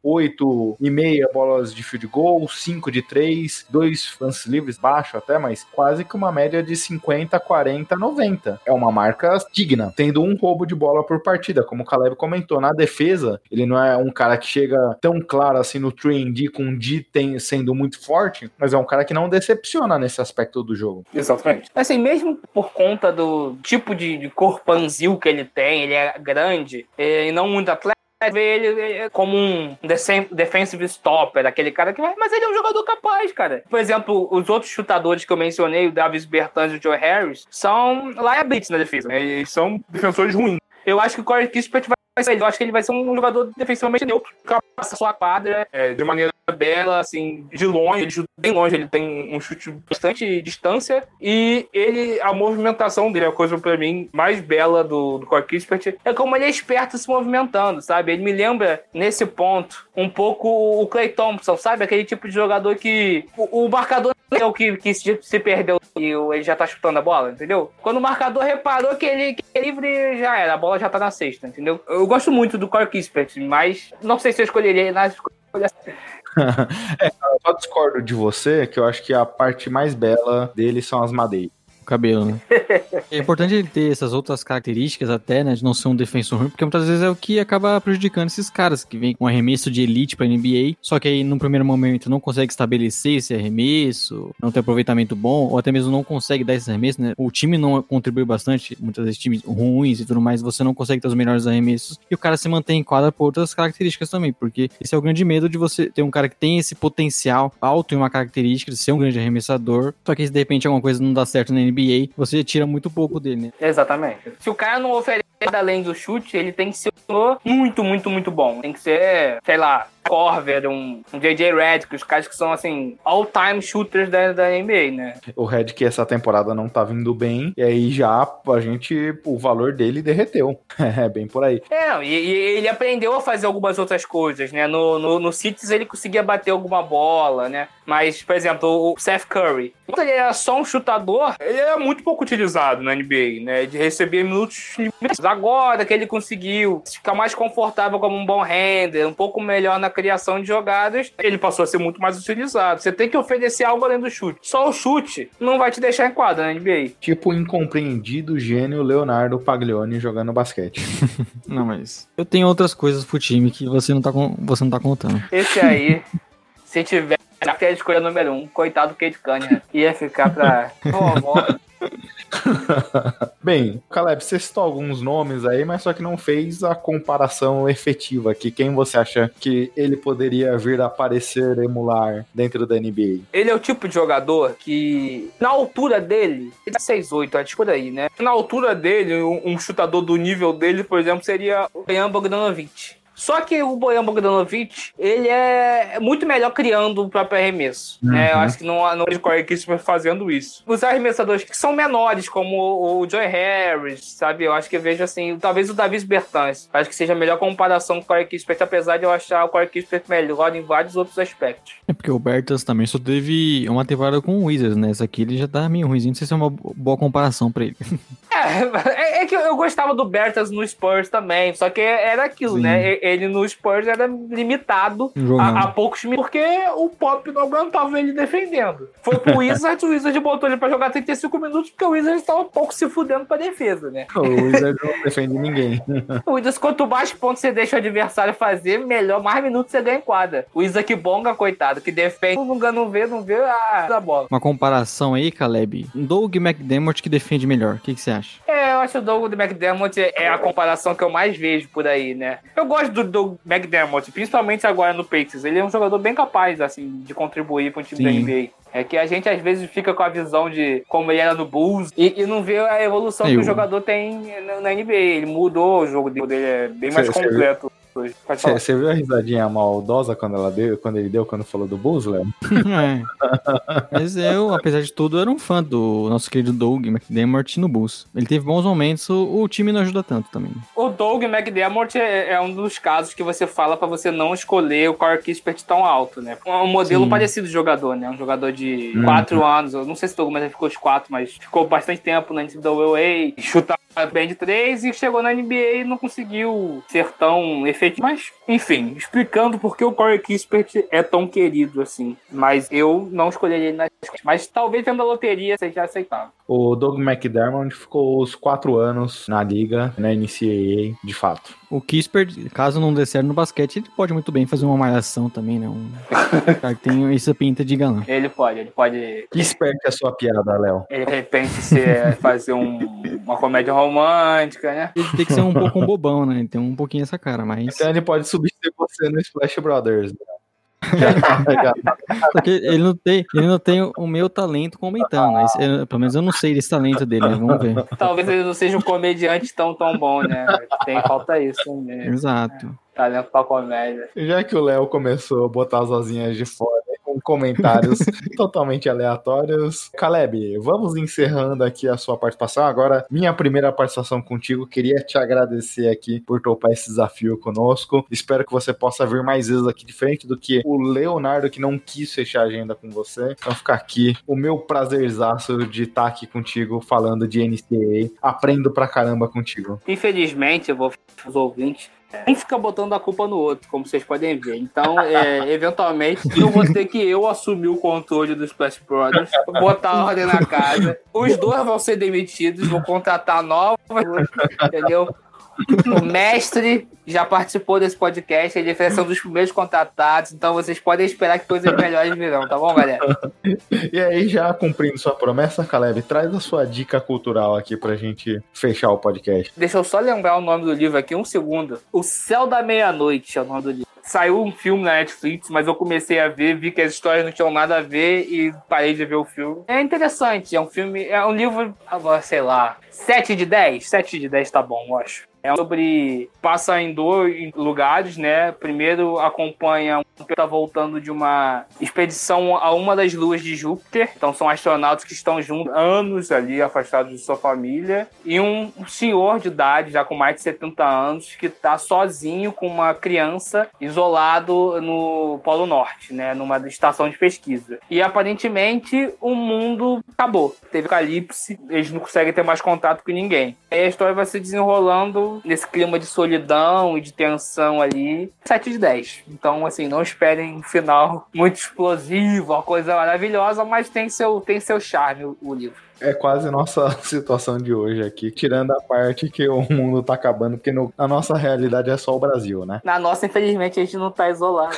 8,5 bolas de field goal, 5 de 3, 2 lances livres, baixo até, mas quase que uma média de 50, 40, 90. É uma marca digna, tendo um roubo de bola por partida, como o Caleb comentou. Na defesa, ele não é um cara que chega tão claro assim no 3&D, com o D sendo muito forte, mas é um cara que não decepciona nesse aspecto do jogo. Exatamente. Assim, mesmo por conta do tipo de corpanzil que ele tem, ele é grande e não muito atleta, vê ele como um defensive stopper, aquele cara que vai... Mas ele é um jogador capaz, cara. Por exemplo, os outros chutadores que eu mencionei, o Davis Bertans e o Joe Harris, são liabilities na defesa. Eles são defensores ruins. Eu acho que o Corey Kispert vai ser... Eu acho que ele vai ser um jogador defensivamente neutro, que passa a sua quadra de maneira bela, assim, de longe, ele chuta bem longe, ele tem um chute bastante distância, e a movimentação dele, a coisa pra mim mais bela do Corey Kispert é como ele é esperto se movimentando, sabe? Ele me lembra, nesse ponto, um pouco o Klay Thompson, sabe? Aquele tipo de jogador que o marcador é o que se perdeu e ele já tá chutando a bola, entendeu? Quando o marcador reparou que ele é livre, já era, a bola já tá na cesta, entendeu? Eu gosto muito do Corey Kispert, mas não sei se eu escolheria na escolha. Eu só discordo de você, que eu acho que a parte mais bela dele são as madeiras. O cabelo, né? É importante ele ter essas outras características até, né, de não ser um defensor ruim, porque muitas vezes é o que acaba prejudicando esses caras que vêm com um arremesso de elite pra NBA, só que aí no primeiro momento não consegue estabelecer esse arremesso, não tem aproveitamento bom, ou até mesmo não consegue dar esse arremesso, né? O time não contribui bastante, muitas vezes times ruins e tudo mais, você não consegue ter os melhores arremessos, e o cara se mantém em quadra por outras características também, porque esse é o grande medo de você ter um cara que tem esse potencial alto em uma característica de ser um grande arremessador, só que se de repente alguma coisa não dá certo na NBA, você tira muito pouco dele, né? Exatamente. Se o cara não oferece além do chute, ele tem que ser muito, muito, muito bom. Tem que ser, sei lá, Corver, um J.J. Redick, os caras que são, assim, all-time shooters da NBA, né? O Redick essa temporada não tá vindo bem, e aí já o valor dele derreteu. É bem por aí. E ele aprendeu a fazer algumas outras coisas, né? No Cities ele conseguia bater alguma bola, né? Mas, por exemplo, o Seth Curry, enquanto ele era só um chutador, ele era muito pouco utilizado na NBA, né? De receber minutos limitados. Agora que ele conseguiu ficar mais confortável como um bom handler, um pouco melhor na criação de jogadas, ele passou a ser muito mais utilizado. Você tem que oferecer algo além do chute. Só o chute não vai te deixar em quadra na NBA. Tipo o incompreendido gênio Leonardo Paglioni jogando basquete. Não, mas eu tenho outras coisas pro time que você não tá contando. Esse aí, se tiver a escolha número 1, coitado do Cade Cunningham, ia ficar pra vovó. Bem, Caleb, você citou alguns nomes aí, mas só que não fez a comparação efetiva aqui. Quem você acha que ele poderia vir a aparecer, emular dentro da NBA? Ele é o tipo de jogador que, na altura dele, ele é 6'8", acho por aí, né? Na altura dele, um chutador do nível dele, por exemplo, seria o Bojan Bogdanovic. Só que o Bojan Bogdanovic, ele é muito melhor criando o próprio arremesso. Eu acho que não vejo Corey Kispert fazendo isso. Os arremessadores que são menores, como o Joe Harris, sabe? Eu acho que eu vejo assim, talvez o Davis Bertans. Acho que seja a melhor comparação com o Corey Kispert, apesar de eu achar o Corey Kispert melhor em vários outros aspectos. É porque o Bertans também só teve uma temporada com o Wizards, né? Essa aqui ele já tá meio ruimzinho, não sei se é uma boa comparação pra ele. É que eu gostava do Bertans no Spurs também, só que era aquilo, né? Ele no Spurs era limitado a poucos minutos, porque o Pop não aguentava ele defendendo. Foi pro Wizards, o Wizards botou ele pra jogar 35 minutos, porque o Wizards estava um pouco se fudendo pra defesa, né? O Wizards não defende ninguém. O Wizards, quanto mais pontos você deixa o adversário fazer, melhor, mais minutos você ganha em quadra. O Isaac Bonga, coitado, que defende, não vê a bola. Uma comparação aí, Caleb. Doug McDermott que defende melhor. O que você acha? Eu acho que o Doug McDermott é a comparação que eu mais vejo por aí, né? Eu gosto do Doug McDermott, principalmente agora no Pacers. Ele é um jogador bem capaz, assim, de contribuir para o time da NBA. É que a gente, às vezes, fica com a visão de como ele era no Bulls e não vê a evolução que o jogador tem na NBA. Ele mudou o jogo dele, é bem mais completo. Você viu a risadinha maldosa quando ele deu quando falou do Bulls, Léo? Mas eu, apesar de tudo, era um fã do nosso querido Doug McDermott no Bulls. Ele teve bons momentos, o time não ajuda tanto também. O Doug McDermott é um dos casos que você fala pra você não escolher o Corey Kispert tão alto, né? Um modelo parecido de jogador, né? Um jogador de 4 anos, eu não sei se Doug, mas ele ficou de 4, mas ficou bastante tempo na NCAA, chutava bem de 3 e chegou na NBA e não conseguiu ser tão efetivo. Mas, enfim, explicando por que o Corey Kispert é tão querido assim. Mas eu não escolheria ele nas escolas. Mas talvez vendo a loteria seja aceitável. O Doug McDermott ficou os 4 anos na liga, na NCAA, de fato. O Kispert, caso não dê certo no basquete, ele pode muito bem fazer uma malhação também, né? Um cara que tem essa pinta de galã. Ele pode. Kispert é a sua piada, Léo. Ele, de repente, fazer uma comédia romântica, né? Ele tem que ser um pouco um bobão, né? Ele tem um pouquinho essa cara, mas... Então ele pode substituir você no Splash Brothers, né? Porque ele não tem o meu talento comentando. Pelo menos eu não sei desse talento dele, né? Vamos ver. Talvez ele não seja um comediante tão bom, né? Falta isso mesmo. Exato. Talento pra comédia. Já que o Léo começou a botar as asinhas de fora com comentários totalmente aleatórios, Caleb, vamos encerrando aqui a sua participação. Agora, minha primeira participação contigo, queria te agradecer aqui por topar esse desafio conosco. Espero que você possa vir mais vezes aqui, diferente do que o Leonardo, que não quis fechar a agenda com você. Então fica aqui o meu prazerzaço de estar aqui contigo falando de NCAA. Aprendo pra caramba contigo. Infelizmente, eu vou falar os ouvintes, nem fica botando a culpa no outro, como vocês podem ver. Então, eventualmente, eu vou ter que assumir o controle dos Splash Brothers, botar a ordem na casa. Os dois vão ser demitidos, vou contratar novos, entendeu? O mestre já participou desse podcast, ele é um dos primeiros contratados, então vocês podem esperar que coisas melhores virão, tá bom, galera? E aí, já cumprindo sua promessa, Caleb, traz a sua dica cultural aqui pra gente fechar o podcast. Deixa eu só lembrar o nome do livro aqui, um segundo. O Céu da Meia-Noite é o nome do livro. Saiu um filme na Netflix, mas eu comecei a ver, vi que as histórias não tinham nada a ver e parei de ver o filme. É interessante, é um filme, é um livro, sei lá, 7 de 10? 7 de 10 tá bom, eu acho. É sobre... Passa em 2 lugares, né? Primeiro acompanha um que tá voltando de uma expedição a uma das luas de Júpiter. Então são astronautas que estão juntos anos ali, afastados de sua família. E um senhor de idade, já com mais de 70 anos, que tá sozinho com uma criança, isolado no Polo Norte, né? Numa estação de pesquisa. E aparentemente o mundo acabou. Teve apocalipse, eles não conseguem ter mais contato com ninguém. E a história vai se desenrolando nesse clima de solidão e de tensão ali. 7 de 10. Então, assim, não esperem um final muito explosivo, uma coisa maravilhosa, mas tem seu charme o livro. É quase nossa situação de hoje aqui, tirando a parte que o mundo tá acabando, porque na nossa realidade é só o Brasil, né? Na nossa, infelizmente, a gente não tá isolado.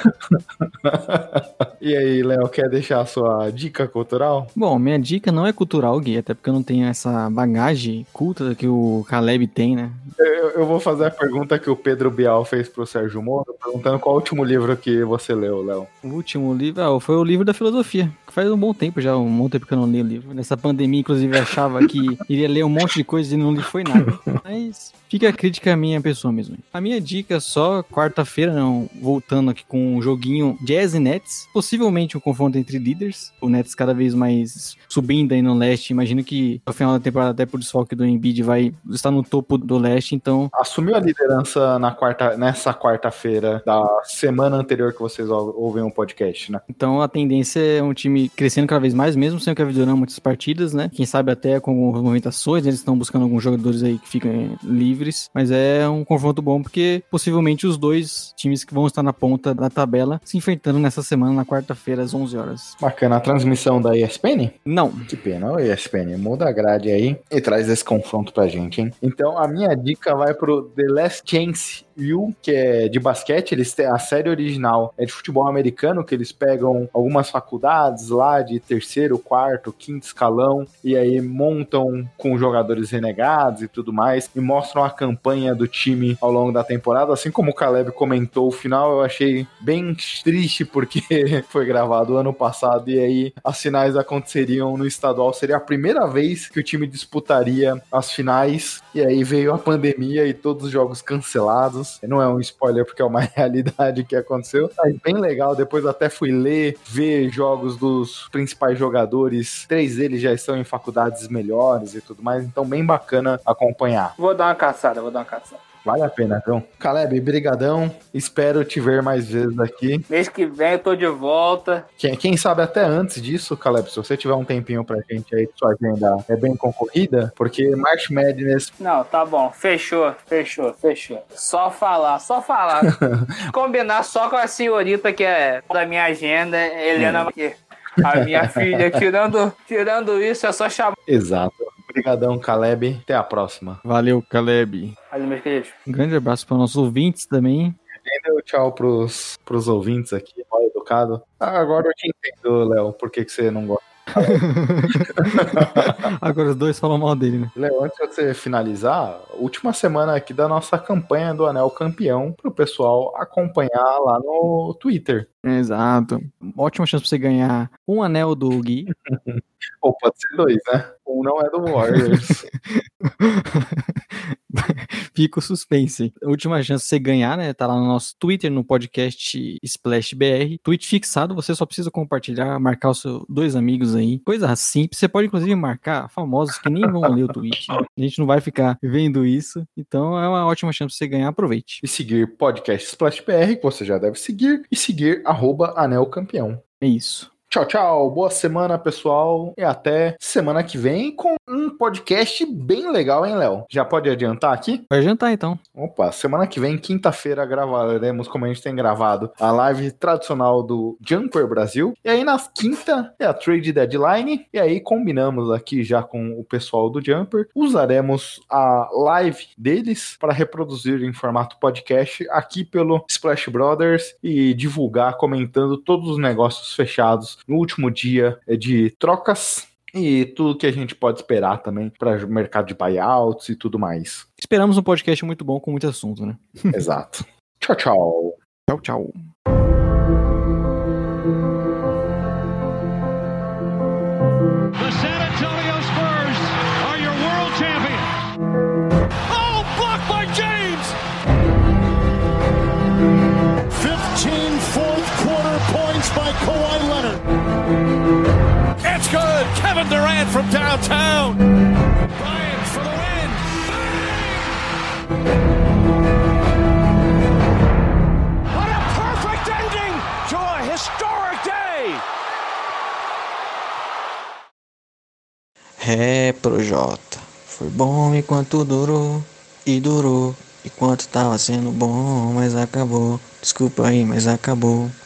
E aí, Léo, quer deixar a sua dica cultural? Bom, minha dica não é cultural, Gui, até porque eu não tenho essa bagagem culta que o Caleb tem, né? Eu vou fazer a pergunta que o Pedro Bial fez pro Sérgio Moro, perguntando qual o último livro que você leu, Léo. O último livro foi o livro da filosofia, que faz um bom tempo já, um bom tempo que eu não li o livro. Nessa pandemia, inclusive, eu achava que iria ler um monte de coisa e não li foi nada. Mas fica a crítica à minha pessoa mesmo. A minha dica só, quarta-feira, não, voltando aqui com um joguinho Jazz e Nets, possivelmente um confronto entre líderes, o Nets cada vez mais subindo aí no leste, imagino que no final da temporada, até por desfalque do Embiid, vai estar no topo do leste, então... Assumiu a liderança nessa quarta-feira da semana anterior que vocês ouvem o podcast, né? Então a tendência é um time crescendo cada vez mais, mesmo sem o Kevin Durant muitas partidas, né? Quem sabe até com algumas movimentações, eles estão buscando alguns jogadores aí que ficam livres, mas é um confronto bom porque possivelmente os dois times que vão estar na ponta da tabela se enfrentando nessa semana, na quarta-feira, às 11 horas. Bacana. A transmissão da ESPN? Não. Que pena, o ESPN. Muda a grade aí e traz esse confronto pra gente, hein? Então, a minha dica vai pro The Last Chance U, que é de basquete. Eles têm a série original, é de futebol americano, que eles pegam algumas faculdades lá de 3º, 4º, 5º escalão e aí montam com jogadores renegados e tudo mais e mostram a campanha do time ao longo da temporada. Assim como o Caleb comentou, o final eu achei bem triste porque foi gravado ano passado e aí as finais aconteceriam no estadual. Seria a primeira vez que o time disputaria as finais e aí veio a pandemia e todos os jogos cancelados. Não é um spoiler porque é uma realidade que aconteceu, mas bem legal. Depois até fui ver jogos dos principais jogadores, 3 deles já estão em faculdades melhores e tudo mais, então bem bacana acompanhar. Vou dar uma caçada. Vale a pena, então. Caleb, brigadão. Espero te ver mais vezes aqui. Mês que vem eu tô de volta. Quem sabe até antes disso, Caleb, se você tiver um tempinho pra gente aí, sua agenda é bem concorrida, porque March Madness... Não, tá bom. Fechou. Só falar. Combinar só com a senhorita que é da minha agenda, Helena, a minha filha. Tirando isso, é só chamar. Exato. Obrigadão, Caleb. Até a próxima. Valeu, Caleb. Valeu, meus queridos. Um grande abraço para nossos ouvintes também. Deu tchau pros ouvintes aqui, mal educado. Agora eu te entendo, Léo, por que você não gosta. Agora os dois falam mal dele, né? Léo, antes de você finalizar, última semana aqui da nossa campanha do Anel Campeão, pro pessoal acompanhar lá no Twitter. Exato. Ótima chance pra você ganhar um anel do Gui. Ou pode ser 2, né? Um não é do Warriors. Fica o suspense. A última chance de você ganhar, né? Tá lá no nosso Twitter, no podcast SplashBR. Tweet fixado, você só precisa compartilhar, marcar os seus 2 amigos aí. Coisa simples. Você pode, inclusive, marcar famosos que nem vão ler o tweet. A gente não vai ficar vendo isso. Então, é uma ótima chance de você ganhar. Aproveite. E seguir podcast SplashBR, que você já deve seguir. E seguir @AnelCampeão. É isso. Tchau, tchau. Boa semana, pessoal. E até semana que vem com um podcast bem legal, hein, Léo? Já pode adiantar aqui? Vai adiantar, então. Opa, semana que vem, quinta-feira, gravaremos, como a gente tem gravado, a live tradicional do Jumper Brasil. E aí, na quinta, é a Trade Deadline. E aí, combinamos aqui já com o pessoal do Jumper. Usaremos a live deles para reproduzir em formato podcast aqui pelo Splash Brothers e divulgar, comentando todos os negócios fechados no último dia de trocas e tudo que a gente pode esperar também para o mercado de buyouts e tudo mais. Esperamos um podcast muito bom com muito assunto, né? Exato. Tchau, tchau. Tchau, tchau. The San Antonio Spurs are your world champion. Oh, blocked by James! It's good. Kevin Durant from downtown. Bryant for the win. What a perfect ending to a historic day. Projota, foi bom enquanto durou, e durou enquanto tava sendo bom, mas acabou. Desculpa aí, mas acabou.